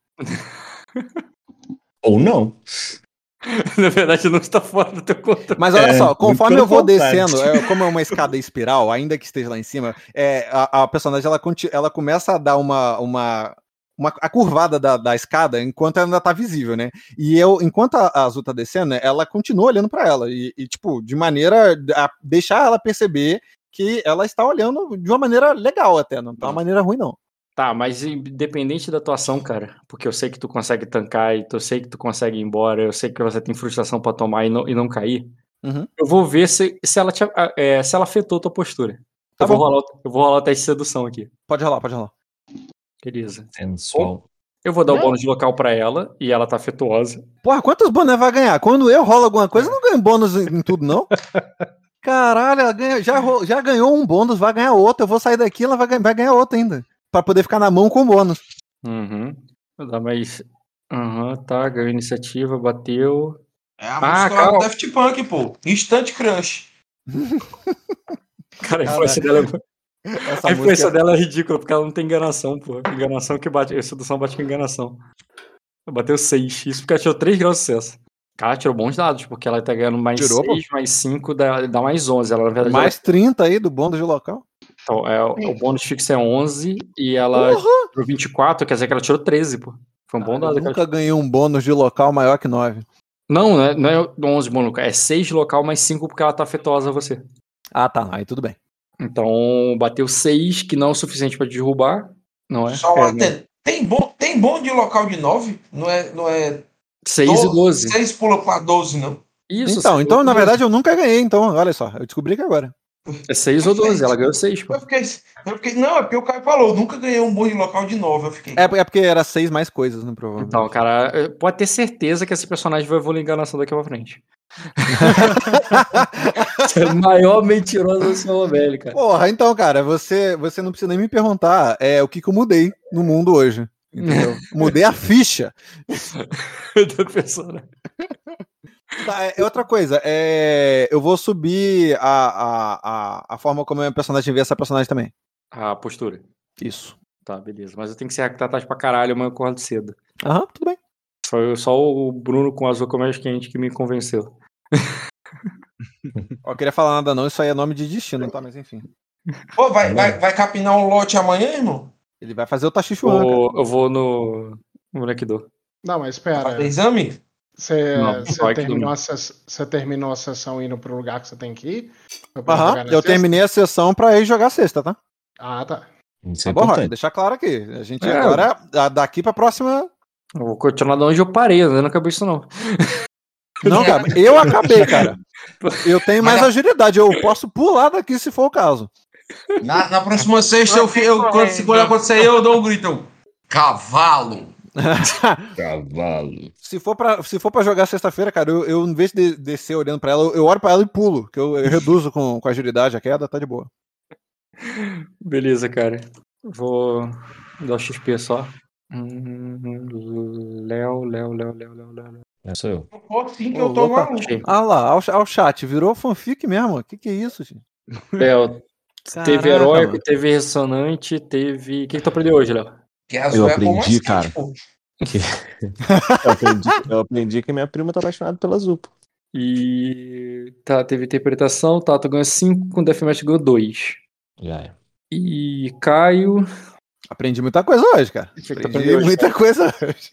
Ou não. Na verdade, não está fora do teu controle. Mas olha É, só, muito conforme pelo eu vou contrário. descendo, é, como é uma escada espiral, ainda que esteja lá em cima, é, a, a personagem ela, conti- ela começa a dar uma, uma, uma a curvada da, da escada enquanto ela ainda tá visível, né? E eu, enquanto a, a Azul tá descendo, né, ela continua olhando pra ela e, e, tipo, de maneira a deixar ela perceber que ela está olhando de uma maneira legal até, não tá uma maneira ruim não. Tá, mas independente da atuação, cara, porque eu sei que tu consegue tancar e eu sei que tu consegue ir embora, eu sei que você tem frustração pra tomar e não, e não cair, Uhum. eu vou ver se, se, ela, te, é, se ela afetou tua postura. Tá eu, vou bom. rolar, o- eu vou rolar o teste de sedução aqui. Pode rolar, pode rolar. Beleza. Sensual. Eu vou dar o bônus de local pra ela e ela tá afetuosa. Porra, quantos bônus vai ganhar? Quando eu rolo alguma coisa, eu não ganho bônus em, em tudo, não? Caralho, ela ganha, já, ro- já ganhou um bônus, vai ganhar outro. Eu vou sair daqui, ela vai, ganhar- vai ganhar outro ainda. Pra poder ficar na mão com bônus. Uhum. Vou dar mais. Aham, tá, ganhou iniciativa, bateu. É a Ah, música lá do calma. Daft Punk, pô. Instant Crush. Cara, a influência dela é. Essa A influência música... dela é ridícula, porque ela não tem enganação, pô. Enganação que bate. A sedução bate com enganação. Bateu seis. Isso porque ela tirou três graus de sucesso. Cara, tirou bons dados, porque ela tá ganhando mais Tirou, pô. seis, mais cinco, dá, dá mais onze. Ela, na verdade, Mais trinta aí do bônus de local. ela, então, é, o bônus fixo é onze e ela Porra! tirou vinte e quatro, quer dizer que ela tirou treze, pô. Foi um bom Cara, dado. eu que ela nunca ganhei um bônus de local maior que nove. Não, não é, não é onze bônus, é seis de local mais cinco porque ela tá afetuosa a você. Ah, tá. Aí tudo bem. Então, bateu seis, que não é o suficiente pra te derrubar, não é? Só é, uma tem, tem, bom, tem bom de local de nove? Não é, não é seis e doze. seis pula pra doze, não. Isso, Então, seis então ou na doze. verdade, eu nunca ganhei, então. Olha só, eu descobri que agora. É seis ou doze, ela ganhou seis, pô. Eu fiquei, eu fiquei. Não, é porque o Caio falou, nunca ganhei um bom de local de nove. Eu fiquei. É, é porque era seis mais coisas, né, provavelmente. Então, cara, pode ter certeza que esse personagem vai evoluir enganação daqui pra frente. Você é o maior mentiroso do seu velho, cara. Porra, então, cara, você, você não precisa nem me perguntar é, o que, que eu mudei no mundo hoje. Entendeu? Mudei a ficha. Do personagem. Tá, é, é outra coisa, é, eu vou subir a, a, a, a forma como a minha personagem vê essa personagem também. A postura. Isso. Tá, beleza. Mas eu tenho que ser tarde pra caralho, mas eu acordo cedo. Aham, tudo bem. Foi só o Bruno com azul com mais quente que me convenceu. Ó, eu queria falar nada não, isso aí é nome de destino, tá? Mas enfim. Pô, vai, vai, vai capinar um lote amanhã, irmão? Ele vai fazer o Tachichuan, cara. Vou- eu vou no. no moleque-do. Não, mas Vai espera. fazer exame? Você, Não, você, só aqui terminou no- a ses- você terminou a sessão indo pro lugar que você tem que ir? Pra poder Aham, jogar na eu sexta? terminei a sessão pra ir jogar sexta, tá? Ah, tá. Isso Tá é bom, Rock, importante. deixar claro aqui. A gente É. agora, a- daqui pra próxima. Eu vou continuar de onde eu parei, eu não acabei isso não. Não, cara, eu acabei, cara. Eu tenho mais Mas- agilidade, eu posso pular daqui se for o caso. Na, na próxima sexta, eu, fi- eu, quando, se quando acontecer, eu dou um grito. eu, Cavalo! Cavalo. Se for pra, se for pra jogar sexta-feira, cara, eu, eu, em vez de descer olhando pra ela, eu, eu olho pra ela e pulo, que eu, eu reduzo com, com agilidade a queda, tá de boa. Beleza, cara. Vou dar o X P só. Hum, Léo, Léo, Léo, Léo, Léo, Léo. É, sou eu. Pô, sim que Ô, eu tô louco. maluco. Ah lá, ao, ao chat, virou fanfic mesmo. O que que é isso, gente? Léo, teve Caraca, heróico, mano. teve ressonante, teve. O que, que tu aprendeu hoje, Léo? Que azul Eu é a cor mais aprendi, quente, cara. pô. Que... eu, aprendi, eu aprendi que minha prima tá apaixonada pela Azul. pô. E. Tá, teve interpretação, tá, tu ganhou cinco, com Deathmatch ganhou dois. Já é. E Caio. Aprendi muita coisa hoje, cara. O que que tu Aprendi aprendeu hoje, muita coisa hoje.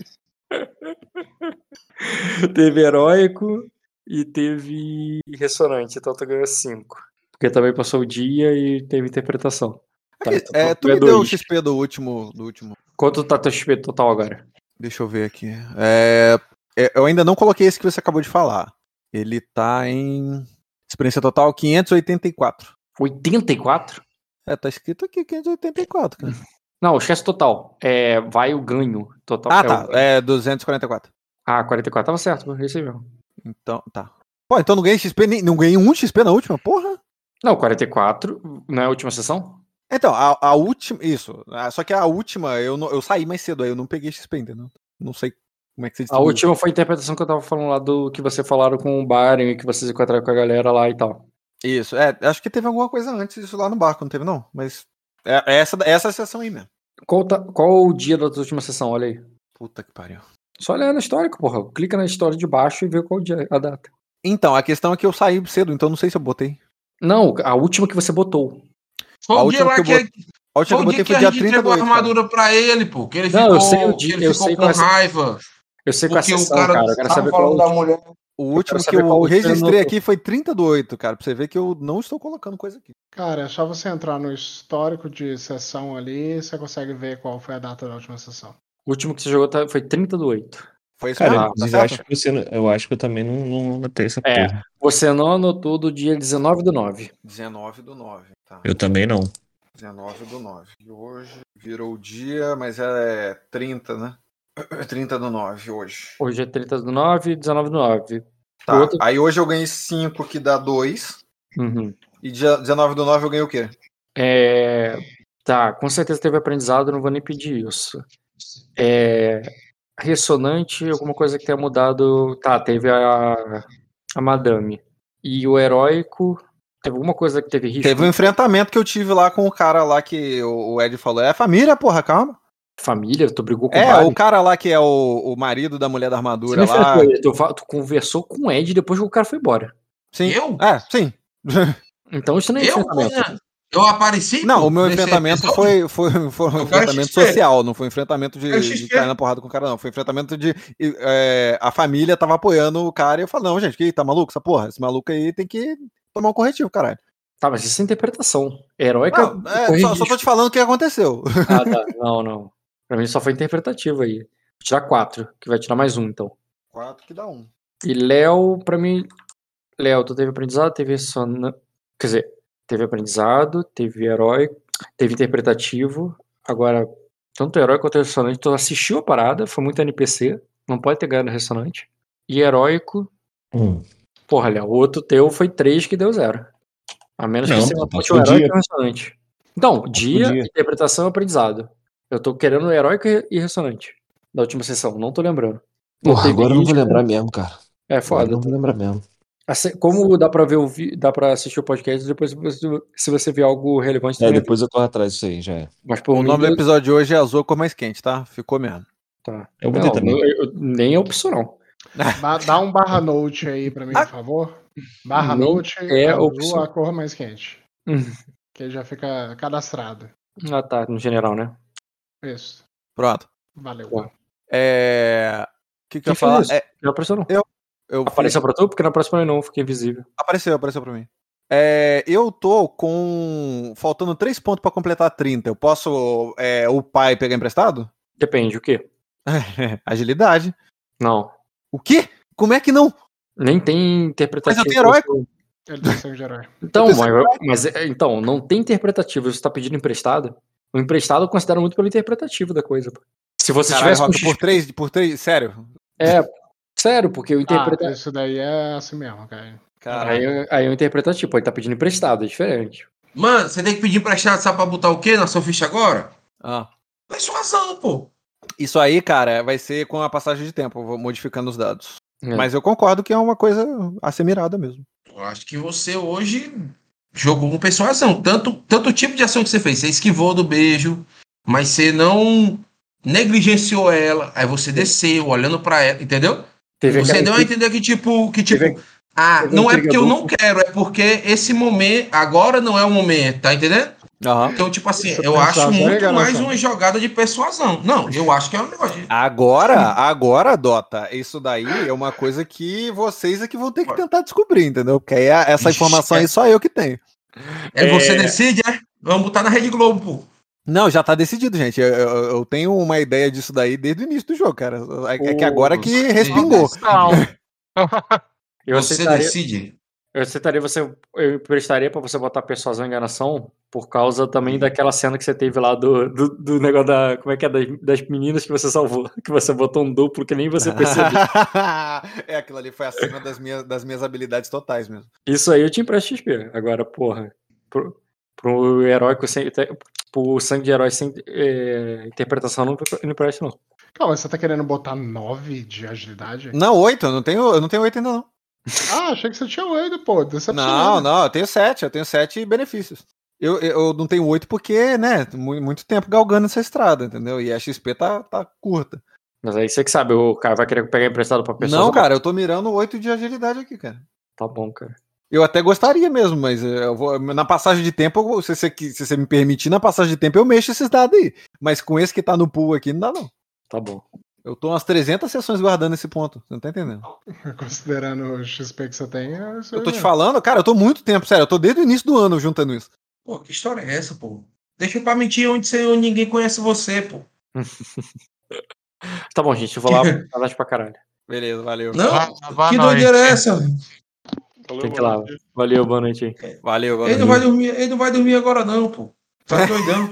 Teve heróico e teve ressonante, então tu ganhou cinco. Porque também passou o dia e teve interpretação. Tá, Aqui, então é, tu ganhou me deu o dois. X P do último, do último. Quanto tá teu X P total agora? Deixa eu ver aqui. É, é, eu ainda não coloquei esse que você acabou de falar. Ele tá em experiência total quinhentos e oitenta e quatro. oitenta e quatro? É, tá escrito aqui quinhentos e oitenta e quatro, cara. Não, esquece total. É, vai o ganho total. Ah, é tá. o ganho. É duzentos e quarenta e quatro. Ah, quarenta e quatro tava certo, pô, esse aí mesmo. Então, tá. Pô, então não ganhei X P, nem, não ganhei um X P na última, porra. Não, quarenta e quatro não é a última sessão? Então, a, a última. Isso. Ah, só que a última, eu, não, eu saí mais cedo, aí eu não peguei X P, entendeu? Não sei como é que você A distribuiu. última foi a interpretação que eu tava falando lá do que você falaram com o Baren e que vocês encontraram com a galera lá e tal. Isso, é. Acho que teve alguma coisa antes disso lá no barco, não teve, não? Mas. É, é essa, essa é a sessão aí mesmo. Qual, tá, qual o dia da tua última sessão? Olha aí. Puta que pariu. Só olhar no histórico, porra. Clica na história de baixo e vê qual o dia, a data. Então, a questão é que eu saí cedo, então não sei se eu botei. Não, a última que você botou. Foi A o dia última lá que eu que, botei- A última foi que eu o dia botei que foi a dia gente trinta do entregou a oito, cara. armadura pra ele, pô. Que ele Não, ficou, eu sei o dia, que ele eu ficou sei com qual é essa- raiva. Eu sei qual é a Porque o sessão, cara, cara. Eu quero tava saber qual é falando o da último. mulher. O último que saber qual eu o último registrei eu aqui foi trinta do oito, cara. Pra você ver que eu não estou colocando coisa aqui. Cara, é só você entrar no histórico de sessão ali e você consegue ver qual foi a data da última sessão. O último que você jogou tá- foi trinta do oito. Foi isso Cara, mesmo? Tá inclusive, certo? acho que você, não- eu acho que eu também não, não anotei essa É. porra. Você não anotou do dia dezenove do nove. dezenove do nove, tá. Eu também não. dezenove do nove. E hoje virou o dia, mas é trinta, né? trinta do nove hoje. Hoje é trinta do nove e dezenove do nove. Tá. Outro- Aí hoje eu ganhei cinco, que dá dois. Uhum. E dia dezenove do nove eu ganhei o quê? É, Tá, com certeza teve aprendizado, não vou nem pedir isso. É, Ressonante, alguma coisa que tenha mudado. Tá, teve a, a Madame. E o heróico, teve alguma coisa que teve risco? Teve um enfrentamento que eu tive lá com o cara lá que o o Ed falou. É família, porra, calma. Família, tu brigou com É, vários? o cara lá que é o, o marido da mulher da Você armadura não lá. enfrentou ele, tu, fa- tu conversou com o Ed depois que o cara foi embora. Sim. Eu? É, sim. Então isso não é Eu, enfrentamento. Cunha? Eu apareci? Não, pô, o meu nesse enfrentamento episódio? foi, foi, foi um Eu quero enfrentamento X P. social, não foi um enfrentamento de, Eu quero de X P. cair na porrada com o cara, não. Foi um enfrentamento de. é, a família tava apoiando o cara e eu falei, não, gente, que tá maluco? Essa porra, esse maluco aí tem que tomar um corretivo, caralho. Tá, mas isso é interpretação. Heróica. Não, é, corre só, só tô risco. te falando o que aconteceu. Ah, tá. Não, não. Pra mim só foi interpretativo aí. Vou tirar quatro, que vai tirar mais um, então. Quatro que dá um. E Léo, pra mim. Léo, tu teve aprendizado, teve ressonância. Quer dizer, teve aprendizado, teve herói, teve interpretativo. Agora, tanto herói quanto ressonante, tu assistiu a parada, foi muito N P C, não pode ter ganho ressonante. E heróico, Hum. porra, Léo, o outro teu foi três que deu zero. A menos Não, que você pô, bote passou um o heróico dia. e um ressonante. Então, dia, dia. interpretação e aprendizado. Eu tô querendo heróico e ressonante. Da última sessão, não tô lembrando. Não Porra, teve agora eu não vou risco. lembrar mesmo, cara. É Agora eu foda. não vou lembrar mesmo. Assim, como dá pra ver o vi... dá para assistir o podcast depois você- se você vê algo relevante É, também. depois eu corro atrás disso aí, já é. Mas por O mim, nome do eu- episódio de hoje é Azul Cor Mais Quente, tá? Ficou mesmo. tá. Eu botei Não, também. eu- eu- nem é opcional. Dá, dá um barra note aí pra mim, por favor. Barra Nem note, é azul, opção. a cor mais quente. Hum. Que aí já fica cadastrado. Ah, tá, no geral, né? Isso. Pronto. Valeu. Boa. É. O que, que eu Quem ia falar? fez isso? É, Já apareceu não. eu eu fiz- Apareceu pra tu? Porque não apareceu pra mim não, fiquei invisível. Apareceu, apareceu pra mim. É, eu tô com. Faltando três pontos pra completar trinta. Eu posso é, upar e pegar emprestado? Depende, o quê? Agilidade. Não. O quê? Como é que não? Nem tem interpretativo. Mas eu tenho heróico. Ele tem sangue de herói. Então, Eu tenho mas, mas, é, então, não tem interpretativo. Você tá pedindo emprestado? O emprestado eu considero muito pelo interpretativo da coisa. pô. Se você Caralho, tivesse com Rock, X P... por três, por três, sério? É, sério, porque o Ah, interpretativo... isso daí é assim mesmo, cara. Aí, aí é o interpretativo, aí tá pedindo emprestado, é diferente. Mano, você tem que pedir emprestado, sabe pra botar o quê na sua ficha agora? Ah. Persuasão, pô. Isso aí, cara, vai ser com a passagem de tempo. Eu vou modificando os dados. É. Mas eu concordo que é uma coisa a ser mirada mesmo. Eu acho que você hoje jogou com persuasão. Tanto, tanto o tipo de ação que você fez. Você esquivou do beijo, mas você não negligenciou ela. Aí você desceu, olhando pra ela, entendeu? Teve Você aquela deu a intriga- entender que, tipo, que, tipo Teve- ah, teve não é intriga porque eu não dupla. quero, é porque esse momento, agora não é o momento, tá entendendo? Aham. Então, tipo assim, Isso é eu acho persuasão e muito mais enganação. uma jogada de persuasão. Não, eu acho que é um negócio de... Agora, agora, Dota, isso daí é uma coisa que vocês é que vão ter que tentar descobrir, entendeu? Porque aí a- essa Ixi, informação aí é. só eu que tenho. É, você É. decide, é? Vamos botar na Rede Globo, pô. Não, já tá decidido, gente. Eu, eu- eu tenho uma ideia disso daí desde o início do jogo, cara. É, é que agora que respingou. Não. Eu Você aceitaria, decide. eu aceitaria você. Eu emprestaria pra você botar persuasão e enganação por causa também daquela cena que você teve lá do, do, do negócio da. Como é que é? Das, das meninas que você salvou. Que você botou um duplo que nem você percebeu. É, aquilo ali foi acima das minhas, das minhas habilidades totais mesmo. Isso aí eu te empresto X P. Agora, porra. Pro, pro heróico sem. Pro sangue de herói sem é, interpretação, não, não empresto, não. Calma, você tá querendo botar nove de agilidade? Não, oito, eu não tenho, eu não tenho oito ainda, não. Ah, achei que você tinha oito, pô. Não, Decepcionado. não, eu tenho sete, eu tenho sete benefícios. Eu, eu eu não tenho oito porque, né, mu- muito tempo galgando essa estrada, entendeu? E a X P tá, tá curta. Mas aí você que sabe, o cara vai querer pegar emprestado pra pessoa. Não, cara, eu tô mirando oito de agilidade aqui, cara. Tá bom, cara. Eu até gostaria mesmo, mas eu vou, na passagem de tempo, eu- se você, qui- se você me permitir, na passagem de tempo eu mexo esses dados aí. Mas com esse que tá no pool aqui, não dá não. Tá bom. Eu tô umas trezentas sessões guardando esse ponto, você não tá entendendo? Considerando o X P que você tem, é isso Eu aí tô te mesmo. falando, cara, eu tô muito tempo, sério, eu tô desde o início do ano juntando isso. Pô, que história é essa, pô? Deixa pra mentir onde, você, onde ninguém conhece você, pô. Tá bom, gente. Eu vou lá falar pra caralho. Beleza, valeu. Não, Boa- boa que noite. doideira é essa? Valeu, Tem que ir lá. boa noite. Valeu, boa noite aí. Valeu, valeu. Ele não vai dormir, ele não vai dormir agora não, pô. Tá doidão.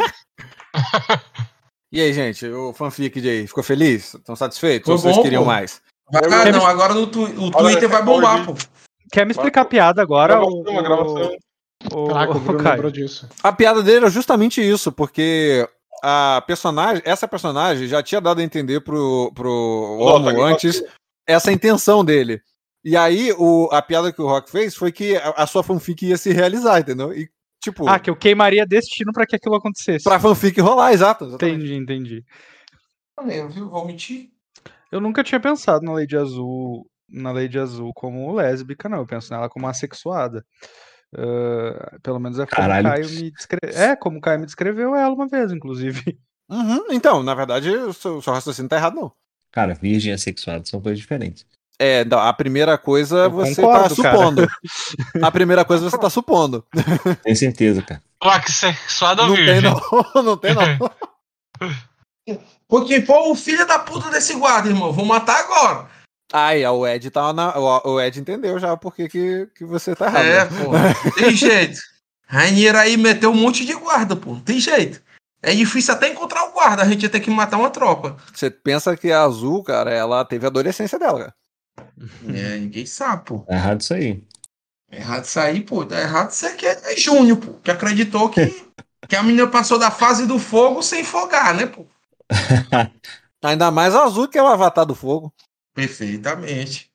E aí, gente, o fanfic de aí, ficou feliz? Estão satisfeitos? Foi Ou vocês bom, queriam pô. mais? Ah, não, agora no tu, o Twitter vai bombar, pô. Quer me explicar a piada agora? Gravação, o- uma gravação. o- Caraca, o o Bruno Caio? lembrou disso. A piada dele era justamente isso, porque a personagem, essa personagem já tinha dado a entender pro, pro Nota, Homo antes essa intenção dele. E aí, o, a piada que o Rock fez foi que a, a sua fanfic ia se realizar, entendeu? E, tipo, Ah, que eu queimaria destino pra que aquilo acontecesse. pra fanfic rolar, exato. exatamente. Entendi, entendi. Eu, viu? Vou mentir. Eu nunca tinha pensado na Lady Azul, na Lady Azul como lésbica, não. Eu penso nela como assexuada. Ah, pelo menos é como o Caralho. Caio me descreveu. É, como o Caio me descreveu ela uma vez, inclusive. Uhum, então, na verdade, o seu, o seu raciocínio tá errado, não. Cara, virgem e assexuado são coisas diferentes. É, não, a primeira coisa Eu você concordo, tá cara. supondo. A primeira coisa você tá supondo. Tenho certeza, cara. O assexuado ou Não tem, virgem? não. Não tem, não. Porque for o filho da puta desse guarda, irmão. Vou matar agora. Aí, o Ed tá na. O, o Ed entendeu já por que, que, que você tá errado. É, né? pô. Tem jeito. Rainheiro aí meteu um monte de guarda, pô. Não tem jeito. É difícil até encontrar o guarda. A gente ia ter que matar uma tropa. Você pensa que a Azul, cara, ela teve a adolescência dela, cara. É, ninguém sabe, pô. Tá errado isso aí. É errado isso aí, pô. Tá errado isso aqui é, é Júnior, pô. Que acreditou que, que a menina passou da fase do fogo sem fogar, né, pô? Ainda mais a Azul, que é o avatar do fogo. Perfeitamente.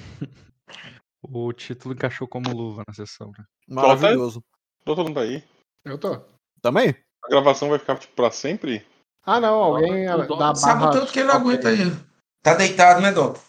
O título encaixou como luva na sessão, né? Maravilhoso. Doutor não tá aí. Eu tô. Também? A gravação vai ficar tipo, pra sempre? Ah, não, alguém O Dota da sabe o barra. tanto que ele não aguenta aí. Tá deitado, né, Dota?